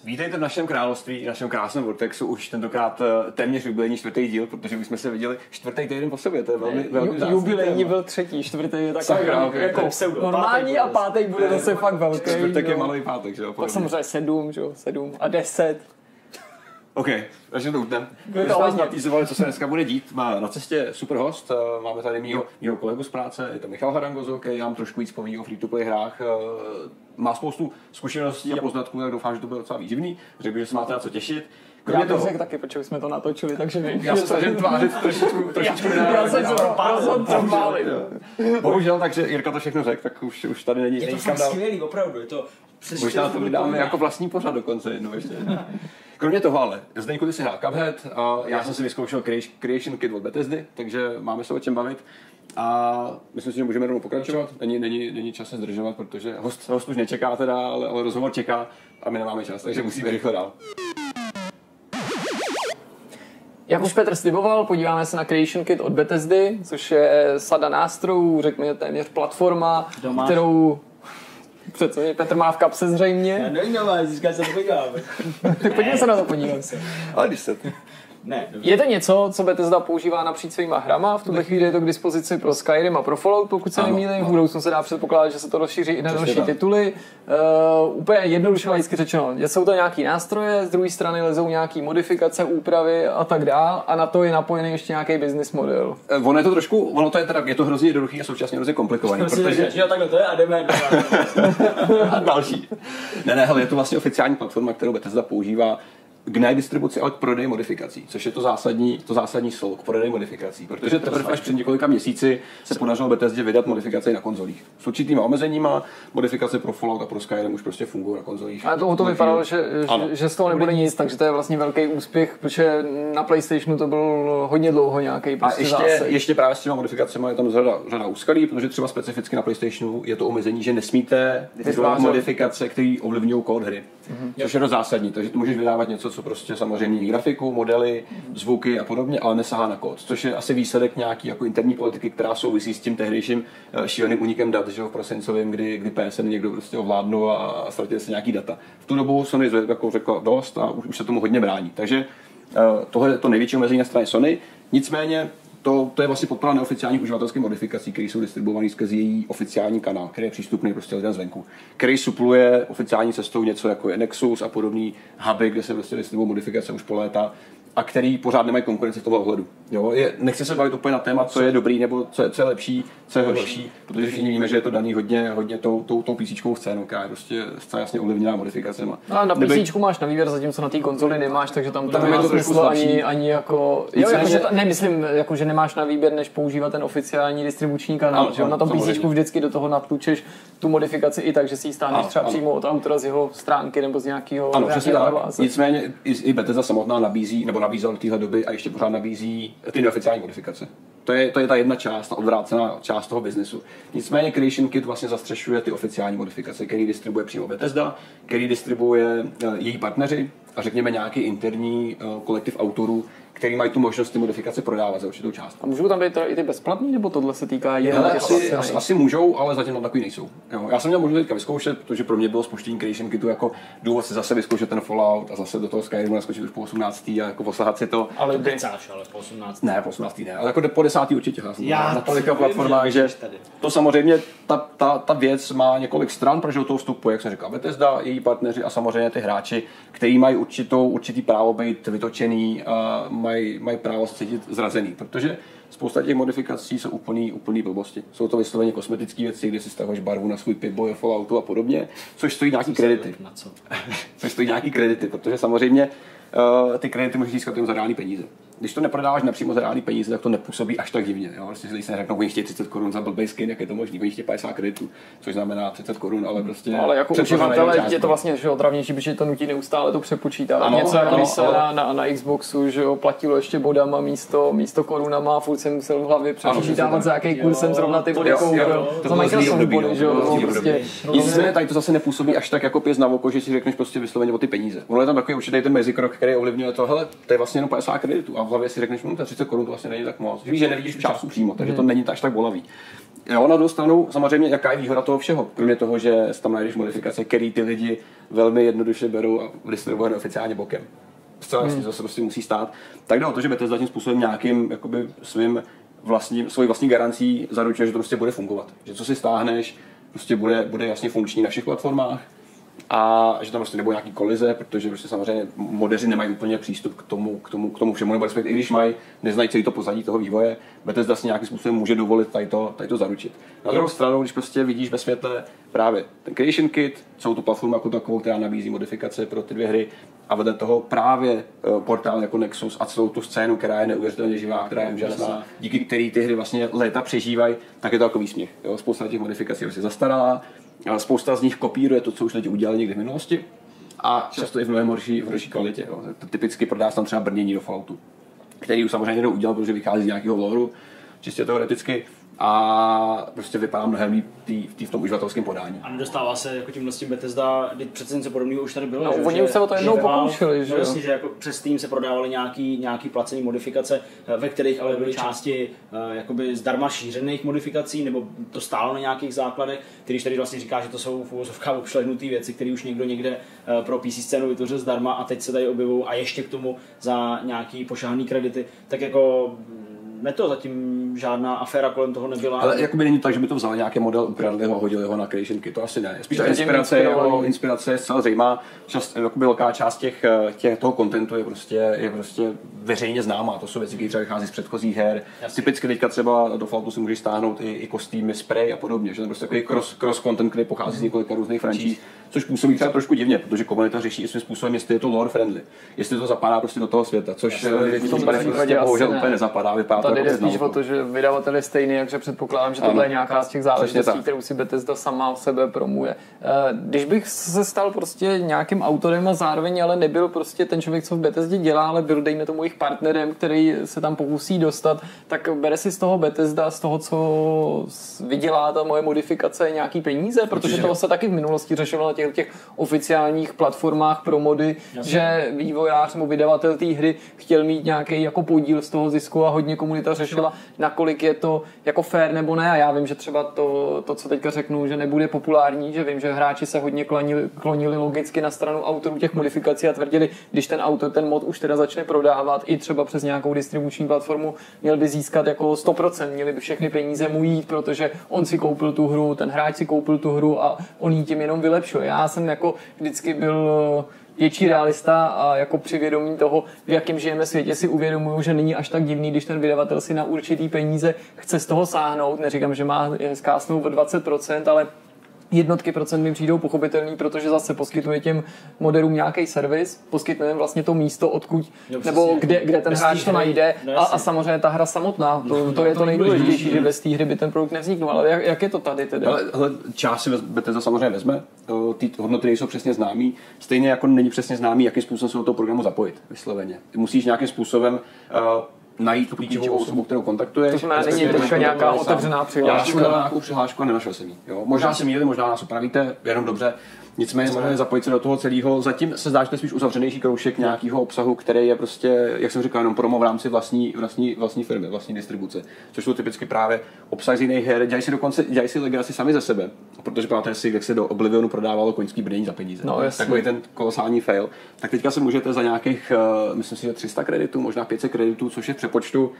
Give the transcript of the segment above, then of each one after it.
Vítejte v našem království, v našem krásném Vortexu, už tentokrát téměř jubilejní 4. díl, protože už jsme se viděli 4. týden po sobě, to je velmi vzácný. Jubilejní byl 3., 4. je takový jako normální a 5. bude zase fakt velký. 4. je malý pátek, že jo? Pak samozřejmě 7, že jo, 7 a 10. OK, takže to utnem. My jsme vás natýzovali, co se dneska bude dít. Má na cestě super host, máme tady mýho kolegu z práce, je to Michal Harangozo, který nám trošku víc poví o free-to-play hrách. Má spoustu zkušeností a poznatků, tak doufám, že to bude docela výživný. Řekl bych, že se máte na co těšit. Já to řekl taky, protože jsme to natočili, takže vím. Já se snažím tvářit trošičku já jsem to málím. Bohužel, takže Jirka to všechno řekl, tak už tady není. Je to fakt skvělý, opravdu, je to... Možná to vydáme jako vlastní pořad dokonce jednou ještě. Kromě toho ale, Zdeňku, ty si hrál Cuphead a já jsem si vyzkoušel Creation Kit od Bethesdy, takže máme se o čem bavit. A myslím si, že můžeme rovnou pokračovat. Není čas se zdržovat, protože host už nečeká teda, ale rozhovor čeká a my nemáme čas, takže musíme rychle dál. Jak už Petr sliboval, podíváme se na Creation Kit od Bethesdy, což je sada nástrojů, řekněme téměř platforma, kterou... Přece Petr má v kapse zřejmě. Já nevím, ale získat se to podíváme. Tak pojďme se na to podívat se. Ale když se... Ne, je to něco, co Bethesda používá napříč svýma hrama, v tuhle chvíli je to k dispozici pro Skyrim a pro Fallout, pokud se nemýlím, v budoucnu se dá předpokládat, že se to rozšíří i na další tituly. Úplně jednoduše vždycky řečeno, jsou to nějaký nástroje, z druhé strany lezou nějaký modifikace, úpravy a tak dál a na to je napojený ještě nějaký business model. Ono to je to hrozně jednoduchý a současně hrozně komplikovaný, protože... Jo, takhle to je a jdeme. A další. Ne, hele, je to vlastně oficiální platforma, kterou Bethesda používá k nedistribuci, ale k prodeji modifikací, což je to zásadní slovo, k prodeji modifikací, protože teprve až před několika měsíci se podařilo Bethesdě vydat modifikace na konzolích. S určitýma omezeníma, modifikace pro Fallout a pro Skyrim už prostě fungují na konzolích. Ale to vypadalo, že z toho nebude nic, takže to je vlastně velký úspěch, protože na PlayStationu to byl hodně dlouho nějaký prostě a ještě právě s těma modifikacemi je tam řada úskalí, protože třeba specificky na PlayStationu je to omezení, že nesmíte vytvářet modifikace, které ovlivňují kód hry. Což je zásadní, takže ty můžeš vydávat něco, co prostě samozřejmě grafiku, modely, zvuky a podobně, ale nesahá na kód, což je asi výsledek nějaký jako interní politiky, která souvisí s tím tehdejším šíleným únikem dat, že v prosincovém, kdy PSN někdo prostě ovládnul a ztratili se nějaký data. V tu dobu Sony jako řekla dost a už se tomu hodně brání. Takže tohle je to největší omezení na straně Sony. Nicméně to je vlastně podpora neoficiálních uživatelských modifikací, které jsou distribuované skrze její oficiální kanál, který je přístupný prostě lidem zvenku, který supluje oficiální cestou něco jako je Nexus a podobný huby, kde se prostě distribuují modifikace už po léta a který pořád nemají konkurenci v tomhle ohledu. Jo, nechci se bavit úplně na téma, co je dobrý nebo co je lepší, co je horší, protože všichni víme, že je to daný hodně tou PCčkovou scénou, která je prostě zcela jasně ovlivněná modifikacemi. A na PCčku máš na výběr, zatímco na té konzoli nemáš, takže tam to nemá smysl ani jako... Nemyslím, jako, že nemáš na výběr, než používat ten oficiální distribuční kanál. Že na tom PCčku vždycky do toho natlučeš tu modifikaci i tak, že si ji stáhneš třeba přímo od autora z jeho stránky nebo z nějakého... Ano, přesně tak. Nicméně i Bethesda samotná nabízela do téhle doby a ještě pořád nabízí ty neoficiální modifikace. To je ta jedna část, ta odvrácená část toho biznesu. Nicméně Creation Kit vlastně zastřešuje ty oficiální modifikace, který distribuje přímo Bethesda, který distribuje její partneři a řekněme nějaký interní kolektiv autorů, který mají tu možnost ty modifikace prodávat za určitou částku. A můžou tam být i ty bezplatný, nebo tohle se týká jen asi můžou, ale zatím tam takový nejsou. Jo, já jsem měl možnost teďka vyzkoušet, protože pro mě bylo spuštění Creation Kitu jako důvod si zase vyzkoušet ten Fallout a zase do toho Skyrimu naskočit už po 18. a jako posahat si to. Ale kecáš, ale po 18. Ne, po 18. ne, ale jako po 10. určitě. Já na tolika platformách, že to samozřejmě ta věc má několik stran, protože do toho vstupuje, jak jsem říkal, Bethesda, její partneři a samozřejmě ty hráči, kteří mají určitý právo být vytočený, mají právo se cítit zrazený, protože spousta těch modifikací jsou úplný blbosti. Jsou to vysloveně kosmetické věci, kdy si stahuješ barvu na svůj Pip-Boy, Falloutu a podobně, což stojí nějaký kredity. Což stojí nějaký kredity, protože samozřejmě ty kredity můžeš získat jen za reální peníze. Když to neprodáváš napřímo za reální peníze, tak to nepůsobí až tak divně. Jo? Prostě když se neřeknou, oni chtějí 30 korun za blbej skin, jak je to možný, oni chtějí 50 kreditů, což znamená 30 korun, ale prostě... No, ale jako uživatele je to vlastně otravnější, protože to nutí neustále to přepočítat. Něco jako když se na Xboxu, že jo, platilo ještě bodama místo korunama a furt jsem musel v hlavě přepočítávat, za jaký kurz jsem zrovna ty body koupil. To Microsoft body, že jo, prostě. Nicméně tady to zase nepůsobí až tak jako pěst na oko, že si řekneš prostě vysloveně o ty peníze. Ono je tam takový určitý ten mezikrok, který ovlivňuje to, hele, to je vlastně jenom 50 kreditů a v hlavě si řekneš, ta 30 korun to vlastně není tak moc. Víš, že nevidíš v částku přímo, takže to není tak bolavý. Jo, na druhou stranu samozřejmě jaká je výhoda toho všeho, kromě toho, že tam najdeš modifikace, který ty lidi velmi jednoduše berou a distribuují oficiálně bokem. Zcela jasně, to se prostě musí stát. Tak jde o to, že Bethesda tím způsobem nějakým jakoby svojí vlastní garancí zaručuje, že to prostě bude fungovat. Že co si stáhneš, prostě bude jasně funkční na všech platformách a že tam prostě nebudou nějaký kolize, protože prostě samozřejmě modeři nemají úplně přístup k tomu všemu, nebo respektive i když mají, neznají celý to pozadí toho vývoje, Bethesda si nějakým způsobem může dovolit tady to zaručit. Na druhou stranu, když prostě vidíš ve světle právě ten Creation Kit, celou tu platformu jako takovou, která nabízí modifikace pro ty dvě hry, a vedle toho právě portál jako Nexus a celou tu scénu, která je neuvěřitelně živá, která je úžasná, díky který ty hry vlastně léta přežívají, tak je to jako výsměch. Jo? Spousta těch modifikací je zastaralá, spousta z nich kopíruje to, co už lidi udělali někdy v minulosti a často i v mnohem horší kvalitě. Jo? Typicky prodá se tam třeba brnění do Falloutu, který už samozřejmě někdo udělal, protože vychází z nějakého loru, čistě teoreticky, a prostě vypadá mnohem líp v tom uživatelském podání. A nedostává se jako tímhle s tím Bethesda, kdy přece něco podobného už tady bylo. No, oni už se o to jednou pokoušeli, že jo? Vlastně, že jako přes Steam se prodávaly nějaký placený modifikace, ve kterých ale byly části jakoby zdarma šířených modifikací, nebo to stálo na nějakých základech, když tady vlastně říká, že to jsou v uvozovkách obšlehnutý věci, které už někdo někde pro PC scénu vytvořil zdarma a teď se tady objevují a ještě k tomu za nějaký pošahaný kredity, tak jako ne to zatím žádná aféra kolem toho nebyla. Ale jakoby není tak, že by to vzali nějaký model, ukradli ho, hodili ho na Creation Kit, to asi ne. Spíš ta inspirace je zcela zajímavá. Velká část toho kontentu je prostě veřejně známá. To jsou věci, které třeba vychází z předchozích her. Jasně. Typicky teďka třeba do Falloutu si můžeš stáhnout i kostýmy, spray a podobně. Že to je prostě takový cross content, který pochází z několika různých franšíz. Což působí třeba trošku divně, protože komunita řeší svým způsobem, jestli je to lore friendly, jestli to zapadá prostě do toho světa, což v tom případě bohužel úplně nezapadá, vypadá to jako spíš o to, že vydavatel je stejný, takže předpokládám, že tohle je nějaká z těch záležitostí, kterou si Bethesda sama v sebe promuje. Když bych se stal prostě nějakým autorem a zároveň ale nebyl prostě ten člověk, co v Bethesdě dělá, ale byl dejme tomu jejich partnerem, který se tam pokusí dostat, tak bere si z toho Bethesda, z toho, co vydělá ta moje modifikace, nějaký peníze, protože toho se taky v minulosti řešilo na těch oficiálních platformách pro mody, že vývojář nebo vydavatel té hry chtěl mít nějaký jako podíl z toho zisku a hodně komunita řešila, nakolik je to jako fair nebo ne. A já vím, že třeba to co teďka řeknu, že nebude populární, že vím, že hráči se hodně klonili logicky na stranu autorů těch modifikací a tvrdili, když ten autor ten mod už teda začne prodávat i třeba přes nějakou distribuční platformu, měl by získat jako 100%, měli by všechny peníze mu jít, protože on si koupil tu hru, ten hráč si koupil tu hru a on jí tím jenom vylepšuje. Já jsem jako vždycky byl větší realista a jako při vědomí toho, v jakém žijeme světě, si uvědomuju, že není až tak divný, když ten vydavatel si na určitý peníze chce z toho sáhnout. Neříkám, že má zkásnout o 20%, ale jednotky procent mi přijdou pochopitelný, protože zase poskytuje těm moderům nějaký servis, poskytne vlastně to místo, odkud, nebo kde ten hráč to najde a samozřejmě ta hra samotná, to je to nejdůležitější, že bez té hry by ten produkt nevzniknul, ale jak je to tady teda? Ale část si Bethesda samozřejmě vezme, ty hodnoty nejsou přesně známý, stejně jako není přesně známý, jakým způsobem se do toho programu zapojit, vysloveně. Ty musíš nějakým způsobem najít tu klíčovou osobu, kterou kontaktuješ. To znamená, není teďka nějaká otevřená přihláška. Já jsem dal nějakou přihlášku a nenašel jsem ji. Možná jsem měli, možná nás opravíte, jenom dobře. Nicméně samozřejmě zapojit se do toho celého. Zatím se zdá, že to je spíš uzavřenější kroužek nějakého obsahu, který je prostě, jak jsem říkal, jenom promo v rámci vlastní firmy, vlastní distribuce. Což jsou typicky právě obsah z jiných her. Dělají si legraci sami ze sebe. Protože pamatujete si, jak se do Oblivionu prodávalo koňský brnění za peníze. No, takový ten kolosální fail. Tak teďka se můžete za nějakých, myslím si, že 300 kreditů, možná 500 kreditů, což je v přepočtu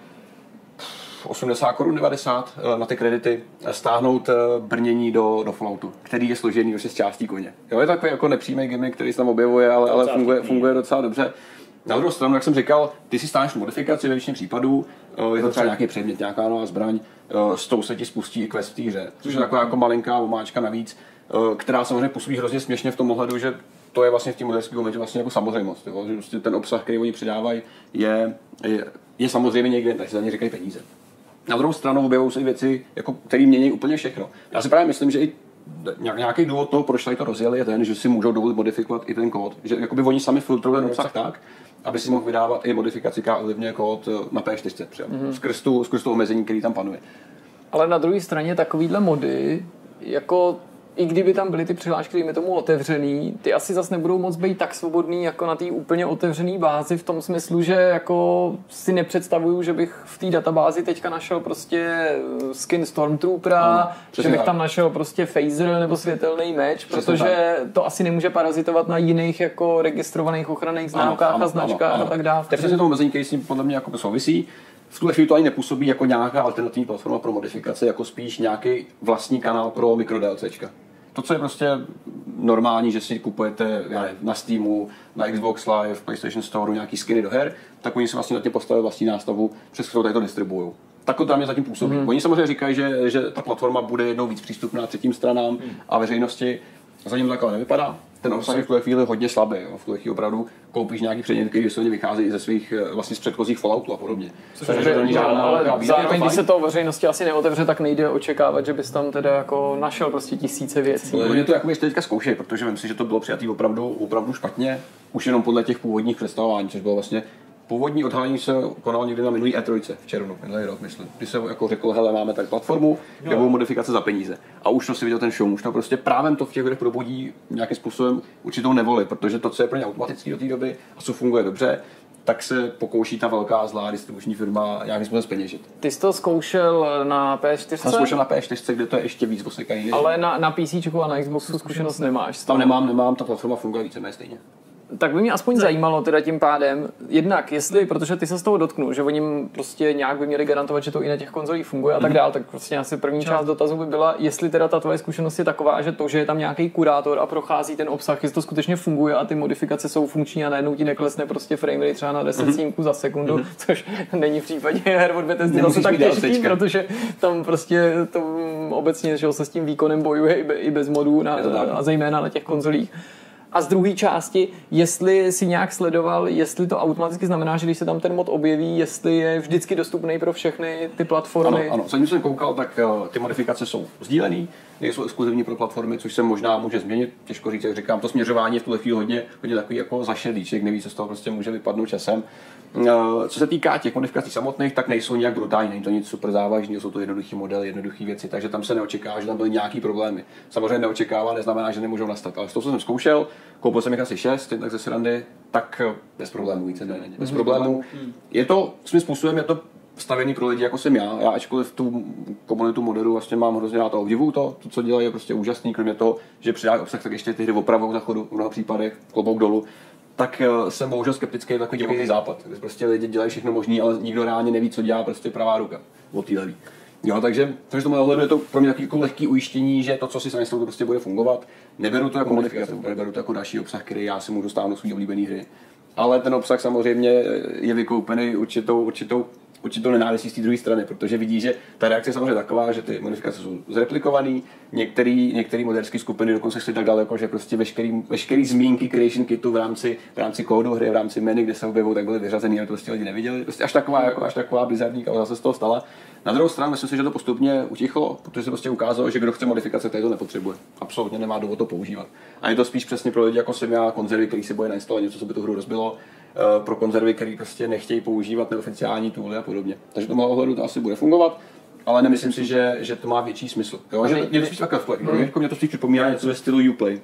80 korun 90 na ty kredity stáhnout brnění do Falloutu, který je složený už z částí koně. Jo, je takový jako nepřímý gimmick, který se tam objevuje, ale funguje docela dobře. Na druhou stranu, jak jsem říkal, ty si stáhneš modifikaci ve většině případů, je to třeba nějaký předmět, nějaká nová zbraň, s tou se ti spustí i quest v té hře, což je taková jako malinká omáčka navíc, která samozřejmě působí hrozně směšně v tom ohledu, že to je vlastně v tím moderském momentě vlastně jako samozřejmost, jo? Že prostě ten obsah, který oni přidávají, je samozřejmě někde, takže za ně říkají peníze. Na druhou stranu objevují se i věci, jako, které mění úplně všechno. Já si právě myslím, že i nějaký důvod toho, proč tady to rozjeli, je ten, že si můžou dovolit modifikovat i ten kód. Že jakoby oni sami filtrují ten obsah tak, aby si mohl vydávat i modifikaci, která ovlivňuje kód na P4 třeba. Skrz to omezení, který tam panuje. Ale na druhé straně takovýhle mody, jako i kdyby tam byly ty přihlášky, dejme tomu otevřený, ty asi zase nebudou moc být tak svobodný jako na té úplně otevřený bázi v tom smyslu, že jako si nepředstavuju, že bych v té databázi teďka našel prostě skin Stormtroopera, že bych tam našel prostě phaser nebo světelný meč, protože to asi nemůže parazitovat na jiných jako registrovaných ochranných známkách a značkách a tak dále. To je přesně to omezení, který s tím podle mě jako souvisí. V tuhle chvíli to ani nepůsobí jako nějaká alternativní platforma pro modifikace, jako spíš nějaký vlastní kanál pro mikro-DLCčka. To, co je prostě normální, že si kupujete na Steamu, na Xbox Live, PlayStation Store nějaký skiny do her, tak oni si vlastně na tě postavili vlastní nástavu, přes kterou tady to distribuují. Tak to tam je zatím působí. Oni samozřejmě říkají, že ta platforma bude jednou víc přístupná třetím stranám a veřejnosti. Zatím to takhle nevypadá. Ten obsah je v tuhle chvíli hodně slabý. Jo. V tuhle chvíli opravdu koupíš nějaký předmět, který se vychází ze svých vlastně z předchozích Falloutů a podobně. Ale zároveň, když se to veřejnosti asi neotevře, tak nejde očekávat, že bys tam teda jako našel prostě tisíce věcí. Oni to jako ještě teďka zkoušejí, protože myslím si, že to bylo přijatý opravdu špatně, už jenom podle těch původních představování, což bylo vlastně původní odhalení se konalo někdy na minulý E3 v červnu, minulý rok, myslím. Kdy se jako řekl, hele, máme tak platformu, kde budou modifikace za peníze. A už to si viděl ten show, už to prostě právě to v těch lidech probudí nějakým způsobem určitou nevoli, protože to, co je pro ně automatický do té doby a co funguje dobře, tak se pokouší ta velká zlá distribuční firma nějakým způsobem zpeněžit. Ty jsi to zkoušel na PS4? Jsem zkoušel na PS4, kde to je ještě víc osekaný. Ale na PC a na Xboxu zkušenost nemáš? Tam nemám, ta platforma funguje víceméně stejně. Tak by mě aspoň zajímalo teda tím pádem, jednak jestli, protože ty se z toho dotknu, že oni prostě nějak by měli garantovat, že to i na těch konzolích funguje a tak dál, tak prostě asi první část dotazu by byla, jestli teda ta tvoje zkušenost je taková, že to, že je tam nějaký kurátor a prochází ten obsah, jestli to skutečně funguje a ty modifikace jsou funkční a najednou ti neklesne prostě framerate třeba na 10 snímků za sekundu, což není v případě her od Bethesdy zase tak těžký, protože tam prostě to obecně, že se s tím výkonem bojuje i bez modů a zejména na těch konzolích. A z druhé části, jestli si nějak sledoval, jestli to automaticky znamená, že když se tam ten mod objeví, jestli je vždycky dostupný pro všechny ty platformy. Ano, co jsem koukal, tak ty modifikace jsou sdílený, nejsou exkluzivní pro platformy, což se možná může změnit, těžko říct, jak říkám, to směřování je v tuhle chvíli hodně takový jako zašedý, člověk neví, co z toho prostě může vypadnout časem. Co se týká těch modifikací samotných, tak nejsou nějak brutální, není to nic super závažného, jsou to jednoduchý modely, jednoduché věci, takže tam se neočekává, že tam byly nějaký problémy. Samozřejmě neočekává, neznamená, že nemůžou nastat, ale z toho, co jsem zkoušel, koupil jsem jich asi 6, tak ze srandy, tak bez problémů víceméně. Bez problémů. Je to svým způsobem, je to stavěný pro lidi, jako jsem já. Já ačkoliv tu komunitu moderu vlastně mám hrozně rád a obdivuju to, co dělají je prostě úžasný, kromě toho, že přidávají obsah, tak ještě ty hry opravou za chodu v mnoha případech, klobouk dolů. Tak jsem bohužel skeptický takový divoký západ, kde prostě lidi dělají všechno možné, ale nikdo reálně neví, co dělá prostě pravá ruka od té levý. Jo, takže tomu ohledu je to pro mě takový jako lehký ujištění, že to, co si myslím, to prostě bude fungovat. Neberu to jako modifikaci, neberu to jako další obsah, který já si můžu stáhnout svůj oblíbený hry. Ale ten obsah samozřejmě je vykoupený určitou nenávistí z té druhé strany, protože vidí, že ta reakce je samozřejmě taková, že ty modifikace jsou zreplikované, některé moderské skupiny dokonce šly tak daleko, že prostě veškerý zmínky creation kitu v rámci kódu hry, v rámci menu, kde se objevují, tak byly vyřazený, ale to prostě lidi neviděli. Prostě až taková bizarní kauza se z toho stala. Na druhou stranu myslím si, že to postupně utichlo, protože se prostě ukázalo, že kdo chce modifikace, tady to nepotřebuje. Absolutně nemá důvod to používat. A je to spíš přesně pro lidi jako jsem já, konzervy, který si bojí nainstalovat něco, co by tu hru rozbilo, pro konzervy, který prostě nechtějí používat neoficiální tooly a podobně. Takže to má ohledu to asi bude fungovat, ale nemyslím si, že to má větší smysl. Jo? Že mě to spíš takhle, mě to spíš připomíná něco ve stylu Uplay.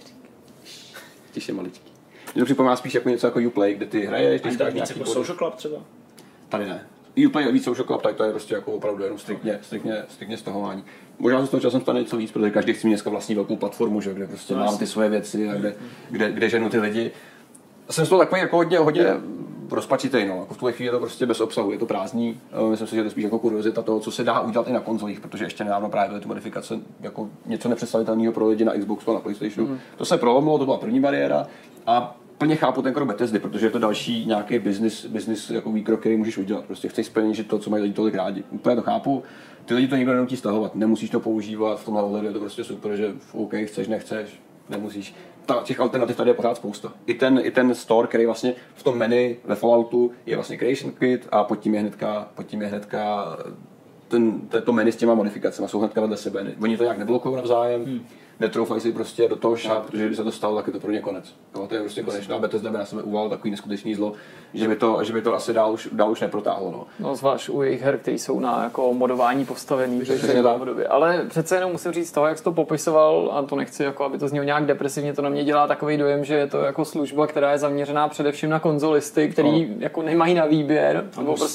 Těž je maličký. Mě to připomíná spíš jako něco jako Uplay, kde ty hraješ, ty skáš nějaký jako Social Club třeba? Tady ne. Uplay je víc Social Club, tak to je prostě jako opravdu jenom striktně stahování. Možná se s toho časem stane něco víc, protože každý chce mít dneska vlastní velkou platformu, že, kde prostě mám ty svoje věci a kde ženu ty lidi. Jsem z toho takový jako hodně rozpačitej, no. Jako v tuhle chvíli je to prostě bez obsahu, je to prázdný. Myslím si, že to je spíš jako kuriozita toho, co se dá udělat i na konzolích, protože ještě nedávno právě byly ty modifikace jako něco nepředstavitelného pro lidi na Xboxu a na PlayStationu. To se prolomilo, to byla první bariéra a plně chápu ten krok Bethesdy, protože je to další nějaký business jako výkrok, který můžeš udělat. Prostě chceš splnit to, co mají lidi tolik rádi. Úplně to chápu. Ty lidi to nikdo nenutí stahovat, nemusíš to používat, v tomhle ohledu je to prostě super, že OK, chceš, nechceš, nemusíš. Těch alternativ tady je pořád spousta. I ten store, který vlastně v tom menu ve Falloutu je vlastně Creation Kit a pod tím je hnedka to menu s těma modifikacemi, jsou hnedka vedle sebe. Oni to nějak neblokují navzájem. netroufají si prostě do toho šát, protože když se to stalo, tak je to pro ně konec. Jo, to je prostě konečné. A Bethesda by na sebe uval takový neskutečný zlo, že by to asi dál už neprotáhlo. No zvlášť u jejich her, které jsou na jako modování postavený. Ale přece jenom musím říct toho, jak jsi to popisoval, a to nechci, jako, aby to znělo nějak depresivně, to na mě dělá takový dojem, že je to jako služba, která je zaměřená především na konzolisty, který jako nemají na výběr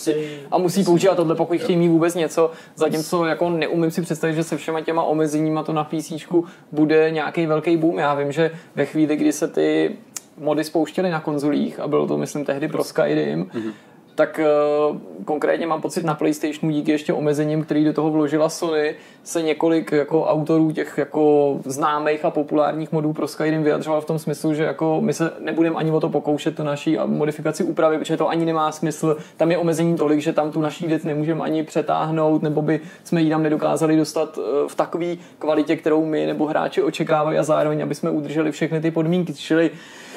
a musí používat tohle, pokud chtějí mít vůbec něco, zatímco jako neumím si představit, že se všema těma omezeníma to na PCčku bude nějaký velký boom. Já vím, že ve chvíli, kdy se ty mody spouštěly na konzolích a bylo to, myslím, tehdy pro Skyrim, tak konkrétně mám pocit na PlayStationu díky ještě omezením, který do toho vložila Sony, se několik jako autorů těch jako známých a populárních modů pro Skyrim vyjadřoval v tom smyslu, že jako my se nebudeme ani o to pokoušet tu naší modifikaci upravit, protože to ani nemá smysl. Tam je omezení tolik, že tam tu naší věc nemůžeme ani přetáhnout, nebo by jsme ji tam nedokázali dostat v takové kvalitě, kterou my nebo hráči očekávají, a zároveň aby jsme udrželi všechny ty podmínky. Čili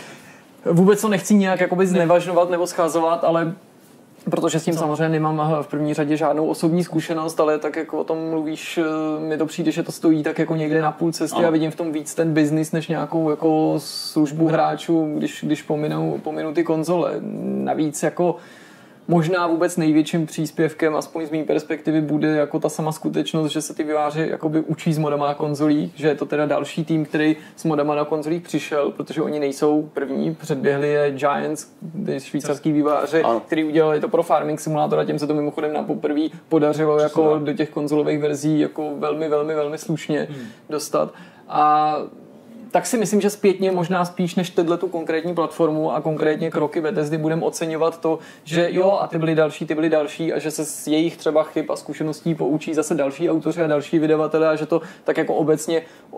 vůbec to nechci nějak jakoby znevažovat nebo schazovat, ale protože s tím samozřejmě nemám v první řadě žádnou osobní zkušenost, ale tak jako o tom mluvíš, mi to přijde, že to stojí tak jako někde na půl cesty a vidím v tom víc ten biznis než nějakou jako službu hráčů, když pominu ty konzole. Navíc jako možná vůbec největším příspěvkem, aspoň z mé perspektivy, bude jako ta sama skutečnost, že se ty vývojáři jakoby učí s modama na konzolích, že je to teda další tým, který s modama na konzolích přišel, protože oni nejsou první, předběhli je Giants, švýcarský vývojáři, který udělali to pro Farming Simulator, a těm se to mimochodem na poprvé podařilo jako do těch konzolových verzí jako velmi slušně dostat. A tak si myslím, že zpětně možná spíš než tu konkrétní platformu a konkrétně kroky Bethesdy budeme oceňovat to, že jo, a ty byly další a že se z jejich třeba chyb a zkušeností poučí zase další autoři a další vydavatele a že to tak jako obecně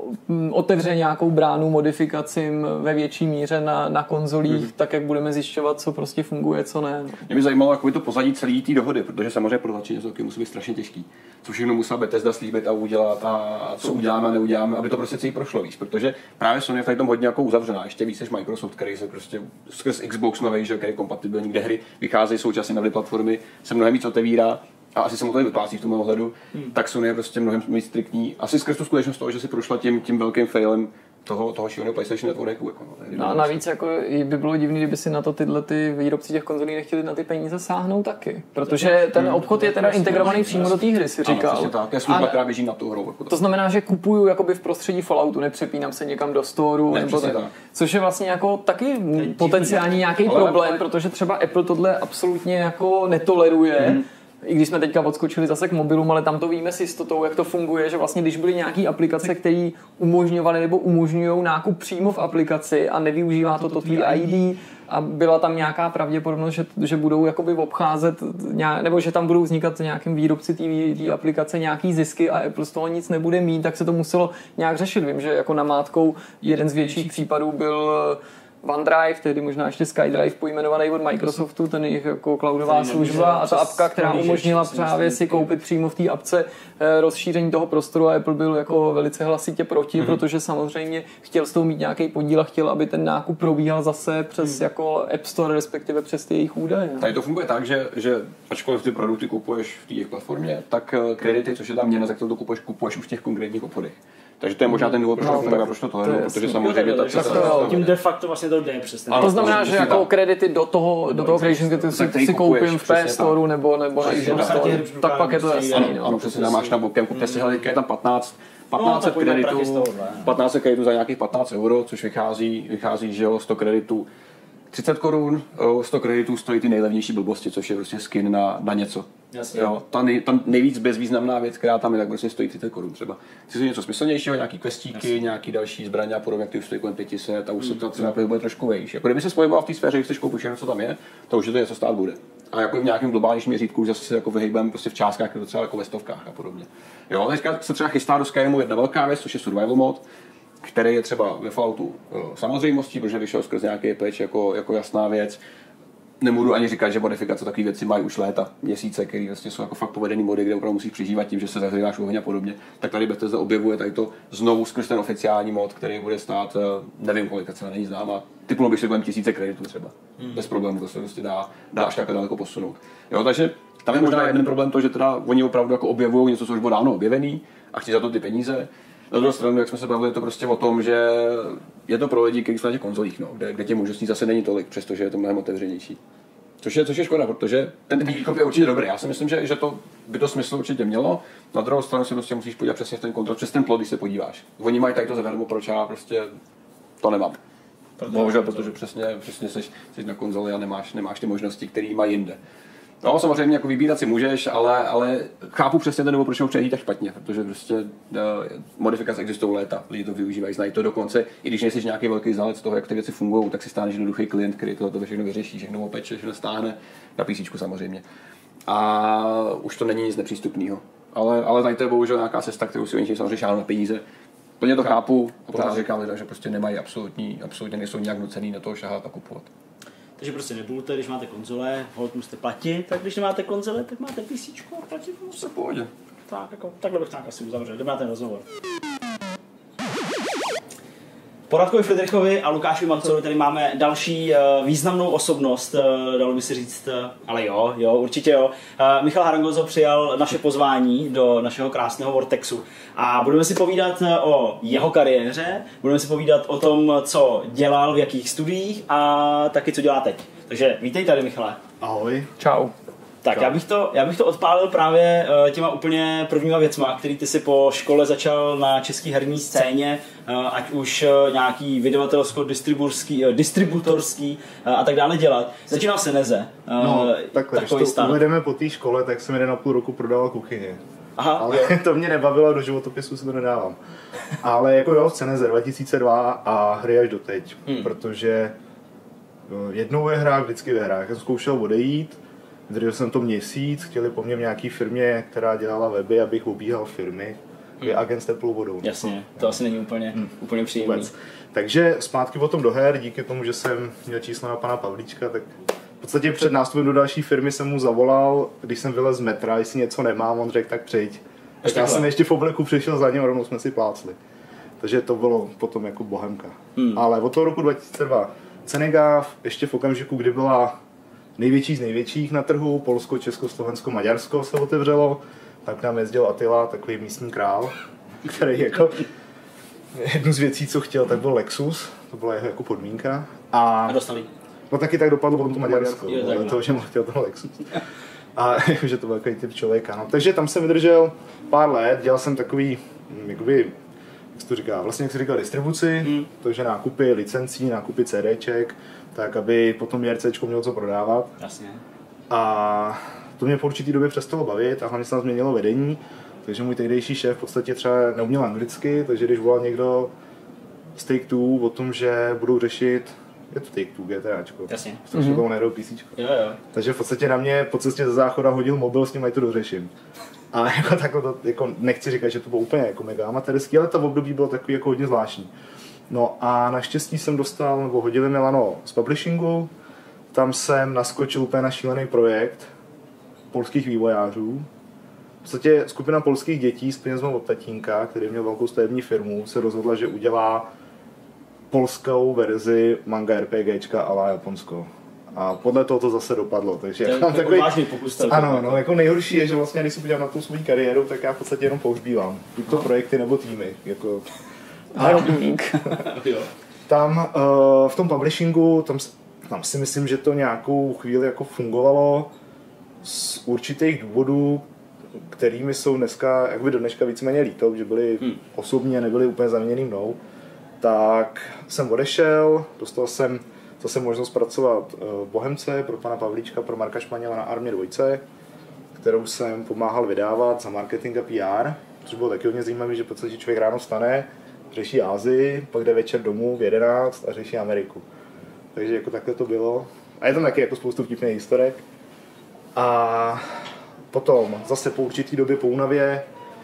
otevře nějakou bránu modifikacím ve větší míře na konzolích, tak jak budeme zjišťovat, co prostě funguje, co ne. Mě by zajímalo, jak by to pozadí celé té dohody, protože samozřejmě protlačení něco musí být strašně těžký. Co všechno musela Bethesda slíbit a udělat a co uděláme a neuděláme, aby to prostě celý prošlo, víš, protože právě Sony je v tom hodně jako uzavřená, ještě víc než Microsoft, který se prostě skrz Xbox novej, že který je kompatibilní, kde hry vycházejí současně na platformy, se mnohem víc otevírá a asi se mu to vyplácí v tom ohledu, tak Sony je prostě mnohem víc striktní. Asi skrz tu skutečnost toho, že si prošla tím velkým failem toho šíleného PlayStation Networku. Jako, no a navíc jako by bylo divný, kdyby si na to tyhle ty výrobci těch konzolí nechtěli na ty peníze sáhnout taky. Protože ten obchod je teda integrovaný přímo do té hry, si říkal. Ano, tak, je služba, která běží na tu hru. Jako to znamená, že kupuju jakoby v prostředí Falloutu, nepřepínám se někam do storeu, nebo tak. Což je vlastně jako taky potenciální nějaký problém, protože třeba Apple tohle absolutně jako netoleruje. I když jsme teďka odskočili zase k mobilům, ale tam to víme s jistotou, jak to funguje, že vlastně když byly nějaké aplikace, které umožňovaly nebo umožňují nákup přímo v aplikaci a nevyužívá to tvý ID a byla tam nějaká pravděpodobnost, že budou jakoby obcházet, nebo že tam budou vznikat nějakým výrobci té aplikace nějaký zisky a Apple z toho nic nebude mít, tak se to muselo nějak řešit. Vím, že jako namátkou jeden z větších případů byl OneDrive, tehdy možná ještě SkyDrive pojmenovaný od Microsoftu, ten jejich jako cloudová služba a ta apka, která umožnila právě si koupit přímo v té apce rozšíření toho prostoru, a Apple byl jako velice hlasitě proti, protože samozřejmě chtěl z toho mít nějaký podíl a chtěl, aby ten nákup probíhal zase přes jako App Store, respektive přes ty jejich údaje. Tady to funguje tak, že ačkoliv ty produkty kupuješ v té jejich platformě, tak kredity, což je tam měna, za kterou to kupuješ už v těch konkrétních obchodech. Takže to je možná ten důvod, proč to tohle, protože samozřejmě tím de facto vlastně to jde přes ten. To znamená, že jako kredity do toho Creation si koupím v PS Store nebo na Xbox Store, tak pak je to jasný. Ano, přesně tam máš na bokem, kupte si, hele, je tam 15 kreditů za nějakých 15 €, což vychází, že jo, 100 kreditů 30 korun, 100 kreditů stojí ty nejlevnější blbosti, což je prostě skin na něco. Jasně. Jo, ta nejvíc bezvýznamná věc, která tam je, tak prostě stojí 30 korun třeba. Chci si něco smyslnějšího, nějaký questíky, nějaký další zbraně a podobně, které už stojí kolem 500 a už se to třeba bude trošku vejš. Jako kdyby se spojoval v té sféře, když chceš koupit všechno, co tam je, to už je to něco stát bude. A jako v nějakém globálnějším měřítku už zase se jako vyhýbám prostě v částkách, docela jako ve stovkách a podobně. Jo, teďka se třeba chystá do Skyrimu jedna velká věc, což je survival mod, který je třeba ve Falloutu samozřejmostí, protože vyšel skrz nějaký patch jako jasná věc. Nebudu ani říkat, že modifikace takové věci mají už léta, měsíce, které vlastně jsou jako fakt povedený mody, kde opravdu musíš přežívat tím, že se zahříváš oheň a podobně. Tak tady Bethesda objevuje tady to znovu skrz ten oficiální mod, který bude stát, nevím kolik, cena není známa. Typnul bych si kolem 1000 kreditů třeba. Bez problémů, to se prostě dá až takhle daleko posunout. Jo, takže tam je možná jeden problém to, že teda oni opravdu jako objevují něco, co už bylo dávno objevený a chtějí za to ty peníze. Na druhou stranu, jak jsme se bavili, je to prostě o tom, že je to pro lidi, kteří jsou na těch konzolích, no, kde těch možností zase není tolik, přestože je to mnohem otevřenější. Což je škoda, protože ten výkop je určitě dobrý. Já si myslím, že to by to smysl určitě mělo. Na druhou stranu si prostě musíš podívat přesně v ten kontrol, přes ten plot, když se podíváš. Oni mají tady to zadarmo, proč já prostě to nemám. Bohužel, protože přesně jsi na konzoli a nemáš ty možnosti, které mají jinde. No, samozřejmě jako vybírat si můžeš, ale chápu přesně ten důvod, proč ho přejít tak špatně, protože prostě modifikace existují léta, lidi to využívají, znají to dokonce, i když nejsi nějaký velký znalec toho, jak ty věci fungují, tak si stáneš jednoduchý klient, který to všechno vyřeší, všechno opeče, všechno stáhne na PC samozřejmě. A už to není nic nepřístupného. Ale tady to je bohužel nějaká cesta, kterou si oni samozřejmě šáhnou na peníze. Plně to chápu a pořád říkám lidem, že prostě nemají absolutně nejsou nějak nucený na toho šahat a kupovat. Takže prostě nebudete, když máte konzole, holt musíte platit, tak když nemáte konzole, tak máte PCčko a platit musíte. V pohodě. Tak, jako, takhle bych tak asi uzavřel, jdeme na ten rozhovor. Po Radkovi Friedrichovi a Lukáši Mancovi tady máme další významnou osobnost, dalo by se říct, ale jo, určitě jo. Michal Harangozo přijal naše pozvání do našeho krásného Vortexu a budeme si povídat o jeho kariéře, budeme si povídat o tom, co dělal, v jakých studiích a taky co dělá teď. Takže vítej tady, Michale. Ahoj. Čau. Tak já bych to odpálil právě těma úplně prvníma věcma, který ty si po škole začal na české herní scéně, ať už nějaký vydavatelsko-distributorský a tak dále dělat. Začínal se Neze. No, takhle, když to uvedeme po té škole, tak jsem 1,5 roku prodával kuchyně. Aha, ale to mě nebavilo, do životopisu se to nedávám. Ale jako jo, v Ceneze 2002 a hry až doteď, protože jednou ve hrách, vždycky ve hrách. Já jsem zkoušel odejít, vydržel jsem to měsíc, chtěli po mně v nějaký firmě, která dělala weby, abych obíhal firmy. Je agent s teplou vodou. Jasně, to asi není úplně příjemný. Takže zpátky potom do her, díky tomu, že jsem měl číslo na pana Pavlíčka, tak v podstatě před nástupem do další firmy jsem mu zavolal, když jsem vylez z metra, jestli něco nemám, on řekl, tak přijď. Tak já jsem ještě v obleku přišel za ním a rovnou jsme si plácli. Takže to bylo potom jako bohemka. Ale od toho roku 2002 Cenega ještě v okamžiku, kdy byla největší z největších na trhu, Polsko, Česko, Slovensko, Maďarsko se otevřelo, tak nám jezdil Attila, takový místní král, který jako jednu z věcí, co chtěl, tak byl Lexus, to byla jeho jako podmínka. A dostali. No taky tak dopadlo potom to Maďarsko, to, že mu chtěl ten Lexus. A že to byl takový typ člověka. No. Takže tam jsem vydržel pár let, dělal jsem takový, jakoby, jak se to říká, vlastně jak se říká distribuci, takže nákupy licencí, nákupy CDček, tak aby potom JRCčko mělo co prodávat. Jasně. A to mě po určitý době přestalo bavit a hlavně se tam změnilo vedení, takže můj tehdejší šéf v podstatě třeba neuměl anglicky, takže když volal někdo z Take-Two o tom, že budou řešit, je to Take-Two, GTAčko, jasně, protože toho nehrou PCčko. Jo. Takže v podstatě na mě po cestě ze záchoda hodil mobil, s ním ať to dořeším. A jako takhle to, jako nechci říkat, že to bylo úplně jako mega amatérský, ale to období bylo takový jako hodně zvláštní. No a naštěstí jsem dostal, nebo hodili mi lano z publishingu, tam jsem naskočil úplně na šílený projekt polských vývojářů. V podstatě skupina polských dětí s penězmou od tatínka, který měl velkou stavební firmu, se rozhodla, že udělá polskou verzi manga RPGčka a la Japonsko. A podle toho to zase dopadlo, takže to je jako takový vážný pokus. Ano, no, jako nejhorší je, že vlastně, když se podívám na tu svou kariéru, tak já v podstatě jenom pohřbívám. Buď to projekty nebo týmy, jako. Tam v tom publishingu, tam si myslím, že to nějakou chvíli jako fungovalo z určitých důvodů, kterými jsou dneska, jakoby do dneška víceméně líto, že byli osobní a nebyli úplně zaměněný mnou. Tak jsem odešel, dostal jsem zase možnost pracovat v Bohemce pro pana Pavlíčka, pro Marka Španěla na Armě 2, kterou jsem pomáhal vydávat za marketing a PR, což bylo taky hodně zajímavé, že v podstatě člověk ráno vstane, řeší Asii, pak jde večer domů v 11 a řeší Ameriku. Takže jako takhle to bylo. A je tam taky jako spoustu vtipných historek. A potom zase po určitý době po únavě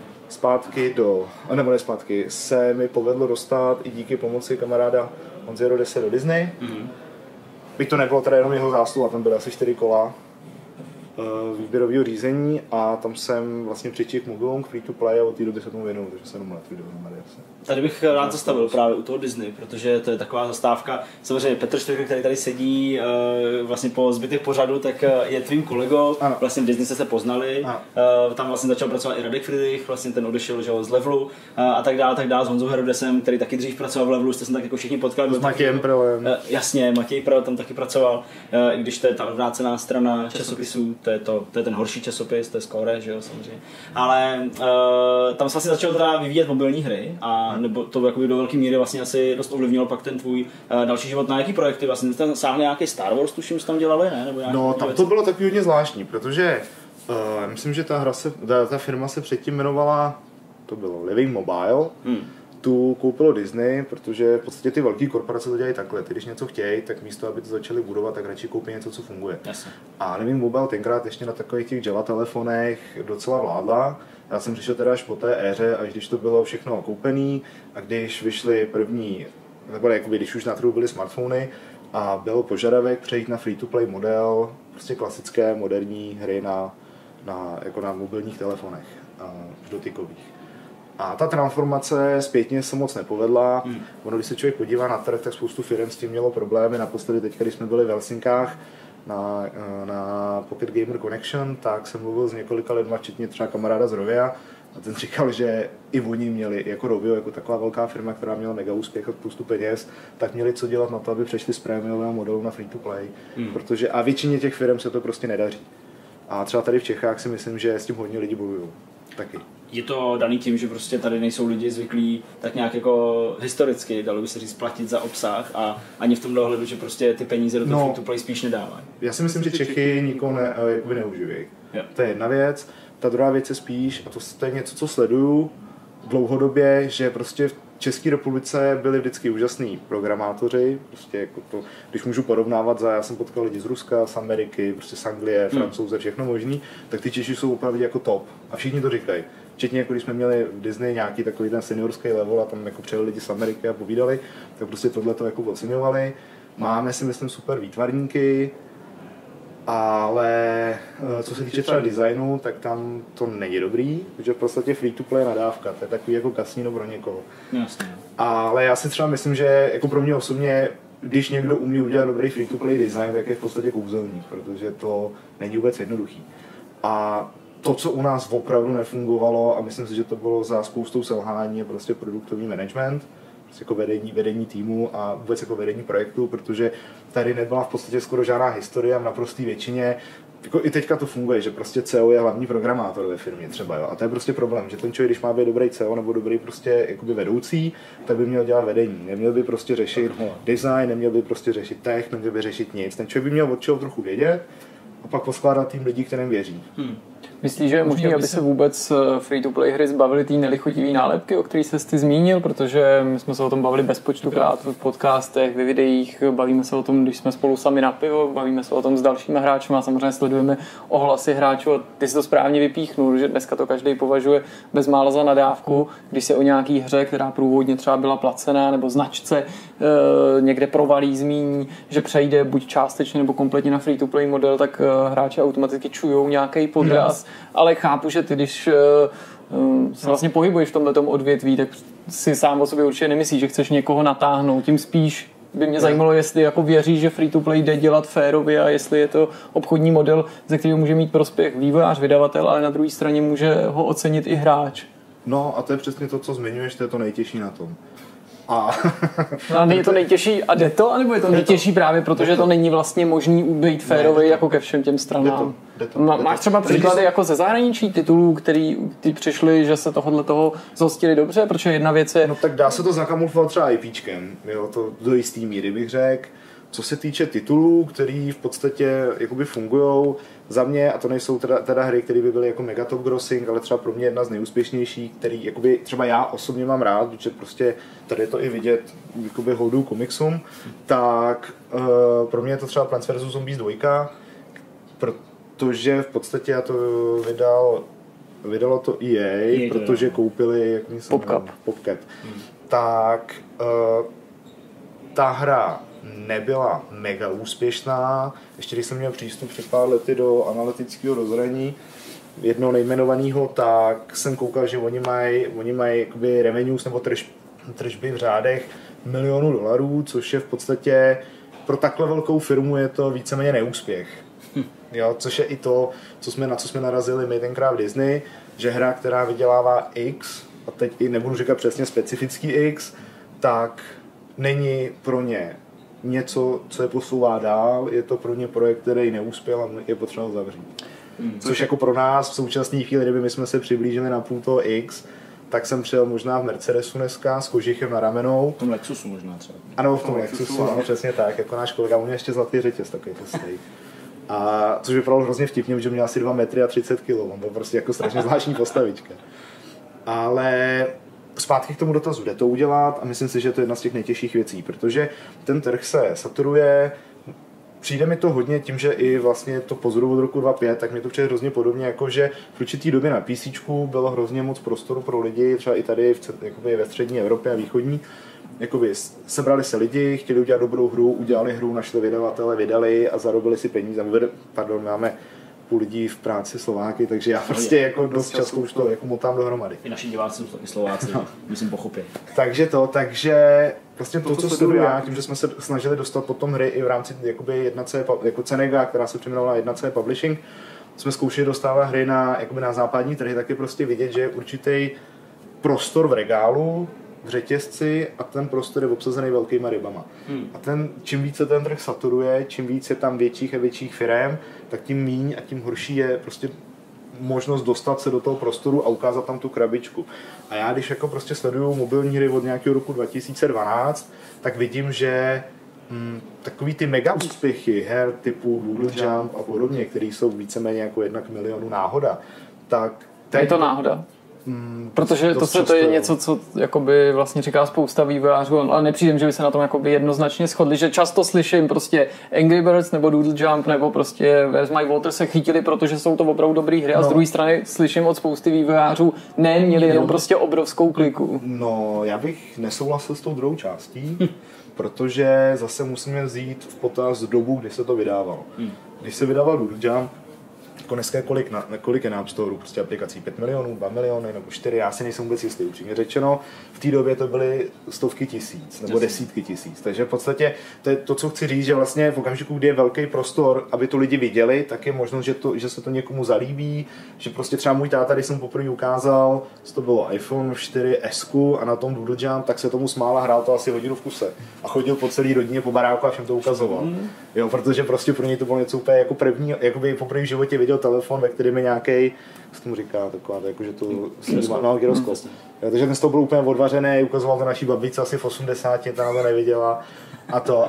se mi povedlo dostat i díky pomoci kamaráda Honzy Rodese do Disney. Byť to nebylo teda jenom jeho zásluha, tam byly asi 4 kola. výběrového řízení a tam jsem vlastně přiček mobilům k free to play a od té doby se tomu věnuju, takže 7 let dohromady asi. Tady bych rád zastavil právě u toho Disney, protože to je taková zastávka. Samozřejmě Petr Štvrkl, který tady sedí vlastně po zbytek pořadu, tak je tvým kolegou. Ano. Vlastně v Disney se poznali. Tam vlastně začal pracovat i Radek Friedrich, vlastně ten odešel z Levelu a tak dále, s Honzou Herodesem, který taky dřív pracoval v Levelu, jste se tak jako všichni potkali. S Matějem Prelem. Jasně, Matěj Prel tam taky pracoval, i když to je ta odvrácená strana časopisů, to je ten horší časopis, to je Score, že jo, samozřejmě. Ale tam se vlastně začal teda vyvíjet mobilní hry a nebo to jakoby do velké míry vlastně asi dost ovlivnilo pak ten tvůj další život. Na jaký projekty vlastně? Jste sáhli nějaký Star Wars, tuším, jste tam dělali, ne? Nebo no, tam to bylo taky hodně zvláštní, protože myslím, že ta firma se předtím jmenovala, to bylo Living Mobile, tu koupilo Disney, protože v podstatě ty velké korporace to dělají takhle. Ty, když něco chtějí, tak místo, aby to začali budovat, tak radši koupí něco, co funguje. Jasně. A Living Mobile tenkrát ještě na takových těch Java telefonech docela vládla. Já jsem přišel teda až po té éře, až když to bylo všechno koupený a když vyšly první, nebo jakoby, když už na trhu byly smartfony a byl požadavek přejít na free-to-play model, prostě klasické moderní hry jako na mobilních telefonech dotykových. A ta transformace zpětně se moc nepovedla. Ono, když se člověk podívá na trh, tak spoustu firm s tím mělo problémy. Naposledy teď, když jsme byli v Helsinkách na Pocket Gamer Connection, tak jsem mluvil s několika lidma, včetně třeba kamaráda z Rovia. A ten říkal, že i oni měli, jako Rovio, jako taková velká firma, která měla mega úspěch a spoustu peněz, tak měli co dělat na to, aby přešli z prémiového modelu na free to play. Protože a většině těch firm se to prostě nedaří. A třeba tady v Čechách si myslím, že s tím hodně lidi bojují. Taky. Je to daný tím, že prostě tady nejsou lidi zvyklí tak nějak jako historicky, dalo by se říct, platit za obsah a ani v tom dohledu, že prostě ty peníze do toho free to play spíš nedávají. Já si myslím, že Čechy nikoho neuživí. To je jedna věc. Ta druhá věc je spíš, a to je něco, co sleduju dlouhodobě, že prostě v České republice byli vždycky úžasní programátoři, prostě jako to, když můžu porovnávat já jsem potkal lidi z Ruska, z Ameriky, prostě z Anglie, Francouze, všechno možný, tak ty Češi jsou opravdu jako top a všichni to říkají. Včetně jako když jsme měli v Disney nějaký takový ten seniorský level a tam jako přijeli lidi z Ameriky a povídali, tak prostě tohle to jako oceňovali. Máme si myslím super výtvarníky, ale co se týče třeba designu, tak tam to není dobrý, protože v podstatě free to play je nadávka, to je takový jako kasino pro někoho. Jasně. Ale já si třeba myslím, že jako pro mě osobně, když někdo umí udělat dobrý free to play design, tak je v podstatě kouzelník, protože to není vůbec jednoduchý. A to, co u nás opravdu nefungovalo, a myslím si, že to bylo za spoustou selhání, je prostě produktový management, prostě jako vedení týmu a vůbec jako vedení projektu, protože tady nebyla v podstatě skoro žádná historie a v naprosté většině, jako i teďka to funguje, že prostě CEO je hlavní programátor ve firmě třeba, jo? A to je prostě problém, že ten člověk, když má být dobrý CEO nebo dobrý prostě jakoby vedoucí, tak by měl dělat vedení, neměl by prostě řešit design, neměl by prostě řešit tech, neměl by řešit nic, ten člověk by měl od čeho trochu vědět a pak poskládat tým lidí, kterým věří. Myslíš, že je možné, aby se vůbec free-to-play hry zbavily té nelichotivé nálepky, o které jsi zmínil, protože my jsme se o tom bavili bezpočtukrát v podcastech, ve videích, bavíme se o tom, když jsme spolu sami na pivo, bavíme se o tom s dalšíma hráči a samozřejmě sledujeme ohlasy hráčů a ty jsi to správně vypíchnul, že dneska to každý považuje bezmála za nadávku, když se o nějaký hře, která průvodně třeba byla placená nebo značce někde provalí, zmíní, že přejde buď částečně nebo kompletně na free-to-play model, tak hráči automaticky čujou nějaký podraz. Ale chápu, že ty, když se vlastně pohybuješ v tomhletom odvětví, tak si sám o sobě určitě nemyslíš, že chceš někoho natáhnout. Tím spíš by mě zajímalo, jestli jako věříš, že free-to-play jde dělat férově a jestli je to obchodní model, ze kterého může mít prospěch vývojář, vydavatel, ale na druhé straně může ho ocenit i hráč. No a to je přesně to, co zmiňuješ, to je to nejtěžší na tom. A je to nejtěžší a jde to, anebo je to nejtěžší právě, protože to není vlastně možný být férový jako ke všem těm stranám? Máš třeba příklady jako ze zahraničí titulů, který ty přišli, že se toho zhostili dobře, protože jedna věc je... No tak dá se to zakamuflovat třeba IPčkem, jo, to do jistý míry bych řekl. Co se týče titulů, který v podstatě jakoby fungujou za mě, a to nejsou teda hry, které by byly jako mega top grossing, ale třeba pro mě jedna z nejúspěšnějších, který jakoby třeba já osobně mám rád, protože prostě tady je to i vidět, jakoby holdů komiksům, tak pro mě je to třeba Plants vs. Zombies 2, protože v podstatě já to vydalo to EA, protože koupili jak PopCap. Tak ta hra nebyla mega úspěšná. Ještě když jsem měl přístup před pár lety do analytického rozhraní jednoho nejmenovaného, tak jsem koukal, že oni mají jakoby revenues nebo tržby v řádech $1 milion, což je v podstatě pro takhle velkou firmu je to víceméně neúspěch. Jo, což je i to, na co jsme narazili my tenkrát v Disney, že hra, která vydělává X, a teď i nebudu říkat přesně specifický X, tak není pro ně něco, co je posouvá dál, je to pro ně projekt, který neuspěl a je potřeba ho zavřít. Což jako pro nás v současné chvíli, kdyby my jsme se přiblížili na půl toho X, tak jsem přijel možná v Mercedesu dneska s kožichem na ramenou. V tom Lexusu možná třeba. Ano, v tom Lexusu, ano, přesně tak, jako náš kolega, on je ještě zlatý řetěz, takový to stej. A což vypadalo hrozně vtipně, že měl asi 2 metry a 30 kg, on byl prostě jako strašně zvláštní postavička. Ale zpátky k tomu dotazu, jde to udělat a myslím si, že to je jedna z těch nejtěžších věcí, protože ten trh se saturuje. Přijde mi to hodně tím, že i vlastně to pozoru od roku 2005, tak mi to přijde hrozně podobně, jako že v určitý době na PCčku bylo hrozně moc prostoru pro lidi, třeba i tady ve střední Evropě a východní. Jakoby sebrali se lidi, chtěli udělat dobrou hru, udělali hru, našli vydavatele, vydali a zarobili si peníze. Máme půl lidí v práci Slováky, takže já prostě jako dost často už to jako motám dohromady. I naši diváci jsou i Slováci, myslím pochopit. Takže vlastně to, co sleduju já, tím, že jsme se snažili dostat potom hry i v rámci jakoby 1C, jako Cenega, která se přejmenovala 1C Publishing, jsme zkoušeli dostávat hry na západní trhy, tak je prostě vidět, že je určitý prostor v regálu, v řetězci a ten prostor je obsazený velkýma rybama. A čím více ten trh saturuje, čím více je tam větších a větších firem, tak tím míň a tím horší je prostě možnost dostat se do toho prostoru a ukázat tam tu krabičku. A já když jako prostě sleduju mobilní hry od nějakého roku 2012, tak vidím, že takový ty mega úspěchy her typu Doodle Jump a podobně, které jsou víceméně jako 1 k milionu náhoda, tak... Je to náhoda? Protože to je něco, co jakoby vlastně říká spousta vývojářů, ale nepřijde, že by se na tom jakoby jednoznačně shodli, že často slyším prostě Angry Birds nebo Doodle Jump nebo prostě Where's My Water se chytili, protože jsou to opravdu dobré hry a z druhé strany slyším od spousty vývojářů, měli jenom prostě obrovskou kliku. No, já bych nesouhlasil s tou druhou částí, protože zase musíme vzít v potaz dobu, kdy se to vydávalo. Když se vydával Doodle Jump, jako dneska kolik je na App Store, prostě aplikací 5 milionů, 2 miliony nebo 4, já si nejsem vůbec jistý, upřímně řečeno. V té době to byly stovky tisíc nebo desítky tisíc, takže v podstatě to je to, co chci říct, že vlastně v okamžiku, kdy je velký prostor, aby to lidi viděli, tak je možnost, že se to někomu zalíbí, že prostě třeba můj táta, když jsem poprvé ukázal, to bylo iPhone 4S a na tom Doodle Jump, tak se tomu smál a hrál to asi hodinu v kuse a chodil po celý rodině, po baráku a všem to ukazoval. Jo, protože prostě pro něj to bylo něco úplně jako první, jakoby poprvé v životě viděl telefon, ve kterém je nějaký, co tomu říká, taková, jako, že to gyroskop. Takže ten z toho byl úplně odvařený, ukazoval to naší babice asi v 80, ta na to neviděla a to.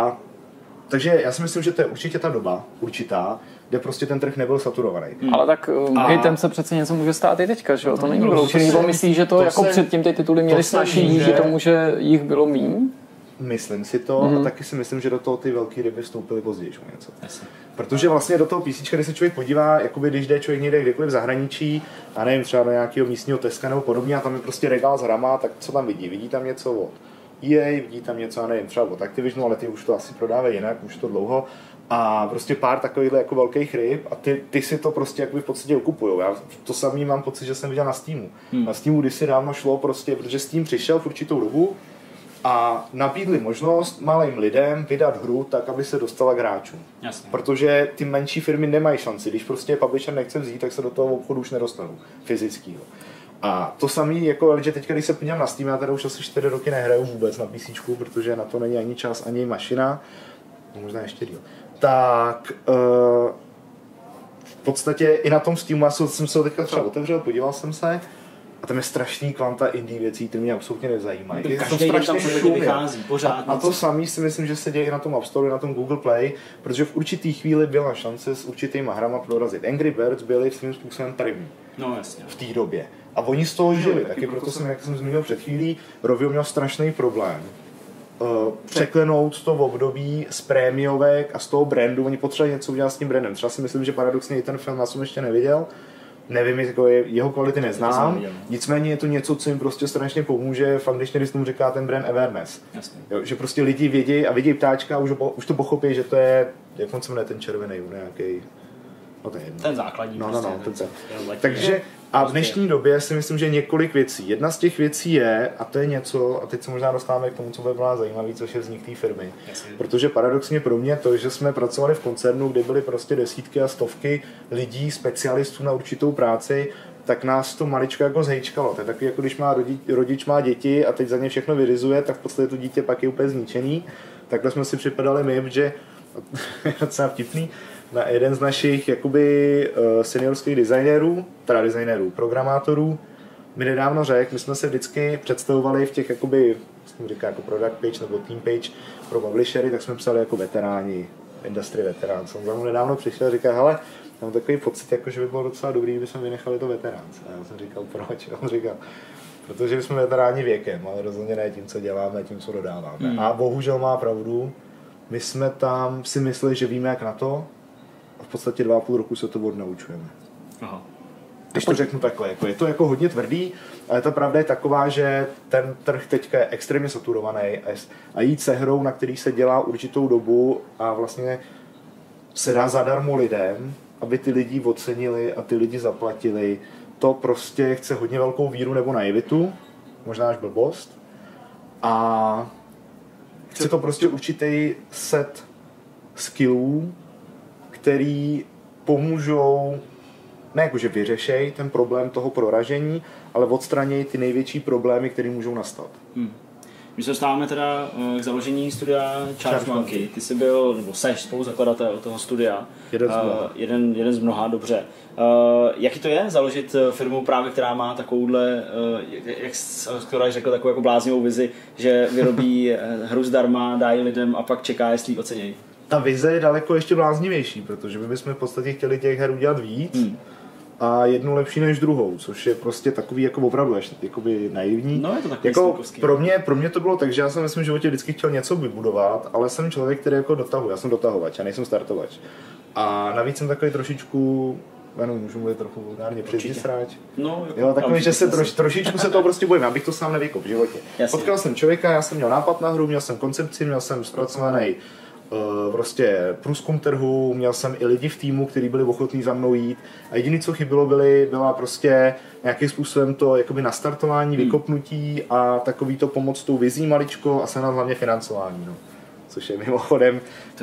Takže já si myslím, že to je určitě ta doba, určitá, kde prostě ten trh nebyl saturovaný. Ale tak hitem se přece něco může stát i teďka, že jo? To není vyloučený, nebo myslíš, že to jako předtím ty tituly měly snažší díky tomu, že jich bylo míň? Myslím si to a taky si myslím, že do toho ty velké ryby vstoupily později něco. Protože vlastně do toho PCčka, když se člověk podívá, jakoby když jde člověk někde kdekoliv v zahraničí, a nevím, třeba do nějakého místního Teska nebo podobně, a tam je prostě regál s hrama, tak co tam vidí? Vidí tam něco od EA, vidí tam něco, já nevím, třeba od Activisionu, ale ty už to asi prodávají jinak, už to dlouho. A prostě pár takovýchhle jako velkých ryb a ty si to prostě jakoby v podstatě okupujou. Já to samý mám pocit, že jsem viděl na Steamu. Na Steamu kdysi dávno šlo prostě, protože Steam přišel v určitou dobu a nabídli možnost malým lidem vydat hru tak, aby se dostala k hráčům. Jasně. Protože ty menší firmy nemají šanci. Když prostě publisher nechce vzít, tak se do toho obchodu už nedostanou fyzického. A to samý, jako, že teď, když se podívám na Steam, já teda už asi 4 roky nehraju vůbec na PC, protože na to není ani čas, ani mašina, možná ještě díl. Tak v podstatě i na tom Steamu jsem se ho teďka třeba otevřel, podíval jsem se, a tam je strašný kvanta indie věcí, které mě absolutně nezajímají. Každý den tam vychází, pořád. A to samý si myslím, že se děje i na tom App Store, na tom Google Play, protože v určitý chvíli byla šance s určitýma hrama prorazit. Angry Birds byli svým způsobem první. No jasně. V té době. A oni z toho žili, taky proto jsem, jak jsem zmínil před chvílí, Rovio měl strašný problém překlenout to v období z prémiovek a z toho brandu. Oni potřebovali něco udělat s tím brandem. Třeba si myslím, že paradoxně i ten film, já jsem ještě neviděl, nevím, jako jeho kvality neznám, nicméně je to něco, co jim prostě strašně pomůže v angličtině, když tomu říká ten brand awareness. Jo, že prostě lidi vědí a vidí ptáčka a už to pochopí, že to je, jak on se jmenuje ten červený, nějaký. No to je jedno. Ten základní. Takže a v dnešní době si myslím, že několik věcí. Jedna z těch věcí je, a to je něco, a teď se možná dostáváme k tomu, co bude pro nás zajímavé, což je vznik té firmy. Protože paradoxně pro mě to, že jsme pracovali v koncernu, kde byly prostě desítky a stovky lidí, specialistů na určitou práci, tak nás to maličko jako zhejčkalo. To je takový, jako když má rodič má děti a teď za ně všechno vyřizuje, tak v podstatě to dítě pak je úplně zničený. Takhle jsme si připadali my, že je docela vtipný, na jeden z našich jakoby seniorských designérů, programátorů, mi nedávno řekl, my jsme se vždycky představovali v těch jakoby, jsem říká jako product page nebo team page pro publishery, tak jsme psali jako veteráni, industry veterán. On za mnou nedávno přišel a říká, hele, mám takový pocit, jako, že by bylo docela dobrý, kdyby jsme vynechali to veteránce. A já jsem říkal, proč? A on říkal, protože jsme veteráni věkem, ale rozhodně ne tím, co děláme, tím, co dodáváme. A bohužel má pravdu, my jsme tam si mysleli, že víme, jak na to, a v podstatě 2,5 roku se to odnaučujeme. Aha. Když to řeknu takhle, jako je to jako hodně tvrdý, ale ta pravda je taková, že ten trh teďka je extrémně saturovaný a jít se hrou, na který se dělá určitou dobu a vlastně se dá zadarmo lidem, aby ty lidi ocenili a ty lidi zaplatili, to prostě chce hodně velkou víru nebo naivitu, možná až blbost, a chce to prostě určitý set skillů, který pomůžou, ne jakože vyřešej ten problém toho proražení, ale odstranějí ty největší problémy, které můžou nastat. My se dostáváme teda k založení studia Charge Monkey. Ty jsi byl, nebo seš spoluzakladatel toho studia. Jeden z mnoha, dobře. Jaký to je založit firmu právě, která má takovouhle, jak skoro řekl, takovou jako bláznivou vizi, že vyrobí hru zdarma, dají lidem a pak čeká, jestli ji ocenějí? Ta vize je daleko ještě bláznivější, protože my bychom v podstatě chtěli těch her udělat víc a jednu lepší než druhou, což je prostě takový jako opravdu jakoby naivní. No, je to takový jako pro mě to bylo tak, že já jsem v svém životě vždycky chtěl něco vybudovat, ale jsem člověk, který jako dotahuje. Já jsem dotahovač, já nejsem startovač. A navíc jsem takový trošičku, můžu mluvit trochu vulgárně, předsráč. No, jo, takový, že se trošičku se toho prostě bojím, abych to sám nevykl v životě. Jasně. Potkal jsem člověka, já jsem měl nápad na hru, měl jsem koncepci, měl jsem zpracovaný prostě průzkum trhu, měl jsem i lidi v týmu, kteří byli ochotní za mnou jít a jediné, co chybilo, byla prostě nějakým způsobem to jakoby nastartování, vykopnutí a takový to pomoc tou vizí maličko a se nás hlavně financování. No. Což je mimochodem,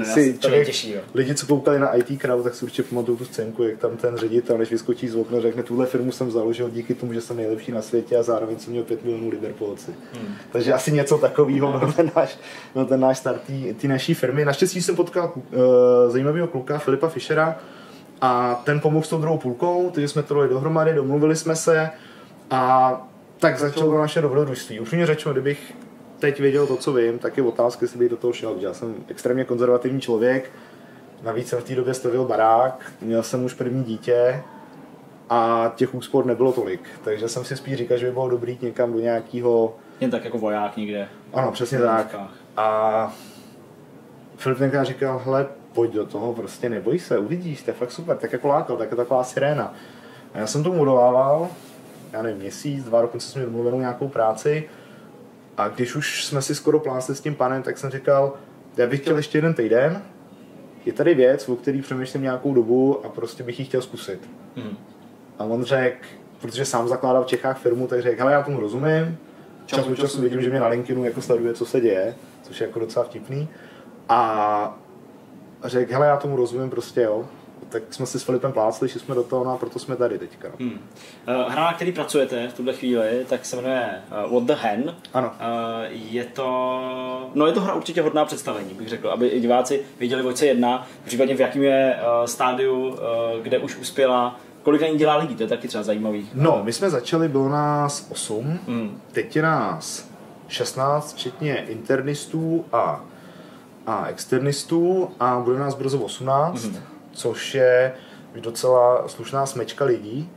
lidi, co koukali na IT Crowd, tak si určitě pamatuju tu scénku, jak tam ten ředitel, než vyskočí z okna, řekne, tuhle firmu jsem založil díky tomu, že jsem nejlepší na světě a zároveň jsem měl 5 milionů liber po oci. Takže asi něco takového byl ten náš start té naší firmy. Naštěstí jsem potkal zajímavého kluka, Filipa Fischera, a ten pomohl s tou druhou půlkou, takže jsme to dali dohromady, domluvili jsme se a tak začalo naše dobrodružství. Upřímně řečeno, kdybych teď věděl to, co vím, tak je otázka, jestli bych do toho šel. Já jsem extrémně konzervativní člověk, navíc jsem v té době stavěl barák, měl jsem už první dítě a těch úspor nebylo tolik, takže jsem si spíš říkal, že by bylo dobrý jít někam do nějakého... Jen tak jako voják někde. Ano, přesně tak. A Filip tenkrát říkal, hele, pojď do toho, prostě neboj se, uvidíš, to je fakt super, tak jako lákal, tak je taková siréna. A já jsem tomu odolával, já nevím, měsíc, 2 roky jsem měl domluvenou nějakou práci. A když už jsme si skoro plásli s tím panem, tak jsem říkal, já bych chtěl ještě 1 týden, je tady věc, o který přemýšlím nějakou dobu a prostě bych ji chtěl zkusit. A on řekl, protože sám zakládal v Čechách firmu, tak řekl, hele, já tomu rozumím, čas od času vidím, že mě na LinkedInu jako sleduje, co se děje, což je jako docela vtipný. A řekl, hele, já tomu rozumím, prostě jo. Tak jsme si s Filipem plácli, šli jsme do toho, no a proto jsme tady teďka. Hra, na který pracujete v tuhle chvíli, tak se jmenuje What the Hen. Ano. Je to hra určitě hodná představení, bych řekl, aby i diváci věděli, o co jedná, případně v jakém je stádiu, kde už uspěla, kolik na ní dělá lidí, to je taky třeba zajímavý. No, my jsme začali, bylo nás 8, teď je nás 16, včetně internistů a externistů a bude nás brzo 18. Což je docela slušná smečka lidí.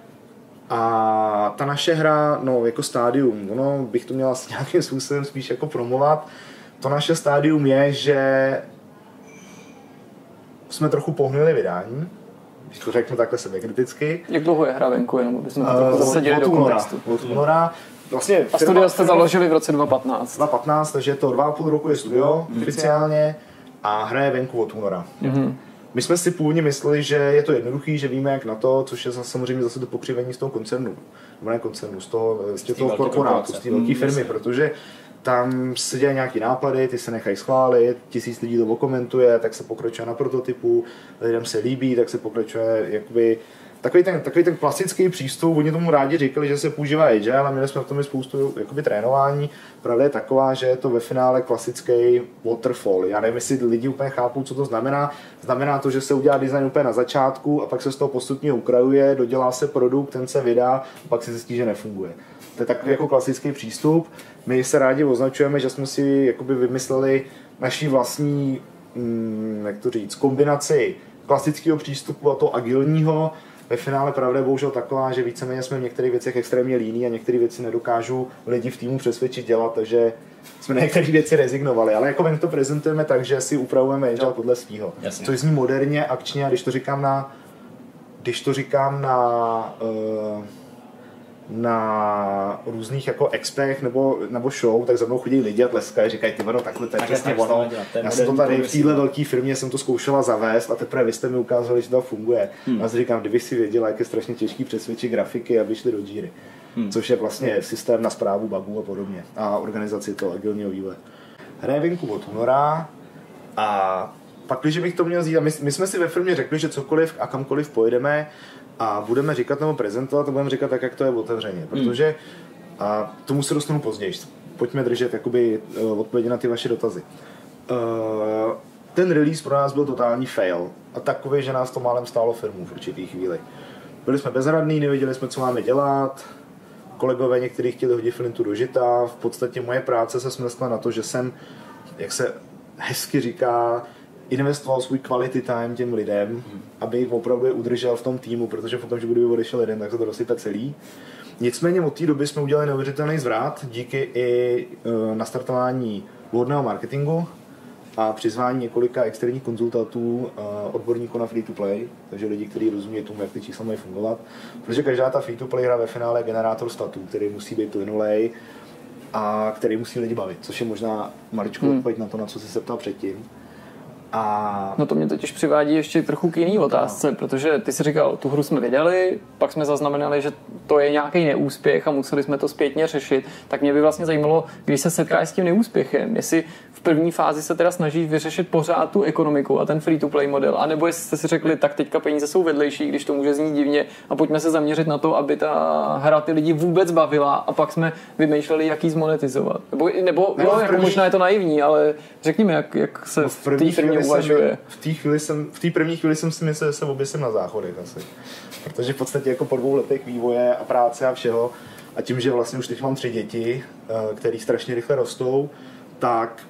A ta naše hra, no jako stádium, bych to měla nějakým způsobem spíš jako promovat. To naše stádium je, že jsme trochu pohnuli vydání. když to řeknu takhle sebekriticky. Jak dlouho je hra venku, jenom abychom to zasadili do kontextu. Od února. Vlastně a studio jste založili v roce 2015. 2015, takže to 2,5 roku je studio oficiálně a hra je venku od února. My jsme si původně mysleli, že je to jednoduchý, že víme jak na to, což je samozřejmě zase to pokřivení z toho koncernu. Nebo ne koncernu, z toho korporátu, z té velké firmy, protože tam se dělají nějaký nápady, ty se nechají schválit, 1000 lidí to okomentuje, tak se pokračuje na prototypu, lidem se líbí, tak se pokračuje jakoby takový ten klasický přístup. Oni tomu rádi říkali, že se používá agile, ale měli jsme v tom spoustu jakoby trénování. Pravda je taková, že je to ve finále klasický waterfall. Já nevím, jestli lidi úplně chápou, co to znamená. Znamená to, že se udělá design úplně na začátku a pak se z toho postupně ukrajuje, dodělá se produkt, ten se vydá a pak se zjistí, že nefunguje. To je takový jako klasický přístup. My se rádi označujeme, že jsme si jakoby vymysleli naší vlastní, jak to říct, kombinaci klasického přístupu a toho agilního. Ve finále pravda je bohužel taková, že víceméně jsme v některých věcech extrémně líní a některé věci nedokážou lidi v týmu přesvědčit dělat, takže jsme na některé věci rezignovali. Ale jako my to prezentujeme tak, že si upravujeme agile podle svýho. Což zní moderně, akčně a když to říkám na různých jako expech nebo show, tak za mnou chodí lidi a tleskají, říkají, ty vado, takhle to je přesně ono. Já jsem to tady v téhle velké firmě jsem to zkoušela zavést a teprve vy jste mi ukázali, že to funguje. Já si říkám, kdybych si věděla, jak je strašně těžký přesvědčit grafiky, aby šli do Jíry. Což je vlastně systém na správu bugů a podobně a organizaci toho agilního vývoje. Hra je venku od února a pak, když bych to měl vzít, a my jsme si ve firmě řekli, že cokoliv a kamkoliv pojedeme, a budeme říkat nebo prezentovat a budeme říkat tak, jak to je otevřeně, protože a tomu se dostanu později. Pojďme držet jakoby odpovědi na ty vaše dotazy. Ten release pro nás byl totální fail a takový, že nás to málem stálo firmu v určitý chvíli. Byli jsme bezradní, nevěděli jsme, co máme dělat, kolegové někteří chtěli hodit flintu do žita, v podstatě moje práce se smrskla na to, že jsem, jak se hezky říká, investoval svůj quality time těm lidem, aby jich opravdu je udržel v tom týmu, protože potom, že kdyby odešel jeden, tak se to rozsype celý. Nicméně od té doby jsme udělali neuvěřitelný zvrat díky i nastartování vhodného marketingu a přizvání několika externích konzultantů, odborníků na free-to-play, takže lidi, kteří rozumí tomu, jak ty čísla mají fungovat. Protože každá ta free-to-play hra ve finále je generátor statů, který musí být plynulej a který musí lidi bavit, což je možná maličkou odpověď na to, na co jsi se ptal předtím. No to mě totiž přivádí ještě trochu k jiný otázce, protože ty jsi říkal, tu hru jsme vydali, pak jsme zaznamenali, že to je nějaký neúspěch a museli jsme to zpětně řešit, tak mě by vlastně zajímalo, když se setkáš s tím neúspěchem, jestli v první fázi se teda snažíš vyřešit pořád tu ekonomiku a ten free-to-play model, anebo jestli jste si řekli, tak teďka peníze jsou vedlejší, když to může znít divně a pojďme se zaměřit na to, aby ta hra ty lidi vůbec bavila a pak jsme vymýšleli, jak ji zmonetizovat. Nebo jo, jako možná je to naivní, ale řekněme, jak se v té firmě uvažuje. V té první chvíli jsem si myslel, že se oběsím na záchodech asi. Protože v podstatě jako po 2 letech vývoje a práce a všeho a tím, že vlastně už teď mám 3 děti, které strašně rychle rostou, tak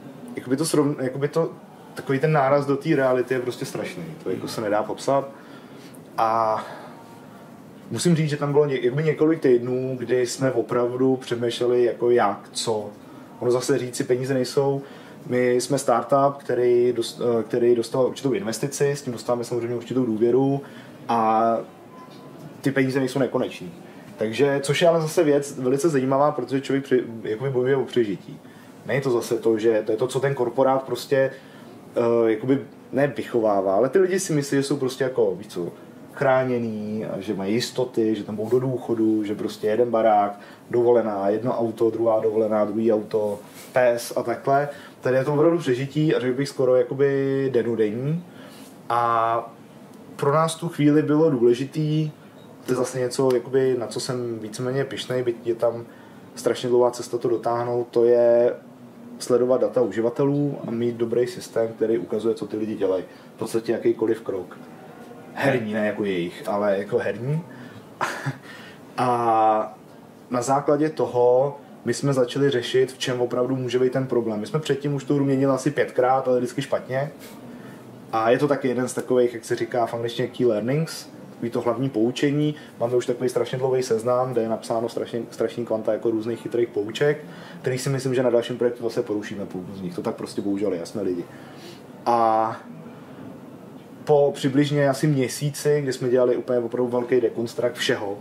takový ten náraz do té reality je prostě strašný. To jako se nedá popsat. A musím říct, že tam bylo několik týdnů, kdy jsme opravdu přemýšleli jako jak, co. Ono zase říct si, peníze nejsou. My jsme startup, který dostal určitou investici, s tím dostáváme samozřejmě určitou důvěru a ty peníze nejsou nekoneční. Takže, což je ale zase věc velice zajímavá, protože člověk jakoby bojuje o přežití. Není to zase to, že to je to, co ten korporát prostě jakoby ne vychovává, ale ty lidi si myslí, že jsou prostě jako, víc co, chráněný, a že mají jistoty, že tam budou do důchodu, že prostě jeden barák, dovolená, jedno auto, druhá dovolená, druhý auto, pes a takhle. Tady je to opravdu přežití a řekl bych skoro jakoby dennodenní. A pro nás tu chvíli bylo důležitý, to je zase něco, jakoby, na co jsem víceméně pyšnej, byť je tam strašně dlouhá cesta to dotáhnout, to je sledovat data uživatelů a mít dobrý systém, který ukazuje, co ty lidi dělají. V podstatě jakýkoliv krok. Herní, ne jako jejich, ale jako herní. A na základě toho my jsme začali řešit, v čem opravdu může být ten problém. My jsme předtím už tu hru měnili asi 5krát, ale vždycky špatně. A je to taky jeden z takových, jak se říká v angličtině key learnings, takový to hlavní poučení. Máme už takový strašně dlouhý seznam, kde je napsáno strašný kvanta jako různých chytrých pouček, který si myslím, že na dalším projektu zase porušíme půl z nich. To tak prostě bohužel je, jsme lidi. A po přibližně asi měsíci, kdy jsme dělali úplně opravdu velký dekonstrukt všeho,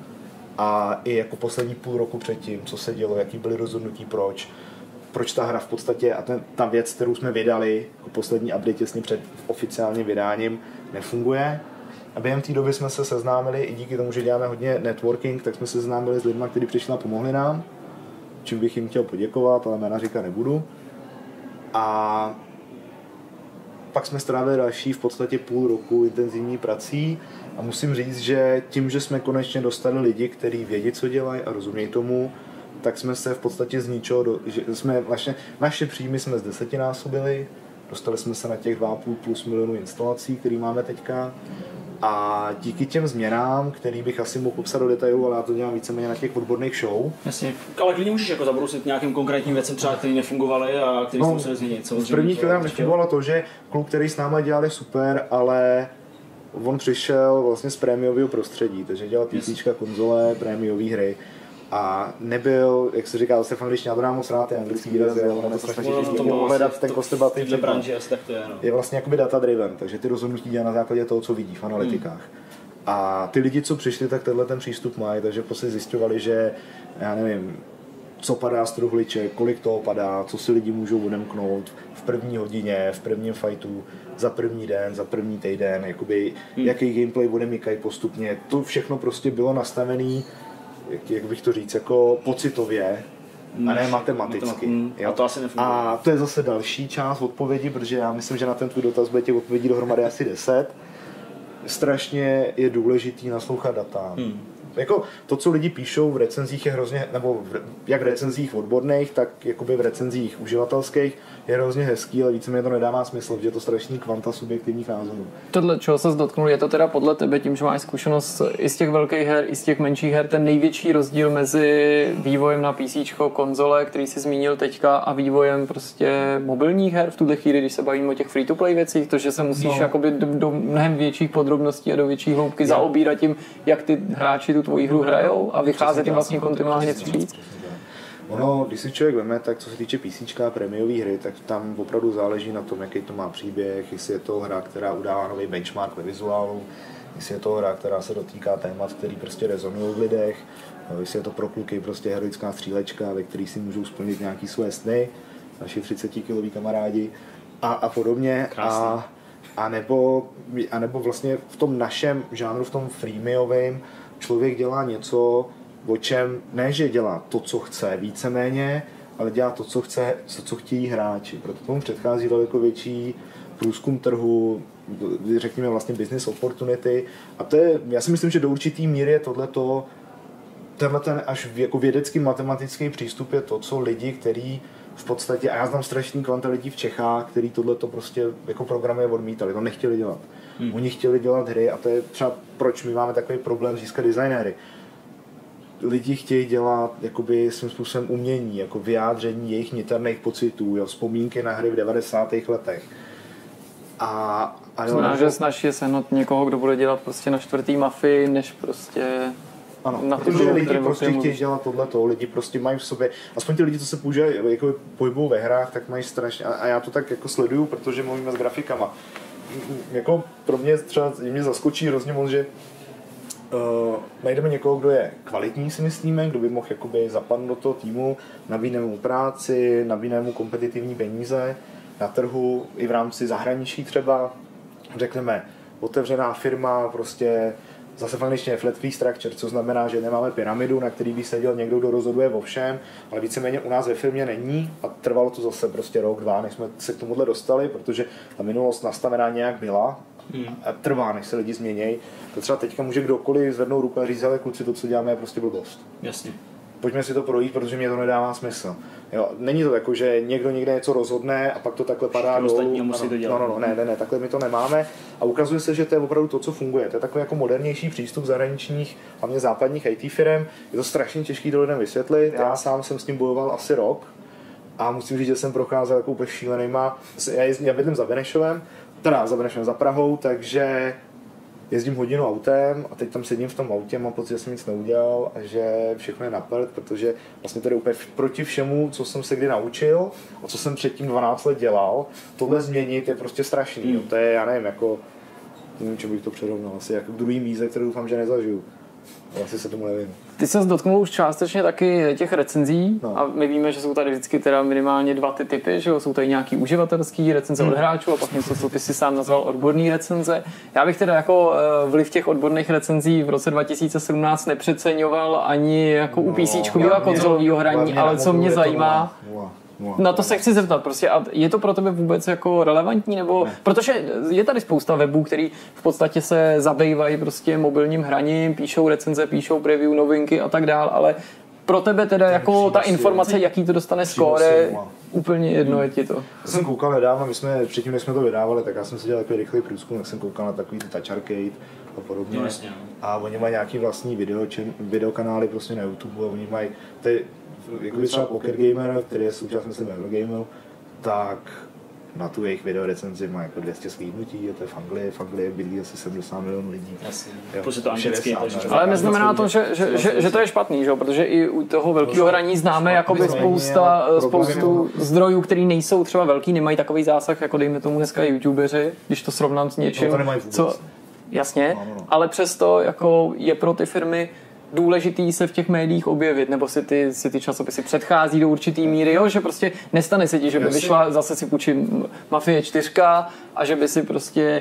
a i jako poslední půl roku předtím, co se dělo, jaký byly rozhodnutí, proč ta hra v podstatě a ta věc, kterou jsme vydali, jako poslední update těsně před oficiálním vydáním, nefunguje. A během té doby jsme se seznámili, i díky tomu, že děláme hodně networking, tak jsme se seznámili s lidmi, kteří přišli a pomohli nám, čím bych jim chtěl poděkovat, ale jména říkat nebudu. A pak jsme strávili další v podstatě půl roku intenzivní prací a musím říct, že tím, že jsme konečně dostali lidi, kteří vědí, co dělají a rozumějí tomu, tak jsme se v podstatě z ničeho, že jsme vlastně, naše příjmy jsme z 10násobili, dostali jsme se na těch 2,5 plus milionů instalací, které máme teďka. A díky těm změnám, který bych asi mohl popsat do detailu, ale já to dělám víceméně na těch odborných show. Jasně, ale klidně můžeš jako zabrousit nějakým konkrétním věcem, třeba které nefungovaly a které se museli změnit. V první chvíli nám nefungovalo to, že kluk, který s námi dělali super, ale on přišel vlastně z prémiového prostředí, takže dělal PCčka, konzole, prémiové hry. A nebyl, jak se říká zase v angličtině, já to dám moc rád, je anglický výraz, ale to strašně těžké ohledat ten kostebatý překlad. Je vlastně jakoby data driven, takže ty rozhodnutí dělá na základě toho, co vidí v analytikách. A ty lidi, co přišli, tak tenhle ten přístup mají, takže prostě zjišťovali, že já nevím, co padá z truhliček, kolik toho padá, co si lidi můžou odemknout v první hodině, v prvním fightu, za první den, za první týden, jakoby, jaký gameplay odemykají postupně. To všechno prostě bylo nastavené, jak bych to říct, jako pocitově a ne matematicky. A to asi nefunguje. A to je zase další část odpovědi, protože já myslím, že na ten tvůj dotaz bude těch odpovědí dohromady asi 10. Strašně je důležitý naslouchat data. Jako to, co lidi píšou v recenzích je hrozně, nebo jak v recenzích odborných, tak jakoby v recenzích uživatelských je hrozně hezký, ale víceméně to nedává smysl, že je to strašný kvanta subjektivních názorů. Tohle, čeho se dotknul, je to teda podle tebe, tím, že máš zkušenost i z těch velkých her, i z těch menších her, ten největší rozdíl mezi vývojem na PC, konzole, který jsi zmínil teďka, a vývojem prostě mobilních her v tuhle chvíli, když se bavíme o těch free-to-play věcích, to, že se musíš jakoby do mnohem větších podrobností a do větší hloubky zaobírat tím, jak ty hráči tu tvoji hru hrajou a vycházet tím vlastně kontinuálně vstříc. Ono, když si člověk veme, tak co se týče PCčka a prémiové hry, tak tam opravdu záleží na tom, jaký to má příběh, jestli je to hra, která udává nový benchmark ve vizuálu, jestli je to hra, která se dotýká témat, který prostě rezonují v lidech, jestli je to pro kluky prostě heroická střílečka, ve který si můžou splnit nějaký své sny, naši 30-kiloví kamarádi a podobně. A nebo vlastně v tom našem žánru, v tom freemiovém, člověk dělá něco, o čem ne, že dělá to, co chce víceméně, ale dělá to, co chce, co chtějí hráči. Proto tomu předchází daleko větší průzkum trhu, řekněme vlastně business opportunity. A to je, já si myslím, že do určitý míry je tenhle ten až jako vědecký matematický přístup je to, co lidi, který v podstatě, a já znám strašný kvanta lidí v Čechách, který tohleto prostě jako programy odmítali, to nechtěli dělat. Oni chtěli dělat hry a to je třeba proč my máme takový problém získat designéry. Lidi chtějí dělat jakoby svým způsobem umění, jako vyjádření jejich niterných pocitů, jo, vzpomínky na hry v 90. letech. Znamená, že snaží se sehnat někoho, kdo bude dělat prostě na čtvrtý mafii, než prostě ano, protože lidi prostě chtějí dělat tohleto, lidi prostě mají v sobě, aspoň ty lidi, co se jako pohybují ve hrách, tak mají strašně, a já to tak jako sleduju, protože mluvíme s grafikama. Jako pro mě třeba mě zaskočí hrozně moc, že najdeme někoho, kdo je kvalitní, si myslíme, kdo by mohl jakoby zapadnout do toho týmu, nabídneme mu práci, nabídneme mu kompetitivní peníze na trhu i v rámci zahraničí třeba, řekneme otevřená firma, prostě zase v angličtině flat fee structure, co znamená, že nemáme pyramidu, na který by seděl někdo, kdo rozhoduje o všem, ale víceméně u nás ve firmě není a trvalo to zase prostě rok, 2, než jsme se k tomuhle dostali, protože ta minulost nastavená nějak byla a trvá, než se lidi změnějí. To třeba teďka může kdokoliv zvednout ruku a říct, ale kluci, to, co děláme, je prostě blbost. Jasně. Pojďme si to projít, protože mě to nedává smysl. Jo, není to jako, že někdo někde něco rozhodne a pak to takhle padá dolů. Musí to dělat. Ne, takhle my to nemáme. A ukazuje se, že to je opravdu to, co funguje. To je takový jako modernější přístup zahraničních, hlavně západních IT firm. Je to strašně těžký to lidem vysvětlit. Já sám jsem s tím bojoval asi rok a musím říct, že jsem procházel jako úplně šílenýma. Já bydlím za Benešovem, za Prahou, takže jezdím hodinu autem a teď tam sedím v tom autě, mám pocit, že jsem nic neudělal a že všechno je na prd, protože vlastně to je úplně proti všemu, co jsem se kdy naučil a co jsem předtím 12 let dělal. Tohle změnit je prostě strašný. To je, já nevím, jako nevím, čemu bych to přirovnal, asi jako druhý míze, který doufám, že nezažiju. Ale asi se tomu nevím. Ty se dotknul už částečně taky těch recenzí a my víme, že jsou tady vždycky teda minimálně dva ty typy, že jsou tady nějaký uživatelský recenze od hráčů a pak něco, co ty si sám nazval odborný recenze. Já bych teda jako vliv těch odborných recenzí v roce 2017 nepřeceňoval ani jako u PCčkového konzolového hraní, ale co mě zajímá, na to se chci zeptat prostě, a je to pro tebe vůbec jako relevantní, nebo, protože je tady spousta webů, který v podstatě se zabývají prostě mobilním hraním, píšou recenze, píšou preview, novinky a tak dál, ale pro tebe teda jako ta informace, jaký to dostane skóre, úplně jedno je ti to. Já jsem koukal nedávno, předtím, než jsme to vydávali, tak já jsem si dělal takový rychlý průzkum, tak jsem koukal na takový ty Touch Arcade a podobně. A oni mají nějaký vlastní videokanály prostě na YouTube a oni mají, jakoby třeba Pocket Gamer, který je současně myslím Eurogamer, tak na tu jejich videorecenzi má jako 200 slídnutí, je to v Anglii bydlí asi 70 milionů lidí. Prostě to anglicky. Ale neznamená to, že to je špatný, že? Protože i u toho velkého hraní známe jakoby spoustu zdrojů, který nejsou třeba velký, nemají takový zásah, jako dejme tomu dneska youtubeři, když to srovnám s něčím, co... Jasně, ale přesto jako je pro ty firmy důležitý se v těch médiích objevit, nebo si ty časopisy předchází do určitý míry, jo? Že prostě nestane se ti, že by vyšla, zase si půjčím Mafie 4 a že by si prostě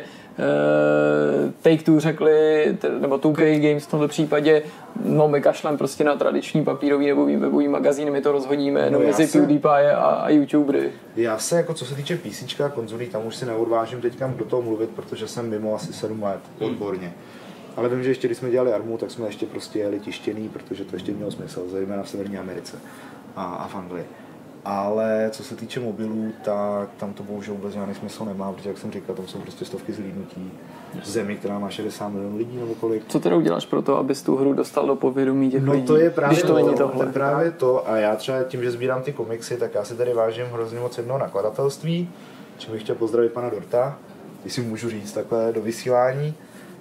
Take-Two řekli, nebo 2K Games v tomto případě, no my kašlem prostě na tradiční papírový nebo webový magazín, my to rozhodíme mezi PewDiePie a YouTubery. Já se jako co se týče PCčka a konzolí, tam už si neodvážím teďka do toho mluvit, protože jsem mimo asi 7 let odborně. Ale vím, že ještě když jsme dělali Armu, tak jsme ještě prostě jeli tištěný, protože to ještě mělo smysl, zejména v Severní Americe a v Anglii. Ale co se týče mobilů, tak tam to bohužel vůbec žádný smysl nemá, protože jak jsem říkal, tam jsou prostě stovky zhlídnutí v zemi, která má 60 milionů lidí nebo kolik. Co teda uděláš pro to, abys tu hru dostal do povědomí těch lidí? No to je právě to není tohle. To je právě to a já třeba tím, že sbírám ty komiksy, tak já si tady vážím hrozně moc jednoho nakladatelství, čím bych chtěl pozdravit pana Dorta, jestli můžu říct takhle do vysílání.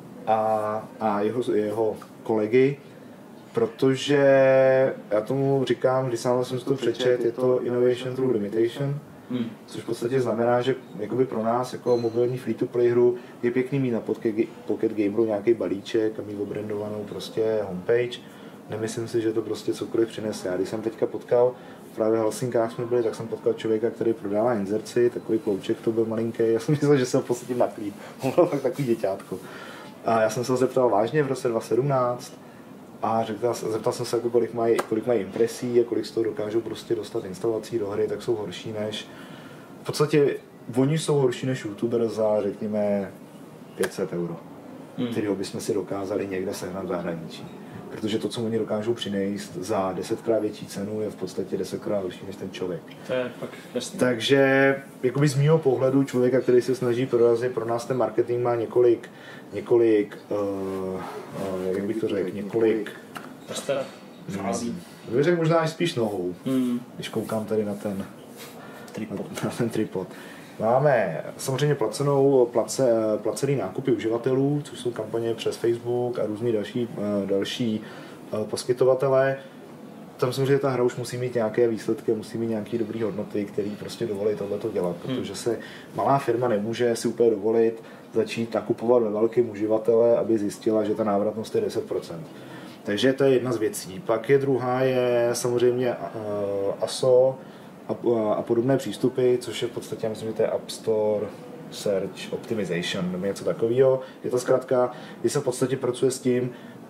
A jeho kolegy, protože já tomu říkám, když sám jsem si to přečet, je to Innovation through Limitation, což v podstatě znamená, že jakoby pro nás jako mobilní free-to-play hru je pěkný mít na Pocket Gameru nějaký balíček a mít obrandovanou prostě homepage. Nemyslím si, že to prostě cokoliv přinese. Já když jsem teďka potkal, právě v Helsinkách jsme byli, tak jsem potkal člověka, který prodává inzerci, takový klouček to byl malinký, já jsem myslel, že se ho v podstatě naklít. On byl fakt takový děťátko. A já jsem se ho zeptal vážně v roce 2017 a zeptal jsem se, jako kolik mají impresí a kolik z toho dokážou prostě dostat instalací do hry, tak jsou horší než... V podstatě oni jsou horší než YouTuber za, řekněme, 500 €, kterého bychom si dokázali někde sehnat v zahraničí. Protože to, co oni dokážou přinést za 10krát větší cenu, je v podstatě 10krát horší než ten člověk. To je fakt jasný. Takže jakoby z mýho pohledu člověka, který se snaží prorazit, pro nás ten marketing má několik jak bych to řekl, několik fází. Bych řekl možná i spíš nohou, když koukám tady na ten tripod. Máme samozřejmě placený nákupy uživatelů, což jsou kampaně přes Facebook a různý další poskytovatele. Tam samozřejmě ta hra už musí mít nějaké výsledky, musí mít nějaké dobré hodnoty, které prostě dovolí tohleto dělat, protože se malá firma nemůže si úplně dovolit začít nakupovat ve velkém uživatele, aby zjistila, že ta návratnost je 10%. Takže to je jedna z věcí. Pak druhá je samozřejmě ASO a podobné přístupy, což je v podstatě, myslím, že to je App Store Search Optimization nebo něco takového. Je to zkrátka, kdy se v podstatě pracuje s tím,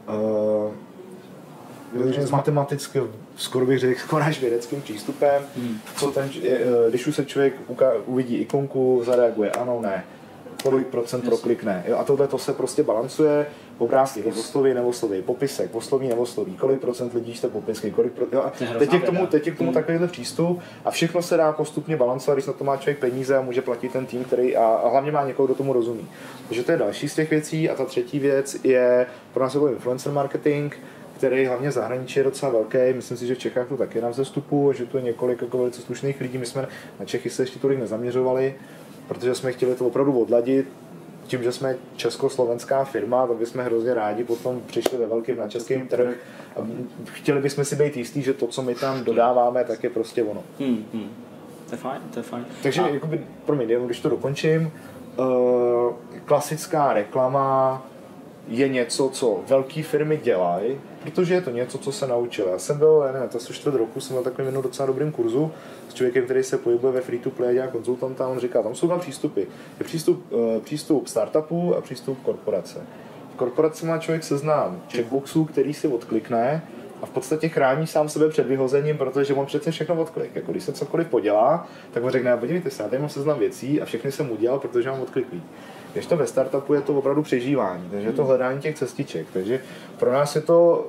z matematicky, skoro bych řekl, skoro až vědeckým přístupem, když už se člověk uvidí ikonku, zareaguje ano, ne, kolik procent proklikne. Jo, a tohle to se prostě balancuje, obrázky osloví, neosloví, popisek, osloví, neosloví, kolik procent lidí čte popisky, teď je k tomu takovýhle přístup a všechno se dá postupně balancovat, když na to má člověk peníze a může platit ten tým, který a hlavně má někoho, kdo tomu rozumí. Takže to je další z těch věcí a ta třetí věc je pro nás influencer marketing, který hlavně v zahraničí je docela velký. Myslím si, že v Čechách to taky na vzestupu, že tu je několik jako velice slušných lidí. My jsme na Čechy se ještě tolik nezaměřovali, protože jsme chtěli to opravdu odladit. Tím, že jsme československá firma, tak bychom hrozně rádi potom přišli ve velkým na český trh a chtěli bychom si být jistí, že to, co my tam dodáváme, tak je prostě ono. To je fajn. Takže jakoby, když to dokončím, klasická reklama je něco, co velké firmy dělají, protože je to něco, co se naučil. Já jsem byl, nevím, to asi 4 roku, jsem byl takovým jednou docela dobrým kurzu s člověkem, který se pohybuje ve free-to-play a dělá konzultanta, a on říká, tam jsou 2 přístupy. Je přístup startupů a přístup korporace. V korporaci má člověk seznam checkboxů, který si odklikne a v podstatě chrání sám sebe před vyhozením, protože on přece všechno odklik. Jako když se cokoliv podělá, tak on řekne, podívejte se, já tady mám seznam věcí a všechny jsem udělal, protože mám odkliklý. Když to ve startupu je to opravdu přežívání, takže je to hledání těch cestiček. Takže pro nás je to,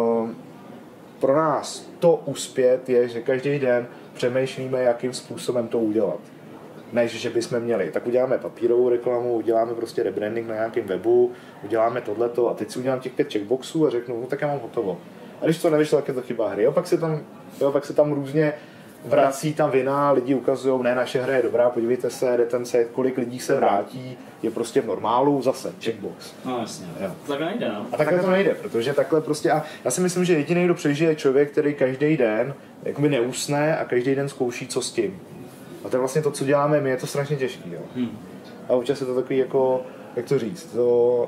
pro nás to uspět je, že každý den přemýšlíme, jakým způsobem to udělat. Než že bychom měli. Tak uděláme papírovou reklamu, uděláme prostě rebranding na nějakém webu, uděláme tohleto a teď si udělám těch 5 checkboxů a řeknu, no tak já mám hotovo. A když to nevyšlo, tak je to chyba hry. Pak se tam různě vrací ta vina, lidi ukazují, ne, naše hra je dobrá, podívejte se, jde ten set, kolik lidí se vrátí, je prostě v normálu, zase checkbox. No jasně, to takhle nejde, no. A takhle to nejde, protože takhle prostě, a já si myslím, že jediný, kdo přežije, je člověk, který každý den jakoby neusne a každý den zkouší, co s tím. A to je vlastně to, co děláme my, je to strašně těžký, jo. A občas je to takový jako, jak to říct, to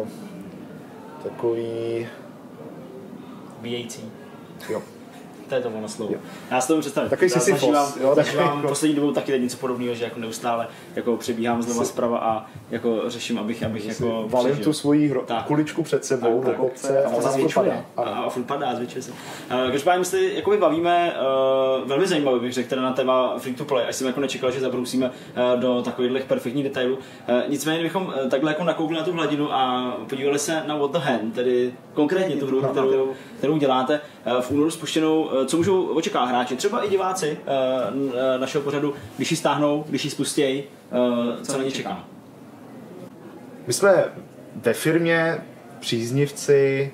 takový... Bíjející. Jo. To je to ono slovo. Já si to představit. Takový zažívám poslední dobou taky něco podobného, že jako neustále jako přebíhám zleva zprava a jako řeším, abych jako valím tu svoji kuličku před sebou do kopce a zvyčuje. A furt padá, zvyčuje se. Každopádně my se jakoby bavíme velmi zajímavě, bych řekl, teda na téma free to play, až jsem jako nečekal, že zabrousíme do takových perfektních detailů. Nicméně bychom takhle jako nakoukli na tu hladinu a podívali se na What the Hand, tedy konkrétně tu hru, kterou děláte v únoru spuštěnou. Co můžou očekávat hráči, třeba i diváci našeho pořadu, když ji stáhnou, když ji spustějí, co na ně čeká? My jsme ve firmě příznivci,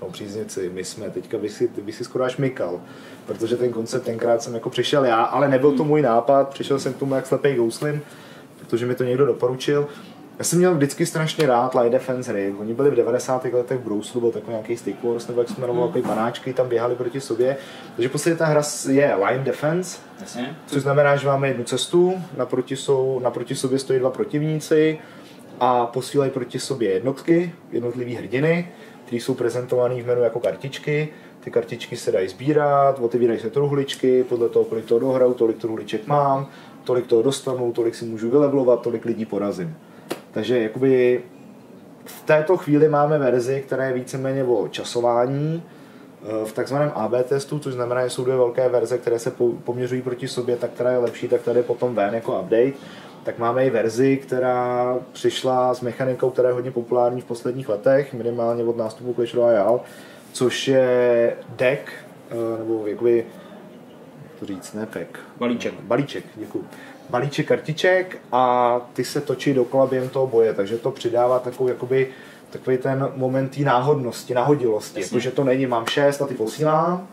my jsme, teďka bych si skoro až mykal, protože ten koncept tenkrát jsem jako přišel já, ale nebyl to můj nápad, přišel jsem k tomu jak slepej gouslim, protože mi to někdo doporučil. Já jsem měl vždycky strašně rád Light Defense hry. Oni byli v 90. letech v Browseru, byl takový nějaký Stick Wars, nebo jak se jmenoval, takový panáčky, tam běhali proti sobě. Takže v podstatě ta hra je Line Defense, což znamená, že máme jednu cestu, naproti sobě stojí 2 protivníci a posílají proti sobě jednotlivý hrdiny, které jsou prezentované v menu jako kartičky. Ty kartičky se dají sbírat, otevírají se truhličky, podle toho, kolik toho dohraju, tolik truhliček mám, tolik toho dostanu, tolik si můžu vylevlovat, tolik lidí porazím. Takže jakoby v této chvíli máme verzi, která je víceméně o časování v takzvaném AB testu, což znamená, že jsou 2 velké verze, které se poměřují proti sobě, tak která je lepší, tak tady je potom ven jako update. Tak máme i verzi, která přišla s mechanikou, která je hodně populární v posledních letech, minimálně od nástupu Clash Royale, což je deck, nebo jakoby, jak to říct, ne pack. Balíček, děkuju. Balíček kartiček a ty se točí dokola během toho boje, takže to přidává takový ten moment té náhodnosti, nahodilosti, jakože to není, mám 6 a ty posílám,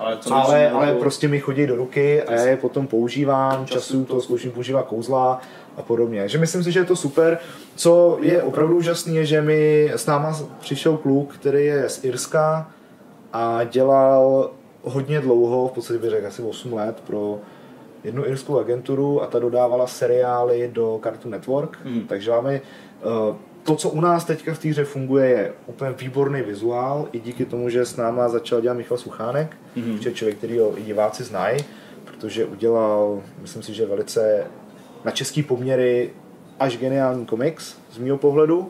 ale prostě mi chodí do ruky a já je potom používám, času to zkouším používat kouzla a podobně. Že myslím si, že je to super. Co je opravdu úžasný, je, že s náma přišel kluk, který je z Irska a dělal hodně dlouho, v podstatě bych řekl asi 8 let pro jednu irskou agenturu a ta dodávala seriály do Cartoon Network, takže máme to, co u nás teďka v té hře funguje, je úplně výborný vizuál, i díky tomu, že s náma začal dělat Michal Suchánek, člověk, který ho i diváci znají, protože udělal, myslím si, že velice na český poměry až geniální komiks z mýho pohledu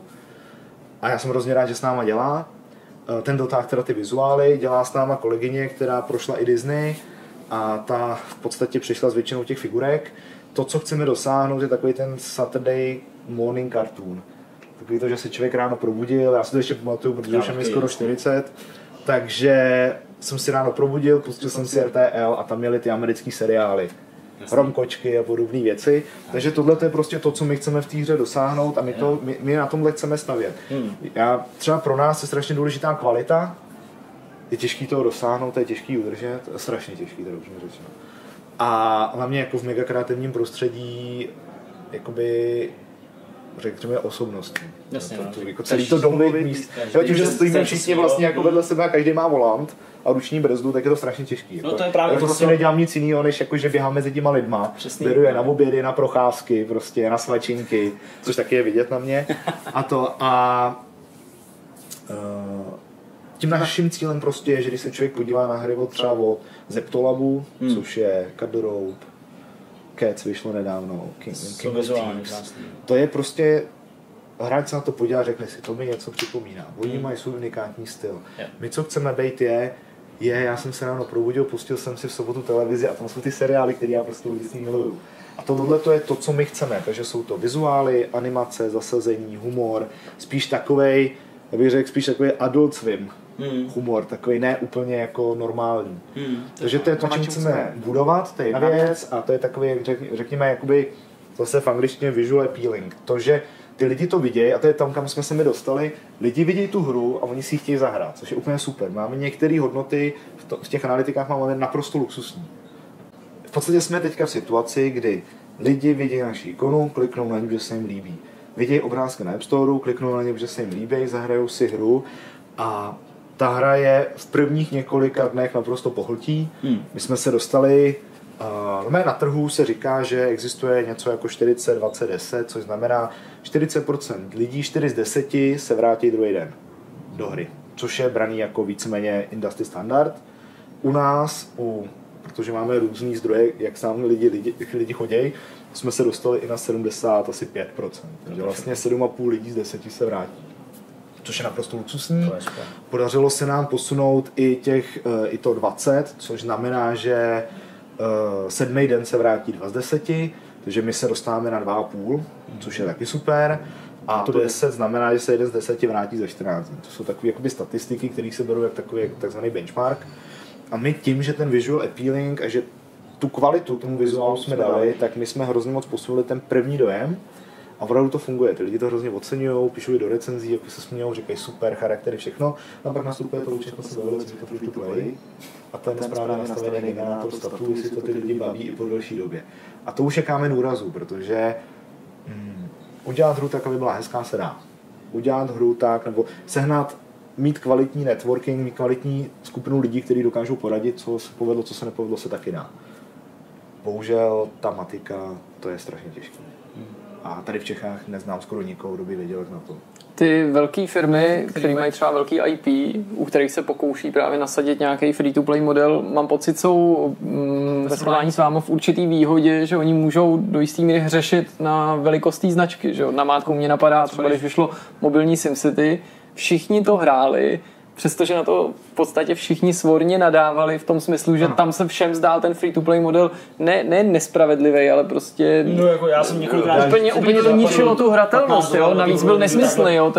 a já jsem hrozně rád, že s náma dělá. Ten dotáhl teda ty vizuály, dělá s náma kolegyně, která prošla i Disney, a ta v podstatě přišla s většinou těch figurek. To, co chceme dosáhnout, je takový ten Saturday morning cartoon. Takový to, že se člověk ráno probudil, já si to ještě pamatuju, protože už je mi skoro 40, takže jsem si ráno probudil, pustil jsem si RTL a tam měli ty americký seriály. Romkočky a podobné věci. Takže tohle je prostě to, co my chceme v té hře dosáhnout a my na tomhle chceme stavět. Třeba pro nás je strašně důležitá kvalita, je těžký toho dosáhnout, je těžký udržet, strašně těžký, to dobře řečeno. A hlavně jako v megakreativním prostředí jakoby řekněme, osobnostní. Jasně, jako celý to domluvit míst. Tím, že stojíme všichni vlastně jako vedle sebe a každý má volant a ruční brzdu, tak je to strašně těžký. No to je právě. Já to vlastně nedělám nic jiného, než jako, že běhám mezi těma lidma. Beru je na obědy, na procházky, prostě na svačinky, což taky je vidět na mě. Tím naším cílem prostě je, že když se člověk podívá na hry třeba od Zeptolabu, což je Cut the Rope, Cats vyšlo nedávno, King of Thieves. To je prostě, hráč se na to podívá a řekne si, to mi něco připomíná. Oni mají svůj unikátní styl. My, co chceme být, já jsem se ráno probudil, pustil jsem si v sobotu televizi a tam jsou ty seriály, které já prostě vždycky miluju. A tohle to je to, co my chceme, takže jsou to vizuály, animace, zasazení, humor, spíš takovej, já bych řekl, spíš takový Adult Swim humor, takový ne úplně jako normální. Takže to je to, na čem chceme budovat, to je jedna věc a to je takový, řekněme, jakoby zase v angličtině visual appealing. To, že ty lidi to vidějí, a to je tam, kam jsme se mi dostali, lidi vidějí tu hru a oni si ji chtějí zahrát, což je úplně super. Máme některé hodnoty, v těch analytikách máme naprosto luxusní. V podstatě jsme teďka v situaci, kdy lidi vidí naši ikonu, kliknou na ní, že se jim líbí. Vidějí obrázky na App Store, kliknou na ně, že se jim líbí, zahrajou si hru a ta hra je v prvních několika dnech naprosto pohltí. My jsme se dostali, na trhu se říká, že existuje něco jako 40-20-10, což znamená 40% lidí, 4 z 10 se vrátí druhý den do hry, což je braný jako víceméně industry standard. U nás, protože máme různý zdroje, jak sám lidi chodějí, jsme se dostali i na 75%. Takže vlastně 7,5 lidí z 10 se vrátí. Což je naprosto luxusní. Podařilo se nám posunout i to 20, což znamená, že 7. den se vrátí 2 z 10, takže my se dostáváme na 2,5, což je taky super. A to 10 znamená, že se 1 z 10 vrátí za 14 dní. To jsou takové jakoby statistiky, které se berou jak takový takzvaný benchmark. A my tím, že ten visual appealing a že tu kvalitu tomu vizuálu jsme dali, tak my jsme hrozně moc posunuli ten první dojem. A opravdu to funguje, ty lidi to hrozně oceňují, píšou do recenzí, jako se smějou, říkají super, charaktery, všechno. A pak nastupuje to všechno se bavilo, co to free to play. A to je nesprávně nastavený generátor statu, jestli to ty lidi baví i po delší době. A to už je kámen úrazu, protože udělat hru tak, aby byla hezká, se dá. Udělat hru tak, nebo sehnat, mít kvalitní networking, mít kvalitní skupinu lidí, kteří dokážou poradit, co se povedlo, co se nepovedlo, se taky dá. Bohužel ta matika, to je strašně těžké. A tady v Čechách neznám skoro nikoho, kdo by věděl, jak na to. Ty velké firmy, které mají třeba velký IP, u kterých se pokouší právě nasadit nějaký free-to-play model, mám pocit, jsou ve srovnání s vámi v určitý výhodě, že oni můžou do jistý míry hřešit na velikost značky. Že? Namátkou mě napadá, třeba když vyšlo mobilní SimCity, všichni to hráli, přestože na to v podstatě všichni svorně nadávali v tom smyslu, že tam se všem zdál ten free-to-play model ne nespravedlivý, ale prostě no, jako já jsem několikrát úplně to ničilo tu hratelnost, jo? Navíc byl nesmyslný, jo?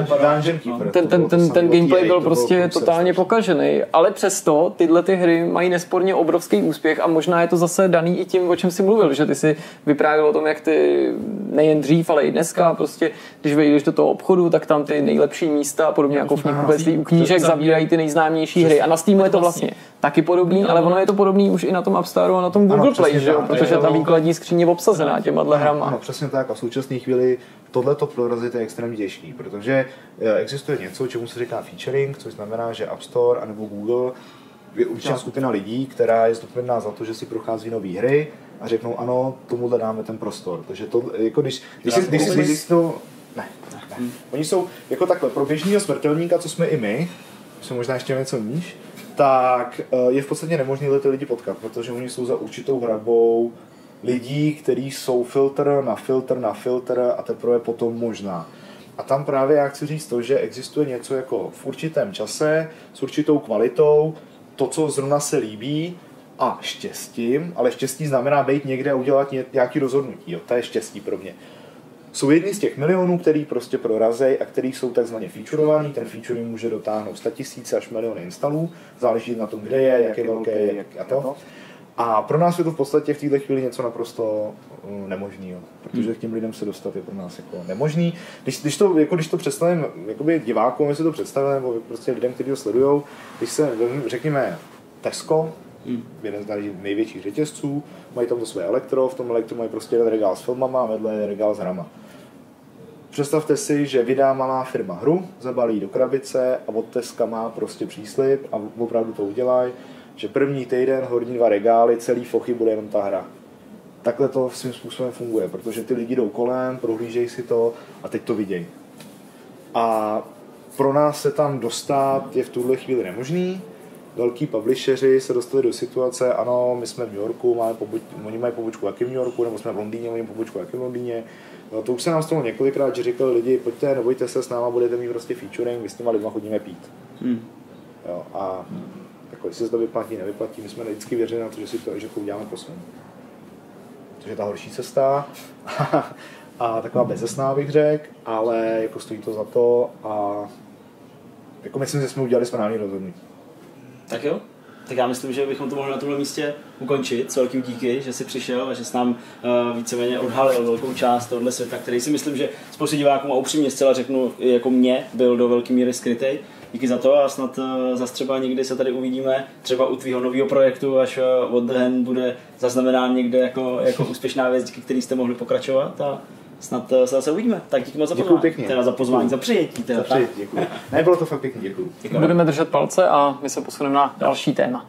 Ten gameplay byl prostě totálně pokažený, ale přesto tyhle ty hry mají nesporně obrovský úspěch a možná je to zase daný i tím, o čem jsi mluvil, že ty si vyprávěl o tom, jak ty nejen dřív, ale i dneska prostě, když vejdeš do toho obchodu, tak tam ty nejlepší místa a podobně jako v knihkupectví u knížek zavírají ty nejznámější hry. A na Steamu je to vlastně taky podobný, ale ono je to podobný už i na tom App Store a na tom Google Play, že jo? Protože ta výkladní skříň je obsazená těma hrama. Ano, přesně tak. A v současné chvíli tohleto prorazit je extrémně těžký, protože existuje něco, čemu se říká featuring, což znamená, že App Store anebo Google je určitá skupina lidí, která je zodpovědná za to, že si prochází nové hry a řeknou ano, tomuhle dáme ten prostor. Takže to, jako když si to... Ne. Oni jsou jako takhle, pro běžného smrtelníka, co jsme i my, jsou možná ještě něco níž, tak je v podstatě nemožné ty lidi potkat, protože oni jsou za určitou hradbou lidí, kteří jsou filtr na filtr a teprve potom možná. A tam právě já chci říct to, že existuje něco jako v určitém čase, s určitou kvalitou, to, co zrovna se líbí a štěstím, ale štěstí znamená být někde a udělat nějaký rozhodnutí, jo, to je štěstí pro mě. Jsou jedni z těch milionů, který prostě prorazejí a který jsou takzvaně featurovaný. Ten featuring může dotáhnout 100 000 až miliony instalů, záleží na tom, kde je, jak je velké a to. A pro nás je to v podstatě v této chvíli něco naprosto nemožného, protože k těm lidem se dostat je pro nás jako nemožný. Když to představím divákům, jestli to představím, nebo prostě lidem, kteří to sledujou, když se řekněme Tesco, jeden z největších řetězců, mají tam to své elektro, v tom elektru mají prostě jeden regál s filmama a vedle je regál s hrama. Představte si, že vydá malá firma hru, zabalí do krabice a od Teska má prostě příslib a opravdu to udělají, že první týden horní 2 regály, celý fochy bude jenom ta hra. Takhle to svým způsobem funguje, protože ty lidi jdou kolem, prohlížejí si to a teď to vidějí. A pro nás se tam dostat je v tuhle chvíli nemožný. Velký publisheri se dostali do situace, ano, my jsme v New Yorku, oni mají pobočku taky v New Yorku, nebo jsme v Londýně, mají pobočku taky v Londýně. No, to už se nám stalo několikrát, že říkali lidi, pojďte, nebojte se, s náma budete mít prostě featuring, my s těma lidma chodíme pít. Jo, a jako, jestli se to vyplatí, nevyplatí, my jsme vždycky věřili na to, že si to že uděláme po svém. Což je ta horší cesta a taková bezesná bych řekl, ale jako stojí to za to a jako myslím, že jsme udělali správný rozhodnutí. Tak jo, tak já myslím, že bychom to mohli na tomhle místě ukončit. S velkým díky, že jsi přišel a že jsi nám víceméně odhalil velkou část tohohle světa, který si myslím, že spoustu divákům a upřímně zcela řeknu, jako mě byl do velké míry skrytej. Díky za to a snad zase třeba někdy se tady uvidíme, třeba u tvýho nového projektu, až What the Hen bude zaznamenán někde jako úspěšná věc, díky který jste mohli pokračovat a snad se zase uvidíme. Tak díky moc za pozvání. Pěkně. Teda za pozvání, za přijetí. Za přijetí, děkuji. Ne, bylo to fakt pěkně, děkuji. Budeme držet palce a my se posuneme na další téma.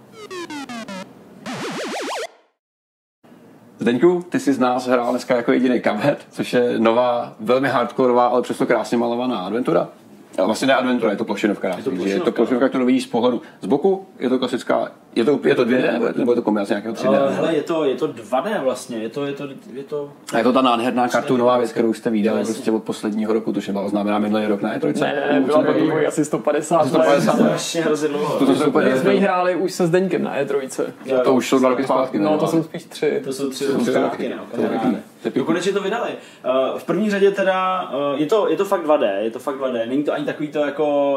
Zdeňku, ty jsi z nás hrál dneska jako jediný Cuphead, což je nová, velmi hardkorová, ale přesto krásně malovaná adventura. Vlastně ne adventura, je to plošinovka. Je to plošinovka, kterou vidíš z pohledu z boku, je to klasická, je to 2D nebo je to kombinace nějakého 3D? Hele, je to 2D vlastně, je to... A je to ta nádherná kartunová věc, kterou jste viděli prostě od posledního roku, to byla oznámená minulý rok na E3. Ne, byla to vývoj asi 150 let. Strašně hrozně dlouho. To jsou úplně jsme ji hráli už se Zdeňkem na E3. To už jsou 2 roky zpátky. No, to jsou spíš 3. To jsou 3 roky, konečně to vydali. V první řadě teda, je to fakt 2D, není to ani takový to jako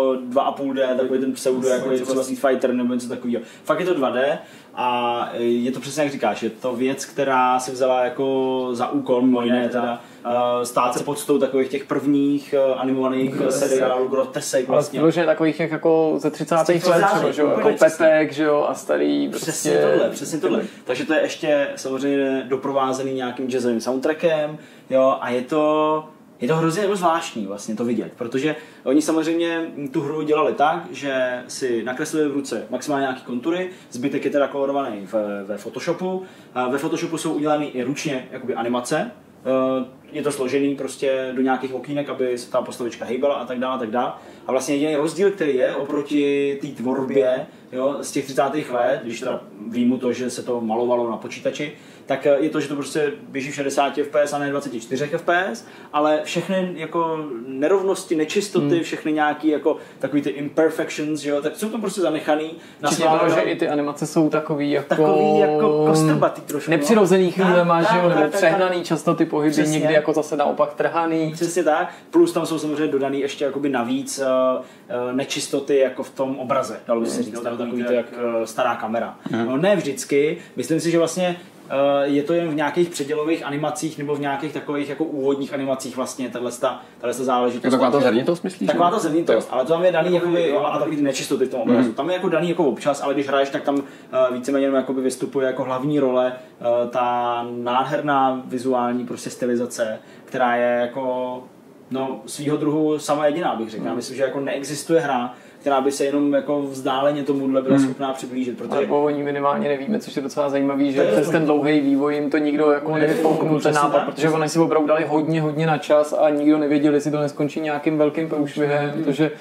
2,5D, takový ten pseudo, jako je třeba Street Fighter nebo něco takového. Fakt je to 2D a je to přesně jak říkáš, je to věc, která si vzala jako za úkol, mimo jiné teda, stát se podstou takových těch prvních animovaných seriálů, grotesek vlastně. Ale vyloženě takových jako ze 30. let třeba, že jo, jako Pepek, že jo, a starý prostě... Přesně tohle. Takže to je ještě samozřejmě doprovázený nějakým jazzovým soundtrackem, jo, a je to hrozně zvláštní vlastně to vidět, protože oni samozřejmě tu hru dělali tak, že si nakreslili v ruce maximálně nějaký kontury, zbytek je teda kolorovaný ve Photoshopu. Ve Photoshopu jsou udělané i ručně jakoby animace, je to složený prostě do nějakých okýnek, aby se ta postavička hejbala a tak dále. A vlastně jediný rozdíl, který je oproti té tvorbě, jo, z těch 30. let, když teda výjimu to, že se to malovalo na počítači, tak je to, že to prostě běží v 60 fps a ne 24 fps, ale všechny jako nerovnosti, nečistoty, všechny nějaký jako takový ty imperfections, že jo, tak jsou tam prostě zanechaný. Že i ty animace jsou takový jako kostrbatý trošku. Nepřirozený chvílema, že jo, nebo přehnaný často ty pohyby, přesně. Někdy jako zase naopak trhaný. Přesně tak, plus tam jsou samozřejmě dodaný ještě jakoby navíc nečistoty jako v tom obraze, dalo by se říct, takový to jak stará kamera. No, ne vždycky, myslím si, že vlastně je to jen v nějakých předělových animacích nebo v nějakých takových jako úvodních animacích vlastně tahle záležitost. Taková to zrnitost, myslíš? Taková to zrnitost, ale to tam je daný jakoby, a takový ty nečistoty v tom obrazu. Tam je jako daný jako občas, ale když hraješ, tak tam víceméně jakoby vystupuje jako hlavní role ta nádherná vizuální prostě stylizace, která je jako svýho druhu sama jediná, bych řekl. Já myslím, že jako neexistuje hra, která by se jenom jako vzdáleně tomuhle byla schopná přiblížit. Protože oni minimálně nevíme, což je docela zajímavý, že přes ten dlouhý vývoj jim to nikdo jako nevyfouknul ten nápad, protože oni si opravdu dali hodně na čas a nikdo nevěděl, jestli to neskončí nějakým velkým průšvihem, protože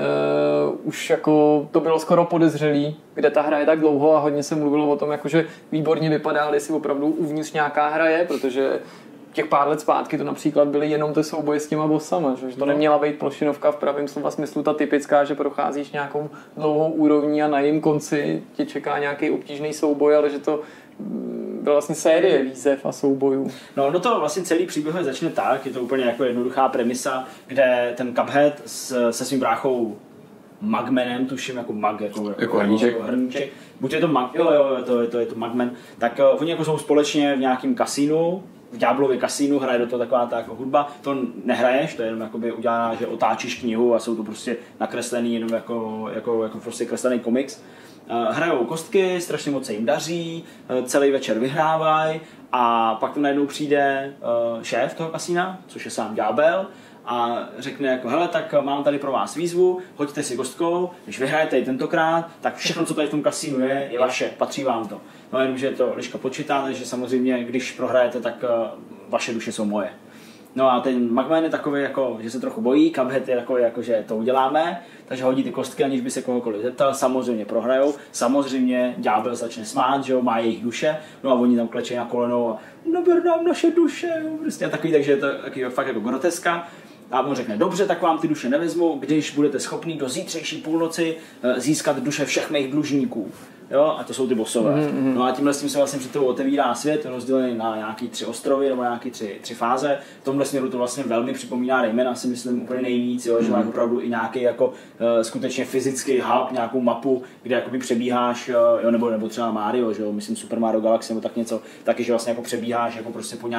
už jako to bylo skoro podezřelý, kde ta hra je tak dlouho a hodně se mluvilo o tom, jakože výborně vypadá, jestli opravdu uvnitř nějaká hra je, protože těch pár let zpátky to například byly jenom ty souboje s těma bossama, že to neměla být plošinovka v pravém slova smyslu ta typická, že procházíš nějakou dlouhou úrovní a na jejím konci tě čeká nějaký obtížný souboj, ale že to byla vlastně série výzev a soubojů. No to vlastně celý příběh začne tak, je to úplně jako jednoduchá premisa, kde ten Cuphead se svým bráchou Magmanem, tuším jako mag, jako hrníček. Buď je to mag, je to Magman, tak oni jako jsou společně v nějakém kasínu, v Ďáblově kasínu, hraje do toho taková ta jako hudba, to nehraješ, to je jenom jakoby udělaná, že otáčíš knihu a jsou to prostě nakreslený jenom jako prostě kreslený komiks. Hrajou kostky, strašně moc se jim daří, celý večer vyhrávají a pak tam najednou přijde šéf toho kasína, což je sám Ďábel, a řekne jako, hele, tak mám tady pro vás výzvu, hoďte si kostkou, když vyhrajete i tentokrát, tak všechno, co tady v tom kasínu je vaše, patří vám to. No jenom, že to Liška počítá, takže samozřejmě, když prohrajete, tak vaše duše jsou moje. No a ten Magman je takový, jako, že se trochu bojí, Cuphead je takový, jako, že to uděláme, takže hodí ty kostky, aniž by se kohokoliv zeptal, samozřejmě prohrajou, samozřejmě Ďábel začne smát, že jo, má jejich duše, no a oni tam klečejí na kolenou a naber nám naše duše, jo, prostě a takový, takže je to takový fakt jako groteska. A on řekne, dobře, tak vám ty duše nevezmu, když budete schopni do zítřejší půlnoci získat duše všech mých dlužníků. Jo? A to jsou ty bossové. No a tímhle s tím se vlastně před tebou otevírá svět, rozdělený na nějaký 3 ostrovy nebo nějaký 3 fáze. V tomhle směru to vlastně velmi připomíná Raymana, si myslím úplně nejvíc, jo? Že má opravdu i nějaký jako skutečně fyzický hub, nějakou mapu, kde jakoby přebíháš, jo? Nebo třeba Mario, že jo? Myslím Super Mario Galaxy nebo tak něco, taky, že vlastně jako přebíháš jako prostě po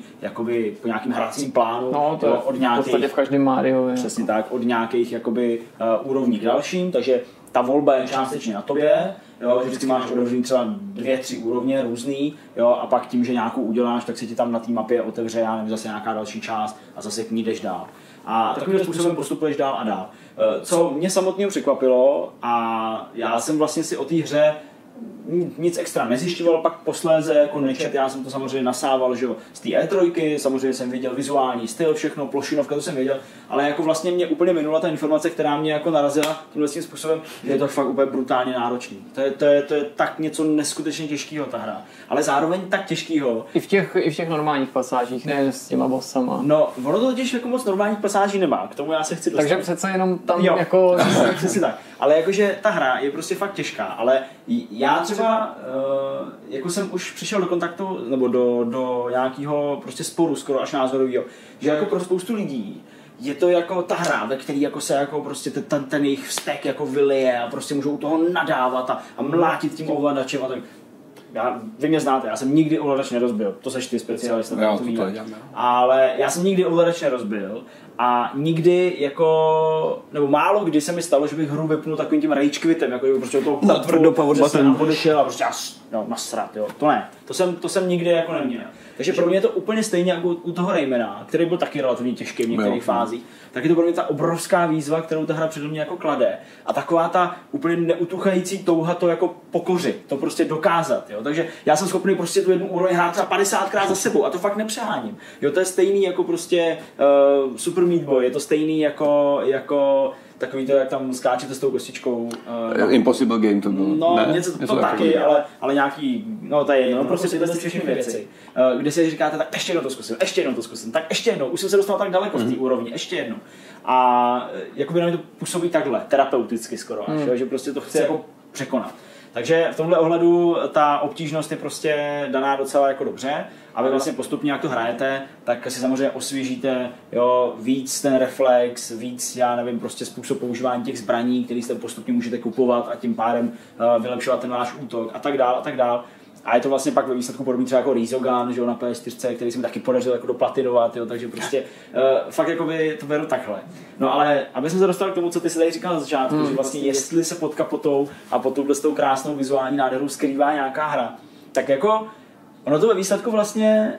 nějakým hracím plánu, no, to jo? Od nějakých, v každém Mario. Přesně tak, od nějakých jakoby úrovní k dalším, takže ta volba je částečně na tobě, jo, že vždycky máš otevřený třeba 2-3 úrovně různý, jo, a pak tím, že nějakou uděláš, tak se ti tam na té mapě otevře, já nevím, zase nějaká další část a zase k ní jdeš dál. A takovým způsobem postupuješ dál a dál. Co mě samotného překvapilo, a já jsem vlastně si o té hře nic extra nezjišťoval, pak posléze jako nečet, já jsem to samozřejmě nasával, že jo, z té E3, samozřejmě jsem viděl vizuální styl, všechno, plošinovka, to jsem věděl, ale jako vlastně mě úplně minula ta informace, která mě jako narazila tímhle tím způsobem, že je to fakt úplně brutálně náročný. To je tak něco neskutečně těžkého ta hra, ale zároveň tak těžkého. I v těch normálních pasážích, ne s těma bossama. No, ono to totiž jako moc normálních pasáží nemá, k tomu já se chci dostat. Takže přece jenom tam jo, jako... přesně tak. Ale jakože ta hra je prostě fakt těžká, ale já třeba, jako jsem už přišel do kontaktu, nebo do nějakého prostě sporu skoro až názorového, že jako pro spoustu lidí je to jako ta hra, ve který jako se jako prostě ten jejich vztek jako vylije a prostě můžou u toho nadávat a mlátit tím ovladačem a tak. Vy mě znáte, já jsem nikdy ovladač nerozbil, to seš ty specialista. Ale já jsem nikdy ovladač nerozbil a nikdy jako, nebo málo kdy se mi stalo, že bych hru vypnul takovým tím rage quitem, jako prostě toho natvrdo power button odešel a prostě nasrat, jo, to ne, to jsem nikdy jako neměl. Takže pro mě je to úplně stejně jako u toho Raymana, který byl taky relativně těžký v některých fázích, tak je to pro mě ta obrovská výzva, kterou ta hra přede mě jako klade a taková ta úplně neutuchající touha to jako pokořit, to prostě dokázat, jo. Takže já jsem schopný prostě tu jednu úroveň hrát třeba 50krát za sebou a to fakt nepřeháním. Jo, to je stejný jako prostě Super Meat Boy, je to stejný jako takový to, jak tam skáčete s tou kostičkou. Impossible Game to bylo. No, ne? něco to taky, ale nějaký, no to je jedno, prostě tyhle všechny věci. Kde si říkáte, tak ještě jednou to zkusím, tak ještě jednou, už jsem se dostal tak daleko v té úrovni, ještě jednou. A jakoby na mě to působí takhle, terapeuticky skoro, až, že prostě to chci jako překonat. Takže v tomhle ohledu ta obtížnost je prostě daná docela jako dobře a vy vlastně postupně, jak to hrajete, tak si samozřejmě osvěžíte, jo, víc ten reflex, víc, já nevím, prostě způsob používání těch zbraní, který jste postupně můžete kupovat a tím pádem vylepšovat ten váš útok a tak dál a tak dál. A je to vlastně pak ve výsledku podobný třeba jako Resogun, že jo, na PS4, který se mi taky podařil jako doplatinovat, jo, takže prostě fakt jako by to beru takhle. No ale aby jsem se dostal k tomu, co ty si tady říkal na začátku, že vlastně jestli se pod kapotou a pod touhle s tou krásnou vizuální nádherou skrývá nějaká hra, tak jako ono to ve výsledku vlastně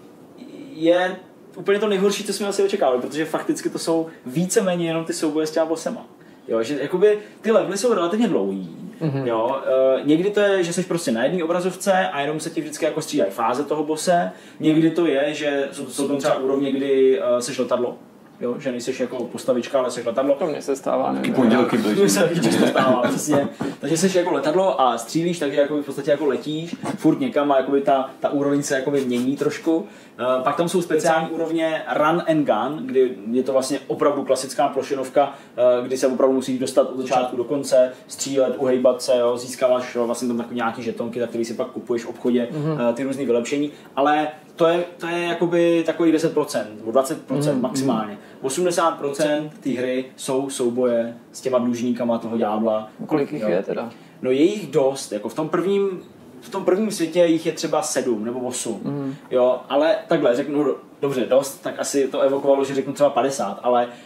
je úplně to nejhorší, co jsme asi očekávali, protože fakticky to jsou víceméně jenom ty souboje s těma bossema. Jo, že jakoby ty levely jsou relativně dlouhý. Jo, někdy to je, že jsi prostě na jedné obrazovce a jenom se ti vždycky jako střídají fáze toho bose. Někdy to je, že jsou tam třeba úrovně, kdy seš letadlo. Jo, že nejseš jako postavička, ale seš letadlo. To mně se stává, nevím. Pondělky byly. To se často stává, přesně. Takže seš jako letadlo a střílíš, takže jako v podstatě jako letíš furt někam a jakoby ta úroveň se jakoby mění trošku. Pak tam jsou speciální úrovně Run and Gun, kdy je to vlastně opravdu klasická plošinovka, kdy se opravdu musíš dostat od začátku do konce, střílet, uhejbat se, jo, získáváš vlastně tam takový nějaký žetonky, za který si pak kupuješ v obchodě, ty různé vylepšení, ale to je jakoby takových 10%, nebo 20% maximálně. 80% té hry jsou souboje s těma dlužníkama toho ďábla. Kolik jich je teda? No je jich dost, jako v v tom prvním světě jich je třeba 7 nebo 8, jo, ale takhle řeknu, dobře, dost, tak asi to evokovalo, že řeknu třeba 50,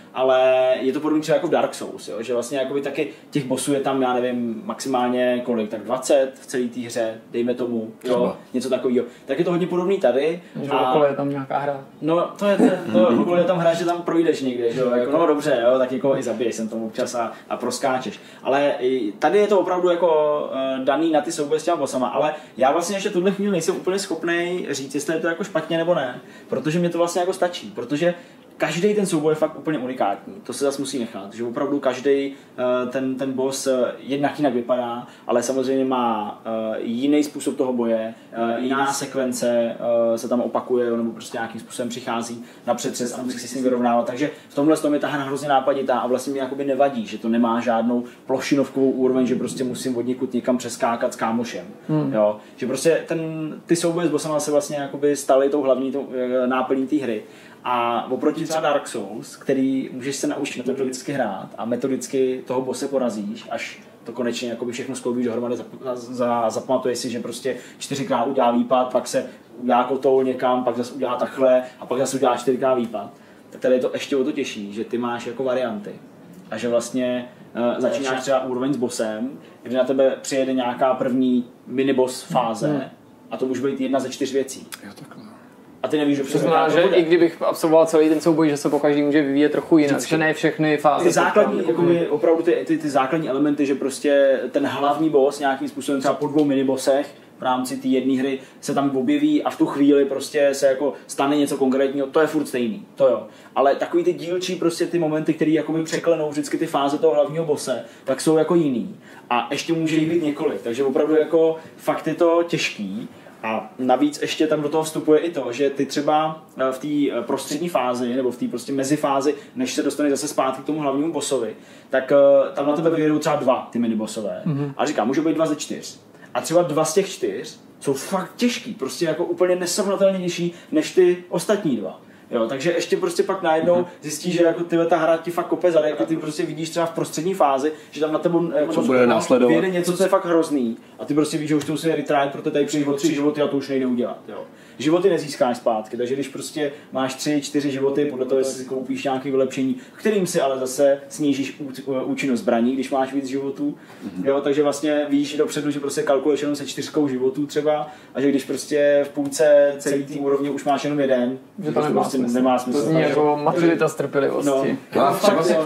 ale je to podobně třeba jako v Dark Souls, jo? Že vlastně jakoby taky těch bossů je tam, já nevím, maximálně kolik, tak 20 v celé té hře, dejme tomu, jo? Něco takového. Tak je to hodně podobný tady. Že okolo je tam nějaká hra. No, to okolo je tam hra, že tam projdeš někde, že jo? Jako, no dobře, jo? Tak někoho i zabiješ sem tomu občas a proskáčeš. Ale tady je to opravdu jako daný na ty souboje s těma bossama, ale já vlastně ještě tuhle chvíli nejsem úplně schopný říct, jestli je to jako špatně nebo ne, protože mě to vlastně jako stačí, protože každý ten souboj je fakt úplně unikátní, to se zase musí nechat, že opravdu každý ten boss jinak vypadá, ale samozřejmě má jiný způsob toho boje, jiná sekvence se tam opakuje, nebo prostě nějakým způsobem přichází na přetřes a musí si s ním vyrovnávat, takže v tomhle je ta hra hrozně nápaditá a vlastně mi jakoby nevadí, že to nemá žádnou plošinovkovou úroveň, že prostě musím od někud někam přeskákat s kámošem, jo? Že prostě ty souboje s bossama se vlastně jakoby staly tou hlavní náplní té hry. A oproti třeba Dark Souls, který můžeš se naučit metodicky hrát a metodicky toho bosse porazíš, až to konečně jakoby všechno skloubíš dohromady, zapamatuješ si, že prostě 4krát udělá výpad, pak se udělá kotoul někam, pak zase udělá takhle a pak zase udělá 4krát výpad. Tak tady je to ještě o to těžší, že ty máš jako varianty. A že vlastně začínáš třeba úroveň s bossem, kdy na tebe přijede nějaká první miniboss fáze a to může být jedna ze 4 věcí. Jo, takhle. A ty nevíš, že to znamená, že i kdybych absolvoval celý ten souboj, že se po každý může vyvíjet trochu jinak, že ne všechny fáze. Ty základní, jakoby, opravdu ty základní elementy, že prostě ten hlavní boss nějakým způsobem třeba po 2 minibosech v rámci té jedné hry se tam objeví a v tu chvíli prostě se jako stane něco konkrétního, to je furt stejný, to jo. Ale takový ty dílčí prostě ty momenty, které jakoby překlenou vždycky ty fáze toho hlavního bosse, tak jsou jako jiný. A ještě může jich být několik, takže opravdu jako fakt je to těžký. A navíc ještě tam do toho vstupuje i to, že ty třeba v té prostřední fázi nebo v té prostě mezifázi, než se dostaneš zase zpátky k tomu hlavnímu bossovi, tak tam na tebe vyjedou třeba 2 ty minibosové. A říkám, můžou být 2 ze 4. A třeba 2 z těch 4 jsou fakt těžký, prostě jako úplně nesrovnatelně těžší než ty ostatní 2. Jo, takže ještě prostě pak najednou zjistíš, že jako ta hra ti fakt kope zadek a ty prostě vidíš třeba v prostřední fázi, že tam na tebe co bude následovat, vyjede něco, co je fakt hrozný a ty prostě víš, že už to musí retryhit, protože tady přijde 3 životy a to už nejde udělat. Jo. Životy nezískáš zpátky, takže když prostě máš 3-4 životy, podle toho, jestli si koupíš nějaké vylepšení, kterým si ale zase snížíš účinnost zbraní, když máš víc životů, jo, takže vlastně víš dopředu, že prostě kalkuluješ jenom se 4 životů třeba a že když prostě v půlce celý té úrovně už máš jenom jeden, že to nemá smysl. To zní jako maturita z trpělivosti. No, a třeba se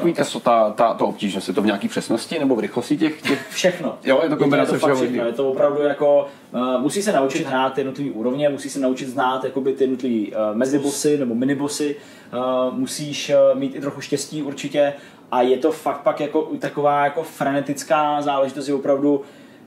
to obtížnost, je to v nějaký přesnosti nebo v rychlosti těch... Všechno. Jo, je to kombinace všeho. Je to opravdu jako, musí se naučit hrát jednotlivý úrovně, musí se naučit znát jakoby ty jednotlivý mezibossy nebo minibossy, musíš mít i trochu štěstí určitě a je to fakt pak jako taková jako frenetická záležitost, že opravdu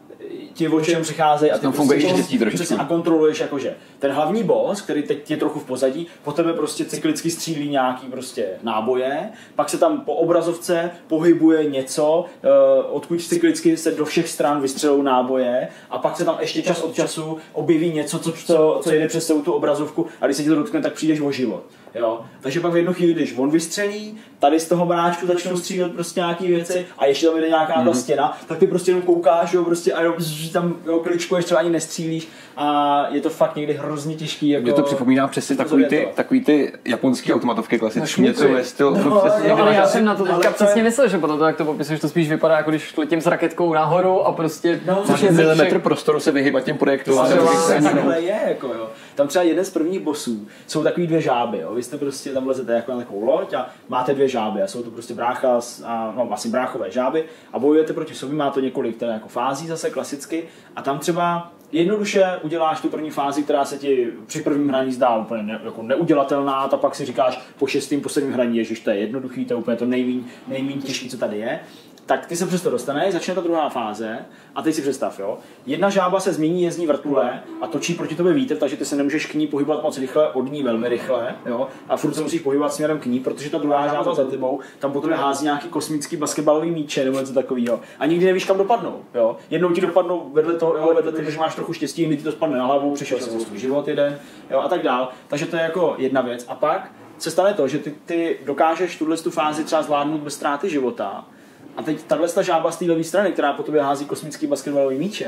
ti očem přicházejí a ty prostě a kontroluješ jakože ten hlavní boss, který teď je trochu v pozadí, po tebe prostě cyklicky střílí nějaký prostě náboje, pak se tam po obrazovce pohybuje něco, odkud cyklicky se do všech stran vystřelou náboje a pak se tam ještě čas od času objeví něco, co jde přes celou tu obrazovku a když se ti to dotkne, tak přijdeš o život. Jo? Takže pak v jednu chvíli, když on vystřelí, tady z toho banáčku začnou střílet prostě nějaký věci a ještě tam jde nějaká ta stěna, tak ty prostě jenom koukáš, jo, prostě a tam kličkuješ, třeba ani nestřílíš a je to fakt někdy hrozně těžký. Jako... Mě to připomíná přesně takový ty japonský automatovky klasické, něco ve stylu. Ale já jsem na to teďka přesně myslel, že potom jak to popisuješ, to spíš vypadá, jako když letím s raketkou nahoru a prostě milimetr prostoru se vyhýbat těm projektům. Takhle je, jako jo. Tam třeba jeden z prvních bossů jsou takový 2 žáby, jo. Vy jste prostě tam lezete jako na takovou loď a máte 2 žáby a jsou to prostě brácha a no asi bráchové žáby a bojujete proti sobě, má to několik teda jako fází zase klasicky a tam třeba jednoduše uděláš tu první fázi, která se ti při prvním hraní zdá úplně jako neudělatelná, a pak si říkáš po 6. posledním hraní, ježiš, to je jednoduchý, to je úplně to nejméně těžké, co tady je. Tak ty se přesto dostaneš, začne ta druhá fáze a teď si představ, jo. Jedna žába se změní, jezdí vrtule a točí proti tobě vítr, takže ty se nemůžeš k ní pohybovat moc rychle, od ní velmi rychle, jo. A furt se musíš pohybovat směrem k ní, protože ta druhá žába za tebou tam po tobě hází nějaký kosmický basketbalový míče nebo něco takového. A nikdy nevíš, kam dopadnou, jo. Jednou ti dopadnou vedle toho, vedle tebe, že máš trochu štěstí, jindy ti to spadne na hlavu, přišel se o svůj život jeden, jo, a tak dál. Takže to je jako jedna věc. A pak se stane to, že ty dokážeš tu fázi třeba zvládnout bez ztráty života. A teď tahle žába z té levé strany, která po tobě hází kosmický basketbalový míče,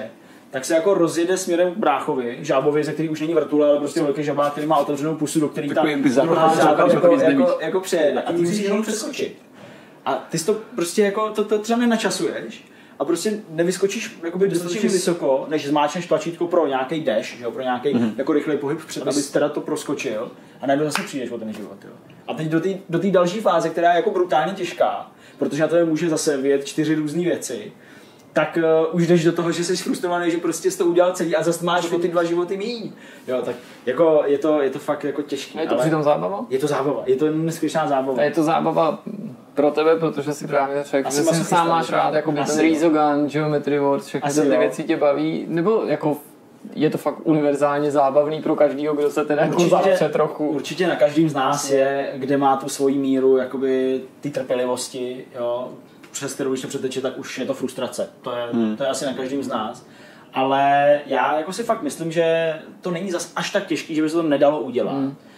tak se jako rozjede směrem k bráchovi, žábovi, ze který už není vrtule, ale prostě velký žabák, který má otevřenou pusu, do který ta druhá žába jako přejede. A ty musíš jenom přeskočit. A ty si to prostě jako, to třeba nenačasuješ a prostě nevyskočíš jakoby dostatečně vysoko, než zmáčneš tlačítko pro nějaký dash, že jo, pro nějaký jako rychlej pohyb před, abys teda to proskočil a najednou zase přijdeš o ten život. Jo. A teď do té další fáze, která je jako brutálně těžká, protože na to může zase vyjet 4 různé věci, tak už jdeš do toho, že jsi frustrovaný, že prostě jsi to udělal celý a zase máš o ty 2 životy míň. Jo, tak jako je to fakt jako těžké. A je to přitom zábava? Je to zábava, je to neskutečná zábava. A je to zábava pro tebe, protože si právě řekl, že si sám máš rád jako ten Resogun, Geometry Wars, všechny ty věci tě baví, nebo jako je to fakt univerzálně zábavný pro každýho, kdo se teda zapře trochu. Určitě na každým z nás je, kde má tu svoji míru jakoby ty trpělivosti, jo, přes kterou když to přeteče, tak už je to frustrace. To je asi na každým z nás. Ale já jako si fakt myslím, že to není zas až tak těžký, že by se to nedalo udělat.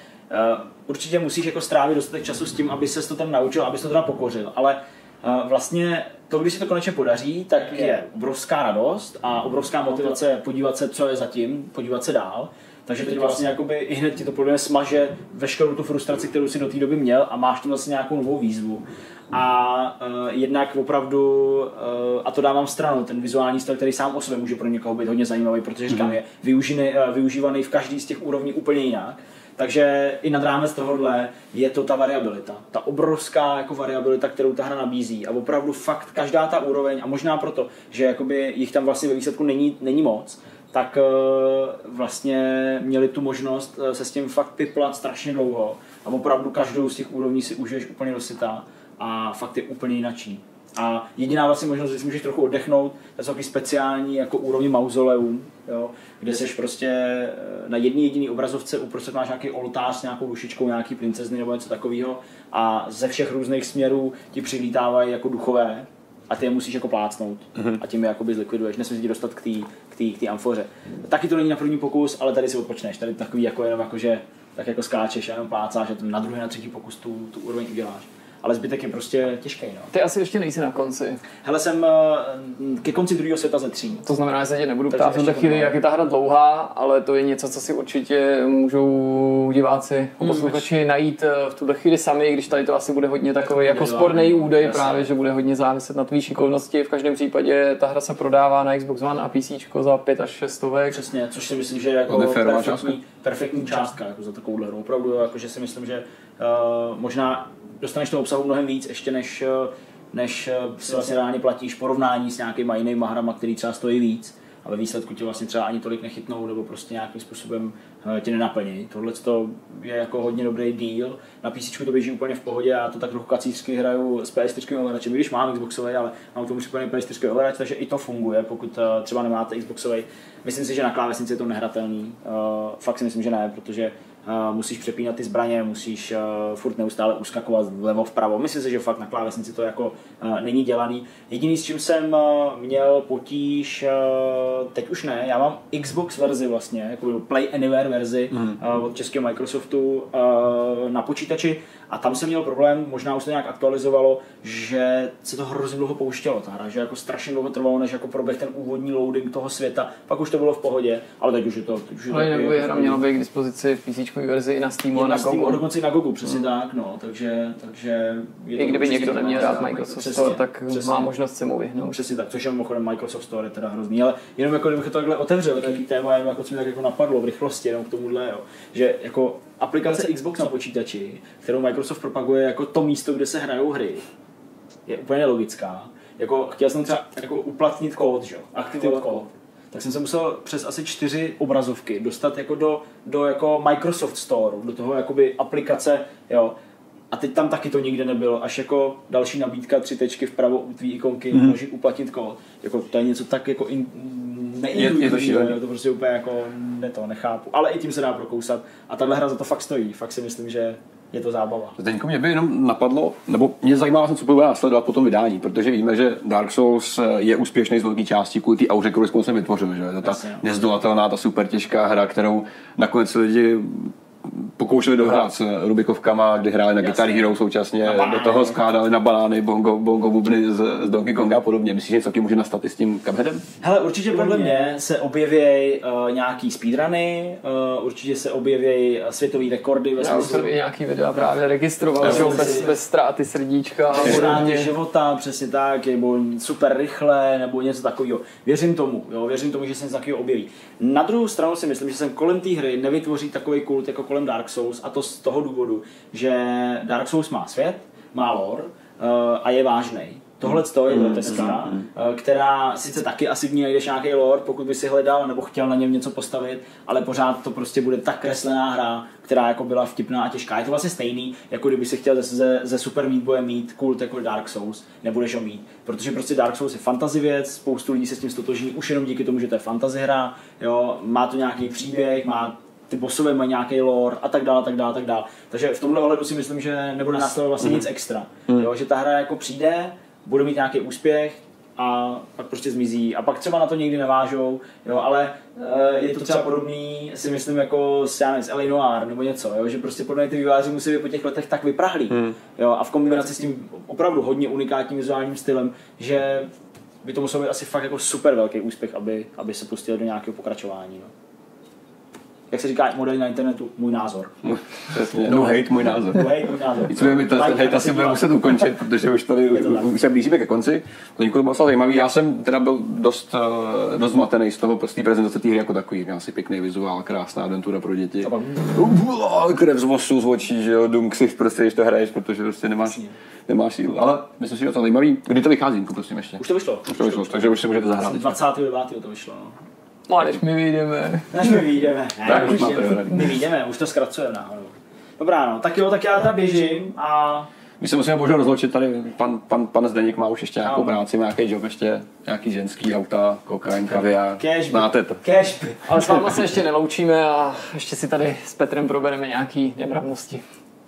Určitě musíš jako strávit dostatek času s tím, aby ses to tam naučil, aby se to teda pokořil. Ale vlastně to, když se to konečně podaří, tak je obrovská radost a obrovská motivace podívat se, co je zatím, podívat se dál. Takže teď vlastně jakoby i hned ti to podle mě smaže veškerou tu frustraci, kterou si do té doby měl a máš tu vlastně nějakou novou výzvu. A jednak opravdu, a to dávám stranu, ten vizuální styl, který sám o sobě může pro někoho být hodně zajímavý, protože říkám, je využívaný v každý z těch úrovní úplně jinak. Takže i nad rámec tohohle je to ta variabilita. Ta obrovská jako variabilita, kterou ta hra nabízí. A opravdu fakt každá ta úroveň, a možná proto, že jakoby jich tam vlastně ve výsledku není moc, tak vlastně měli tu možnost se s tím fakt piplat strašně dlouho. A opravdu každou z těch úrovní si užiješ úplně dosyta a fakt je úplně jinačí. A jediná vlastně možnost, že si můžeš trochu oddechnout, to jsou takový speciální jako úrovni mauzoleum, jo, kde seš prostě na jedné jediné obrazovce, uprostřed máš nějaký oltář s nějakou dušičkou, nějaký princezny nebo něco takového a ze všech různých směrů ti přilítávají jako duchové a ty je musíš jako plácnout a tím je jakoby zlikviduješ, nesmíš ti dostat k té amfoře. Taky to není na první pokus, ale tady si odpočneš, tady takový jako jenom jako, že tak jako skáčeš a jenom plácáš a na druhý, na třetí pokus tu úroveň uděláš. Ale zbytek je prostě těžký. No. Ty asi ještě nejsi na konci. Hele, jsem ke konci druhého světa ze 3. To znamená, že se tě nebudu ptát v té chvíli, jak je ta hra dlouhá, ale to je něco, co si určitě můžou diváci a posluchači najít v tuhle chvíli sami, když tady to asi bude hodně takový jako sporný údej právě, že bude hodně záviset na tvý šikovnosti. V každém případě ta hra se prodává na Xbox One a PC za 5 až 6 stovek. Přesně, což si myslím, že je jako perfektní částka jako za takovou hru. Opravdu, jako, že si myslím, že možná dostaneš toho obsahu mnohem víc, ještě než si vlastně reálně platíš porovnání s nějakýma jinýma hrama, který třeba stojí víc a ve výsledku tě vlastně třeba ani tolik nechytnou nebo prostě nějakým způsobem tě nenaplní. Tohle je jako hodně dobrý deal. Na PC to běží úplně v pohodě, já to tak trochu kacířsky hraju s PS4 ovladačem, když mám Xboxový, ale mám k tomu připojený PS4 ovladač, takže i to funguje, pokud třeba nemáte Xboxový. Myslím si, že na klávesnici je to nehratelný. Fakt si myslím, že ne, protože musíš přepínat ty zbraně, musíš furt neustále uskakovat vlevo vpravo. Myslím si, že fakt na klávesnici to jako není dělaný. Jediný, s čím jsem měl potíž, teď už ne, já mám Xbox verzi vlastně, jako Play Anywhere verzi od českého Microsoftu na počítači a tam jsem měl problém, možná už to nějak aktualizovalo, že se to hrozně dlouho pouštělo ta hra, že jako strašně dlouho trvalo, než jako proběh ten úvodní loading toho světa, pak už to bylo v pohodě, ale teď už je to. Ale hra měla být k dispozici v PC verzi i na Steamu a na Gogu. A dokonce i na Gogu, přesně tak, no, takže je to. I kdyby někdo neměl rád Microsoft Store, tak má možnost se mu vyhnout. Přesně tak, což je mimochodem Microsoft Store je teda hrozný, ale jenom jako kdybych to takhle otevřel, taký téma, jako co mi tak jako napadlo v rychlosti, jenom k tomuhle, jo, že jako aplikace Xbox na počítači, kterou Microsoft propaguje jako to místo, kde se hrajou hry, je úplně nelogická. Jako chtěl jsem třeba jako uplatnit kód, že jo, aktivovat kód. Tak jsem se musel přes asi 4 obrazovky dostat jako do jako Microsoft Store, do toho jakoby aplikace, jo. A teď tam taky to nikde nebylo, až jako další nabídka 3 tečky vpravo u tvý ikonky, můžeš uplatnit kód. Jako to je něco tak jako neintuitivního, to prostě úplně jako nechápu. Ale i tím se dá prokousat a tahle hra za to fakt stojí, fakt si myslím, že je to zábava. Zdeňko, mě by jenom napadlo, nebo mě zajímá, co bude následovat po tom vydání, protože víme, že Dark Souls je úspěšný z velké části kvůli té auře, kterou jsem vytvořil, že je to ta nezdolatelná, ta super těžká hra, kterou nakonec lidi pokoušeli dohrát s Rubikovkama, kdy hráli na Guitar Hero současně, do toho skládali na banány, bongo bubny z Donkey Konga a podobně. Myslíš, že taky může nastat i s tím Cupheadem? Hele, určitě podle mě se objeví nějaký speedruny, určitě se objeví světové rekordy ve smyslu. Já nějaký videa právě registroval, že bez ztráty srdíčka. Bez ztráty života, přesně tak, nebo super rychle, nebo něco takového. Věřím tomu, že se něco takového objeví. Na druhou stranu si myslím, že jsem kolem té hry nevytvoří takový kult jako kolem Dark Souls, a to z toho důvodu, že Dark Souls má svět, má lore a je vážnej. Tohle je groteska, která sice taky asi v ní najdeš nějaký lore, pokud by si hledal nebo chtěl na něm něco postavit, ale pořád to prostě bude tak kreslená hra, která jako byla vtipná a těžká. Je to vlastně stejný, jako kdyby si chtěl ze Super Meat Boye mít kult jako Dark Souls, nebudeš ho mít. Protože prostě Dark Souls je fantasy věc, spoustu lidí se s tím stotožní už jenom díky tomu, že to je fantasy hra, jo, má to nějaký příběh, ty bossové mají nějaký lore a tak dále, tak dále, tak dále. Takže v tomhle ohledu si myslím, že nebude následovat vlastně nic extra. Jo, že ta hra jako přijde, bude mít nějaký úspěch a pak prostě zmizí. A pak třeba na to někdy navážou, jo, ale je to třeba podobný, si myslím, jako s L.A. Noire nebo něco, jo, že prostě podle mě ty vývojáři musí být po těch letech tak vyprahlí. Jo, a v kombinaci s tím opravdu hodně unikátním vizuálním stylem, že by to muselo být asi fakt jako super velký úspěch, aby se pustili do nějakého pokračování. No. Jak se říká modely na internetu, můj názor. No hate, můj názor. Nicméně my ten hate asi budeme muset ukončit, protože už tady už se blížíme ke konci. To někoho bylo zajímavý. Já jsem teda byl dost zmatený z toho prostě prezentace té hry jako takový. Měl asi pěkný vizuál, krásná adventura pro děti. Krev z vosu, z očí, že jo, Dunksicht prostě, když to hraješ, protože prostě nemáš sílu. Ale myslím si, že je to zajímavý. Kdy to vychází, prosím ještě? Už to vyšlo, takže už se můžete zahrát. 29. to vyšlo, no. No a než my vyjdeme. My vyjdeme, už to zkracujeme náhodou. Dobrá, no, tak jo, tak já tam běžím a... My se musíme možná rozloučit tady, pan Zdeněk má už ještě nějakou práci, má nějaký job ještě, nějaký ženský auta, kokain, kaviár, znáte to. Ale s váma se ještě neloučíme a ještě si tady s Petrem probereme nějaký nemravnosti.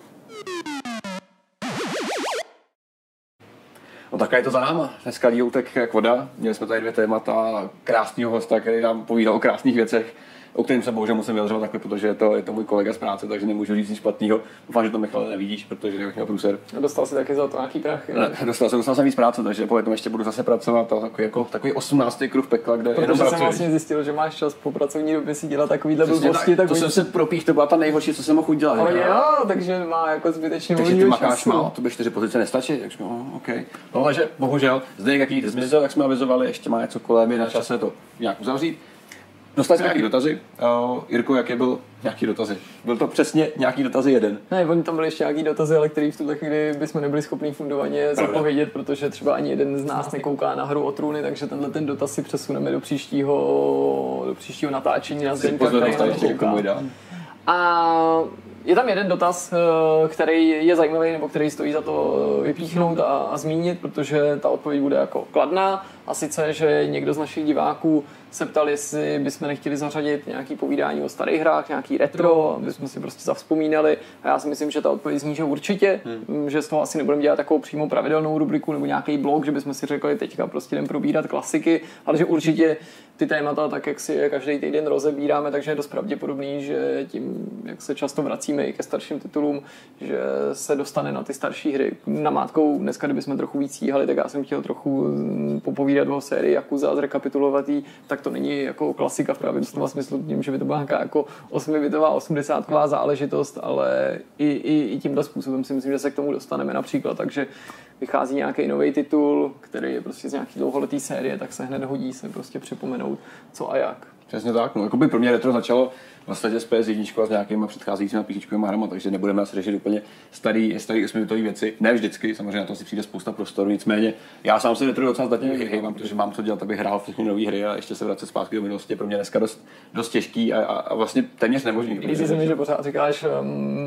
No tak je to za náma. Dneska Lího utek jak voda. Měli jsme tady 2 témata, krásného hosta, který nám povídal o krásných věcech, o kterým se bohužel musím vyjadřovat takhle, protože je to můj kolega z práce, takže nemůžu říct nic špatného. Doufám, že to Michale nevidíš, protože bych měl průser. Dostal jsi taky za to nějaký prach? Dostal jsem víc práce, takže po tom ještě budu zase pracovat a takový 18. kruh pekla, kde jenom pracuješ. Protože jsem vlastně zjistil, že máš čas po pracovní době si dělat takovýhle blbosti. To jsem se propích, to byla ta nejhorší, co jsem mohl udělat. No jo, takže má jako zbytečně takže ty makáš málo, to by 4 pozice nestačí, takže okay. No takže bohužel, Zdeněk jaký zmizel, jak jsme avizovali, ještě má něco kolem, je na čase to nějak uzavřít. Dostali jsme nějaký dotazy. Jirko, jaké byl nějaký dotazy? Byl to přesně nějaký dotazy jeden. Ne, oni tam byly ještě nějaký dotazy, ale který v tuhle chvíli bychom nebyli schopni fundovaně zapovědět, protože třeba ani jeden z nás nekouká na Hru o trůny, takže tenhle ten dotaz si přesuneme do příštího natáčení na Zdeňka, který na to kouká. A je tam jeden dotaz, který je zajímavý, nebo který stojí za to vypíchnout a zmínit, protože ta odpověď bude jako kladná. A sice, že někdo z našich diváků se ptal, jestli bychom nechtěli zařadit nějaký povídání o starých hrách, nějaký retro, aby jsme si prostě zavzpomínali. A já si myslím, že ta odpověď zní, že určitě, že z toho asi nebudeme dělat takovou přímo pravidelnou rubriku nebo nějaký blog, že bychom si řekli, teďka prostě jdeme probírat klasiky, ale že určitě ty témata, tak jak si je každý týden rozebíráme, takže je dost pravděpodobný, že tím, jak se často vracíme i ke starším titulům, že se dostane na ty starší hry. Namátkou dneska, kdybychom trochu víc jíhali, tak já jsem chtěl trochu popovídat o sérii Yakuza a zrekapitulovat jí, tak to není jako klasika v pravém slova smyslu tím, že by to byla nějaká jako 8bitová, 80ková záležitost, ale i tímhle způsobem si myslím, že se k tomu dostaneme například, takže vychází nějaký nový titul, který je prostě z nějaký dlouholetý série, tak se hned hodí se prostě připomenout co a jak. Přesně tak, no, jakoby pro mě retro začalo vlastně s PS1 a s nějakýma předcházejícíma píšičkovými hrama, takže nebudeme asi řešit úplně starý 8bitové věci. Ne vždycky, samozřejmě na to si přijde spousta prostoru, nicméně já sám se retro docela zdatně vyhýbám, protože mám co dělat, abych hrál všechny nové hry a ještě se vracet zpátky do minulosti je pro mě dneska dost těžký a vlastně téměř nemožný. Líbí se mi, že pořád říkáš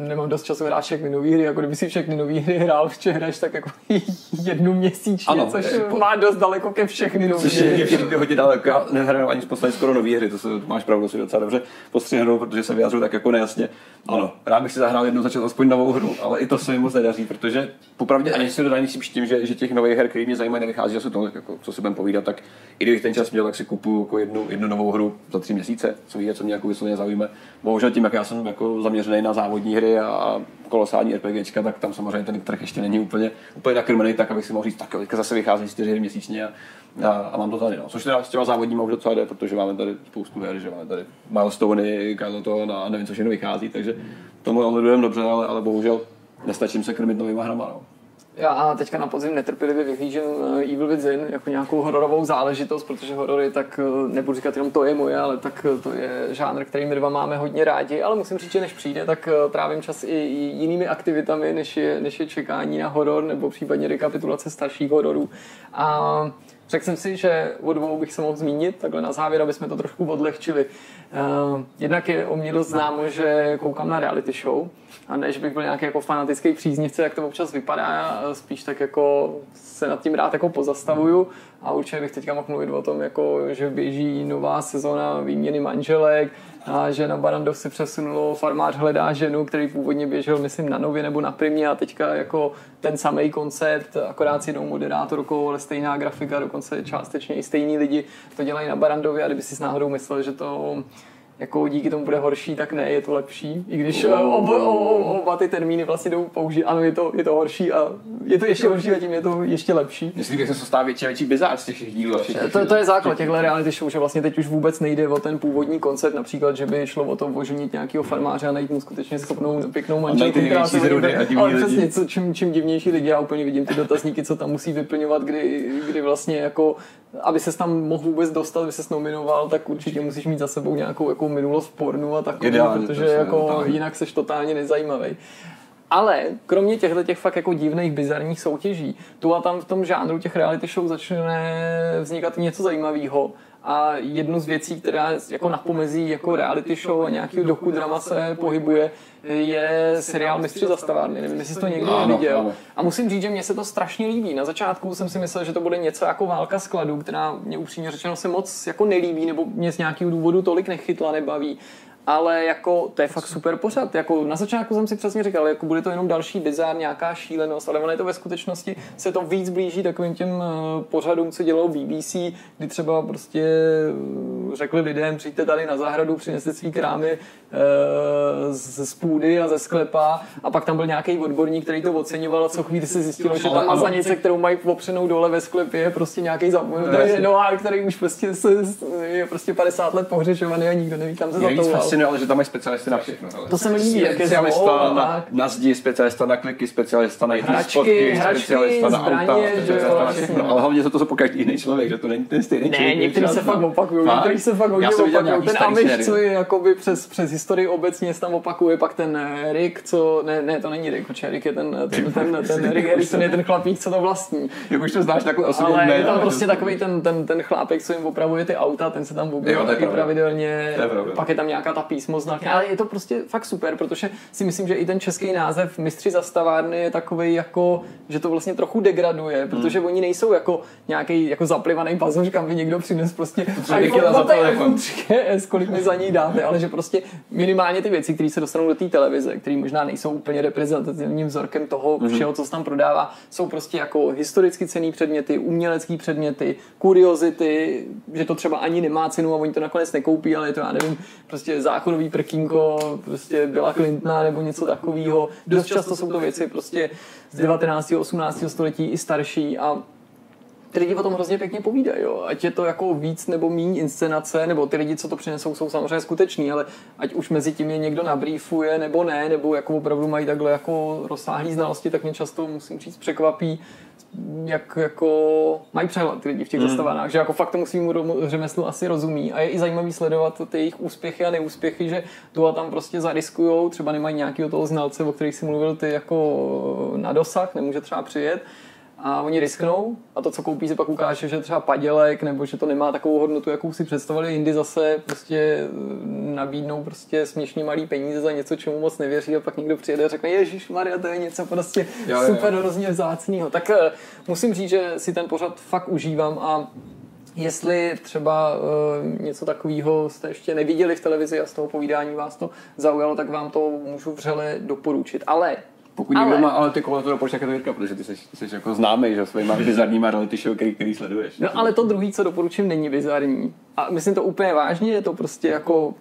nemám dost času hrát všechny nové hry, jako kdyby si všechny nové hry hrál, že hraješ tak jako jednu měsíčně, ano, což má dost daleko ke všechny nové hry. Je hodně daleko, já nehraju ani posledně skoro nové hry, to máš pravdu, si docela dobře postřihnou, protože se vyjadřuju tak jako nejasně. Ano, rád bych si zahrál jednou, začal aspoň novou hru, ale i to se mi moc nedaří, protože popravdě ani si dodaní si tím, že těch nových her, které mě zajímají, nevychází zase to, jako, co si budeme povídat, tak i kdybych ten čas měl, tak si kupuju jako jednu novou hru za 3 měsíce, co mě jako vysloveně zaujme. Bohužel tím, jak já jsem jako zaměřený na závodní hry a kolosální RPGčka, tak tam samozřejmě ten trh ještě není úplně nakrmený tak, abych si mohl říct, tak zase vychází 4 hry měsíčně a mám to tady. No. Což teda s těma závodníma už docela jde, protože máme tady spoustu her, že máme tady Milestony, Kyloton a nevím, co všechno vychází, takže tomu ohledujeme dobře, ale bohužel nestačím se krmit novýma hrama. No. Já teďka na podzim netrpělivě vyhlížím Evil Within jako nějakou hororovou záležitost, protože horory, tak nebudu říkat jenom to je moje, ale tak to je žánr, který my dva máme hodně rádi, ale musím říct, že než přijde, tak trávím čas i jinými aktivitami, než je čekání na horor nebo případně rekapitulace starších hororů. A řekl jsem si, že o 2 bych se mohl zmínit, takhle na závěr, aby jsme to trošku odlehčili. Jednak je o mě dost známo, že koukám na reality show a než bych byl nějaký jako fanatický příznivce, jak to občas vypadá, spíš tak jako se nad tím rád jako pozastavuju a určitě bych teďka mohl mluvit o tom, jako, že běží nová sezona výměny manželek a že na Barrandov se přesunulo Farmář hledá ženu, který původně běžel, myslím, na Nově nebo na Primě a teďka jako ten samý koncept, akorát s jinou moderátorkou, ale stejná grafika, dokonce částečně i stejní lidi to dělají na Barrandově a kdyby si s náhodou myslel, že to jako díky tomu bude horší, tak ne, je to lepší. I když oba ty termíny vlastně jdou použít, ano, je to horší a je to ještě horší a tím je to ještě lepší. Myslím, že se stává větší bizár z těch dílů. To je základ těchto reality show, že vlastně teď už vůbec nejde o ten původní koncept, například, že by šlo o to oženit nějakého farmáře a najít mu skutečně schopnou pěknou manželku, která se ale přesně, čím divnější lidi, já úplně vidím ty dotazníky, co tam musí vyplňovat, kdy vlastně jako aby ses tam mohl vůbec dostat, aby ses nominoval, tak určitě musíš mít za sebou nějakou jako minulost v pornu a takový, protože jako jinak seš totálně nezajímavý. Ale kromě těch fakt jako divných, bizarních soutěží, tu a tam v tom žánru těch reality show začne vznikat něco zajímavého. A jednu z věcí, která jako na pomezí jako reality show a nějaký dokudrama se pohybuje, je seriál Mistři za stavárny. Nevím, jestli jsi to někdy neviděl. A musím říct, že mně se to strašně líbí. Na začátku jsem si myslel, že to bude něco jako Válka skladů, která mě upřímně řečeno se moc jako nelíbí, nebo mě z nějakého důvodu tolik nechytla, nebaví. Ale jako to je fakt super pořad. Jako na začátku jsem si přesně říkal, jako bude to jenom další bizár, nějaká šílenost, ale ono je to ve skutečnosti se to víc blíží takovým těm pořadům, co dělalo BBC, kdy třeba prostě řekli lidem, přijďte tady na zahradu, přineste svý krámy z půdy a ze sklepa a pak tam byl nějaký odborník, který to oceňoval a co chvíli se zjistilo, že ta mazanice, kterou mají opřenou dole ve sklepě, je prostě nějaký nohár, který už prostě je prostě 50 let pohřešovaný a nikdo neví, kam se zatouval. Ale že tam mají specialisty na všechno. To se mi líbí, jak je specialista na zdi, specialista na kliky, specialista na hračky, specialista na auta, ale hlavně za to po každý jiný člověk, že to není ten stejný člověk. Ne, někteří se fakt opakují, Ten Amish, co je jakoby přes historii obecně se tam opakuje, pak ten Rick, co, ne, to není Rick, protože Rick je ten Rick Harrison je ten chlapík, co to vlastní. Jak už to znáš takhle osobně. Ale je tam prostě takový ten chlápek, co jim opravuje ty auta, ten se tam objevuje pravidelně, pak je tam nějaká ta písmoznak, ale je to prostě fakt super, protože si myslím, že i ten český název Mistři za stavárny je takovej jako, že to vlastně trochu degraduje, protože oni nejsou jako nějaký jako zaplivaný pazoř, kam by někdo přines prostě iPhone 3GS, kolik mi za ní dáte, ale že prostě minimálně ty věci, které se dostanou do té televize, které možná nejsou úplně reprezentativním vzorkem toho všeho, co se tam prodává, jsou prostě jako historicky cenný předměty, umělecký předměty, kuriozity, že to třeba ani nemá cenu a oni to nakonec nekoupí, ale je to, já nevím, prostě záchodový prkínko, prostě Billa Clintona nebo něco takového. Dost často jsou to věci prostě z 19. 18. století i starší a ty lidi o tom hrozně pěkně povídají, jo. Ať je to jako víc nebo míň inscenace, nebo ty lidi, co to přinesou, jsou samozřejmě skuteční, ale ať už mezi tím je někdo nabrýfuje nebo ne, nebo jako opravdu mají takhle jako rozsáhlý znalosti, tak mě často, musím říct, překvapí, jak jako mají přehled ty lidi v těch zastavárnách, že jako fakt tomu svýmu řemeslu asi rozumí a je i zajímavý sledovat ty jejich úspěchy a neúspěchy, že tu a tam prostě zariskujou, třeba nemají nějakého toho znalce, o kterých si mluvil ty jako na dosah, nemůže třeba přijet, a oni risknou a to, co koupí, se pak ukáže, že třeba padělek nebo že to nemá takovou hodnotu, jakou si představili. Jindy zase prostě nabídnou prostě směšně malý peníze za něco, čemu moc nevěří a pak někdo přijede a řekne, ježišmarja, to je něco prostě super hrozně vzácného. Tak musím říct, že si ten pořad fakt užívám a jestli třeba něco takového jste ještě neviděli v televizi a z toho povídání vás to zaujalo, tak vám to můžu vřele doporučit. Ale pokud někdo má, ale ty koho to doporučí, jak je to Jirka, protože ty jsi jako známý, že svýma bizarníma reality show, který sleduješ. No ale to druhý, co doporučím, není bizarní. A myslím to úplně vážně, je to prostě jako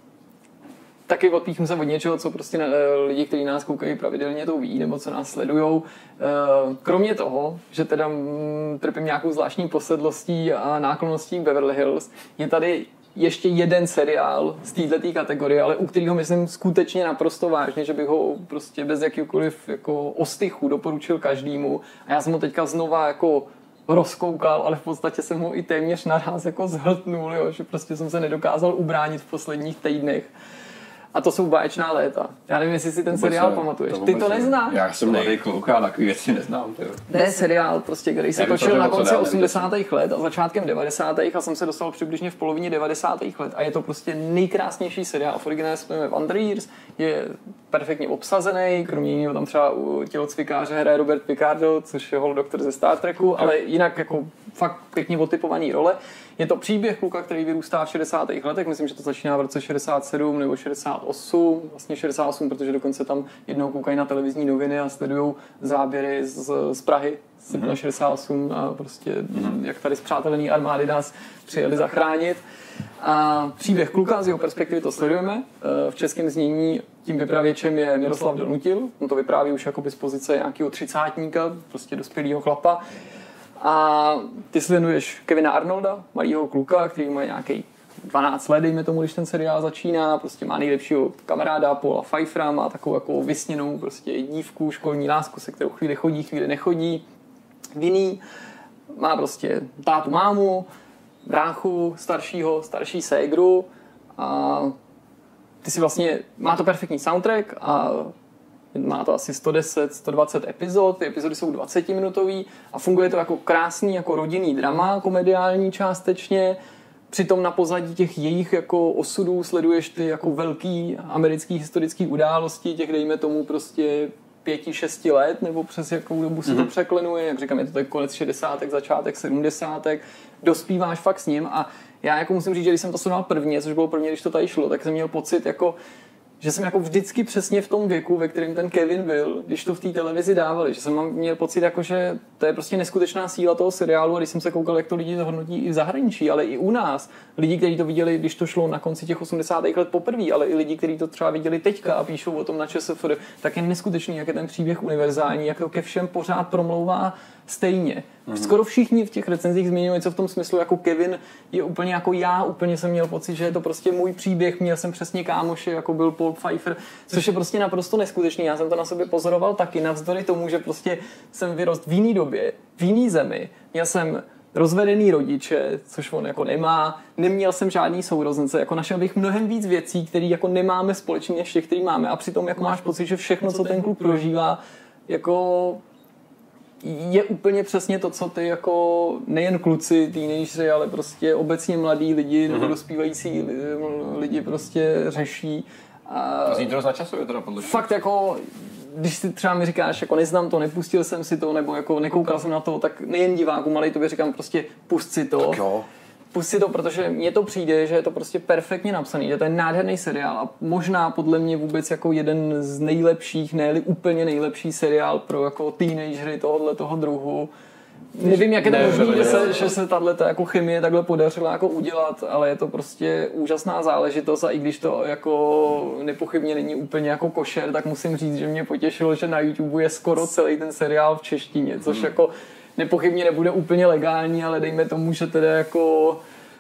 taky odpíchnu se od něčeho, co prostě lidi, kteří nás koukají pravidelně, to ví, nebo co nás sledujou. Kromě toho, že teda trpím nějakou zvláštní posedlostí a náklonností k Beverly Hills, je tady ještě jeden seriál z této kategorie, ale u kterého myslím skutečně naprosto vážně, že bych ho prostě bez jakýkoliv jako ostychu doporučil každému. A já jsem ho teďka znova jako rozkoukal, ale v podstatě jsem ho i téměř naraz jako zhltnul, jo, že prostě jsem se nedokázal ubránit v posledních týdnech. A to jsou Báječná léta. Já nevím, jestli si ten seriál pamatuješ. Ty to neznáš? Já jsem mladý kluk a takový věci neznám. To je seriál, prostě, který se točil na konci 80. let a začátkem 90. a jsem se dostal přibližně v polovině 90. let. A je to prostě nejkrásnější seriál. V originále se jmenuje Wanderers, je perfektně obsazený, kromě jiného tam třeba u tělocvikáře hraje Robert Picardo, což je doktor ze Star Treku, ale jinak jako fakt pěkně otypovaný role. Je to příběh kluka, který vyrůstá v 60. letech, myslím, že to začíná v roce 67 nebo 68, vlastně 68, protože dokonce tam jednou koukají na televizní noviny a sledují záběry z Prahy z 68 a prostě jak tady zpřátelený armády nás přijeli zachránit. A příběh kluka z jeho perspektivy to sledujeme. V českém znění tím vypravěčem je Miroslav Donutil, on to vypráví už jako z pozice nějakého třicátníka, prostě dospělého chlapa. A ty sleduješ Kevina Arnolda, malýho kluka, který má nějaký 12 let, dejme tomu, když ten seriál začíná, prostě má nejlepšího kamaráda Paula Pfeiffera, má takovou jako vysněnou prostě dívku, školní lásku, se kterou chvíli chodí, chvíli nechodí, vinný, má prostě tátu, mámu, bráchu staršího, starší ségru a ty si vlastně, má to perfektní soundtrack a má to asi 110, 120 epizod, ty epizody jsou 20-minutový a funguje to jako krásný, jako rodinný drama, komediální částečně. Přitom na pozadí těch jejich jako osudů sleduješ ty jako velký americký historický události, těch dejme tomu prostě 5-6 let, nebo přes jakou dobu se to překlenuje, jak říkám, je to tak konec 60. začátek 70. Dospíváš fakt s ním a já jako musím říct, že když jsem to sledoval prvně, což bylo prvně, když to tady šlo, tak jsem měl pocit jako že jsem jako vždycky přesně v tom věku, ve kterém ten Kevin byl, když to v té televizi dávali, že jsem měl pocit, jako, že to je prostě neskutečná síla toho seriálu a když jsem se koukal, jak to lidi zhodnotí i v zahraničí, ale i u nás, lidi, kteří to viděli, když to šlo na konci těch 80. let poprvé, ale i lidi, kteří to třeba viděli teďka a píšou o tom na ČSFD, tak je neskutečný, jak je ten příběh univerzální, jak to ke všem pořád promlouvá stejně. Skoro všichni v těch recenzích zmiňují něco v tom smyslu, jako Kevin je úplně jako já, úplně jsem měl pocit, že je to prostě můj příběh, měl jsem přesně kámoše, jako byl Paul Pfeiffer, což je prostě naprosto neskutečný. Já jsem to na sobě pozoroval taky, navzdory tomu, že prostě jsem vyrost v jiný době, v jiný zemi, měl jsem rozvedený rodiče, což on jako nemá, neměl jsem žádný sourozence, jako našel bych mnohem víc věcí, které jako nemáme společně než těch, který máme a přitom jako máš pocit, že všechno, co ten kluk prožívá, jako je úplně přesně to, co ty jako nejen kluci, teenageři, ale prostě obecně mladí lidi nebo dospívající lidi prostě řeší. To zní to dost načasuje teda podle. Fakt jako, když si třeba mi říkáš, jako neznám to, nepustil jsem si to, nebo jako nekoukal jsem na to, tak nejen divákům, ale i tobě říkám prostě pust si to. Tak jo. Pust si to, protože mně to přijde, že je to prostě perfektně napsaný, že to je nádherný seriál a možná podle mě vůbec jako jeden z nejlepších, ne úplně nejlepší seriál pro jako teenagery toho druhu. Nevím, jak je to možné, že se tato jako chemie takhle podařila jako udělat, ale je to prostě úžasná záležitost a i když to jako nepochybně není úplně jako košer, tak musím říct, že mě potěšilo, že na YouTube je skoro celý ten seriál v češtině, což jako nepochybně nebude úplně legální, ale dejme tomu, že teda jako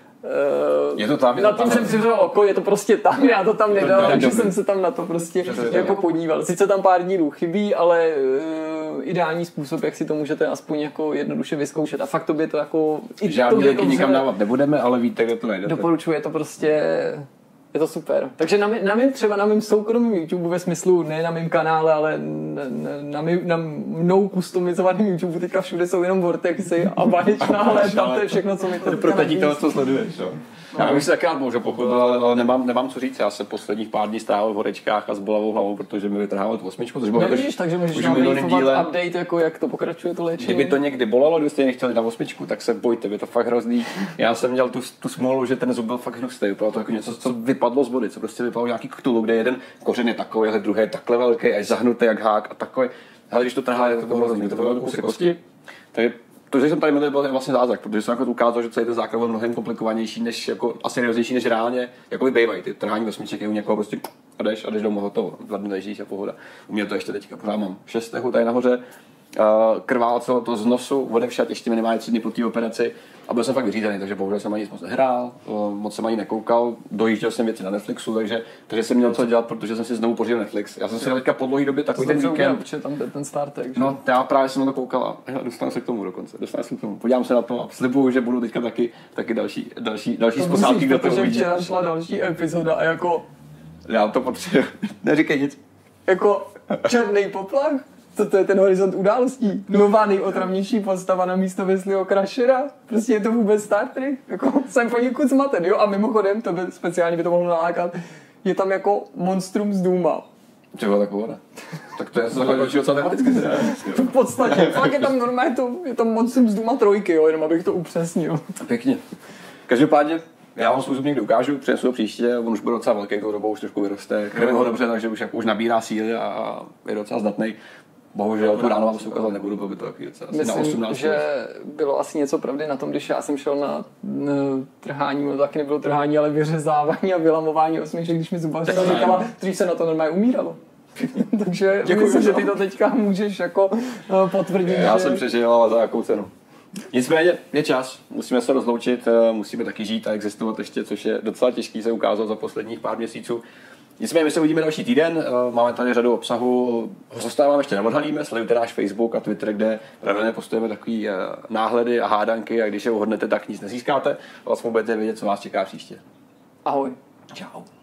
je to tam, na tím jsem přivřel oko, je to prostě tam, já to tam nedal, takže jsem se tam na to prostě jako podíval. Sice tam pár dílů chybí, ale ideální způsob, jak si to můžete aspoň jako jednoduše vyzkoušet. A fakt tobě to jako... Žádný lidi nikam dávat nebudeme, ale víte, kde to najdete. Doporučuji, je to prostě Je to super. Takže na mém soukromém YouTube ve smyslu, ne na mém kanále, ale na mnou customizovaném YouTube teďka všude jsou jenom vortexy a báječná léta, to je všechno, co mi to protadí toho, co sleduješ. Jo. Já bych si taky rád bohužel pochopil, ale nemám co říct. Já se posledních pár dní strávil v horečkách a s bolavou hlavou, protože mi vytrhávalo 8, což bylo takže můžeš nám update, jako jak to pokračuje to léčení. Kdyby to někdy bolelo, kdybyste nechtěli na 8, tak se bojte, je to fakt hrozný. Já jsem měl tu smolu, že ten zub byl fakt hnusný, bylo to jako něco, co vypadlo z vody, co prostě vypadlo nějaký ktulu, kde jeden kořen je takový, ale druhý je takhle velký, až zahnutý jak hák a takový. Ale když to trhá, je to hrozný, to bylo kusy kosti. To, že jsem tady měl, byl vlastně zázrak, protože jsem jako ukázal, že celý ten zákrok byl mnohem komplikovanější, než jako asi serióznější, než reálně jako bývají. Ty trhání osmiček je u někoho prostě a jdeš domů hotovo, 2 dny ležíš a pohoda. U mě to ještě teďka pořád mám 6 stehů tady nahoře, krválo celé to z nosu, odevšat ještě minimálně 3 dny po té operaci a byl jsem fakt vyřízený, takže bohužel jsem ani moc nehrál, moc jsem ani nekoukal, dojížděl jsem věci na Netflixu, takže jsem měl co dělat, protože jsem si znovu pořídil Netflix. Já jsem si teďka po dlouhé době takový ten víkend. Protože tam ten Star Trek. No, já právě jsem na to koukal a dostanu se k tomu dokonce. Podívám se na to a slibuju, že budu teďka taky další zposádky, kde to uvidí. Protože včera šla další epizoda a jako... Já to potřebuji, neříkej nic. Jako černý poplach? To je ten horizont událostí. Nová nejotravnější postava na místo Wesleyho Crashera. Prostě je to vůbec Star Trek. Jako, jsem poněkud zmaten, jo? A mimochodem, speciálně by to mohlo nalákat, je tam jako monstrum z Dooma. Čeho taková? Tak to je docela tematicky. V podstatě. Fakt je tam normálně je to monstrum z Dooma 3, jo? Jenom abych to upřesnil. Pěkně. Každopádně, já vám svůj zub někdy ukážu, přinesu ho příště, on už bude docela velký, tou dobou už trošku vyroste. Krmím ho dobře, takže už nabírá síly a je docela zdatný. Bohužel tu ráno vám se ukázat nebudu, bylo by to takový docela. Myslím, na 18 že bylo asi něco pravdy na tom, když já jsem šel na trhání, no taky nebylo trhání, ale vyřezávání a vylamování osmiček, když mi zubařka říkala, dřív se na to normálně umíralo. Takže myslím, že ty to teďka můžeš jako potvrdit. Já jsem přežil, ale za jakou cenu. Nicméně je čas, musíme se rozloučit, musíme taky žít a existovat ještě, což je docela těžký, se ukázalo za posledních pár měsíců. Nicméně my se uvidíme další týden, máme tady řadu obsahu, hosta vám ještě neodhalíme, sledujte náš Facebook a Twitter, kde pravidelně postujeme takový náhledy a hádanky a když je uhodnete, tak nic nezískáte, vlastně budete vědět, co vás čeká příště. Ahoj. Čau.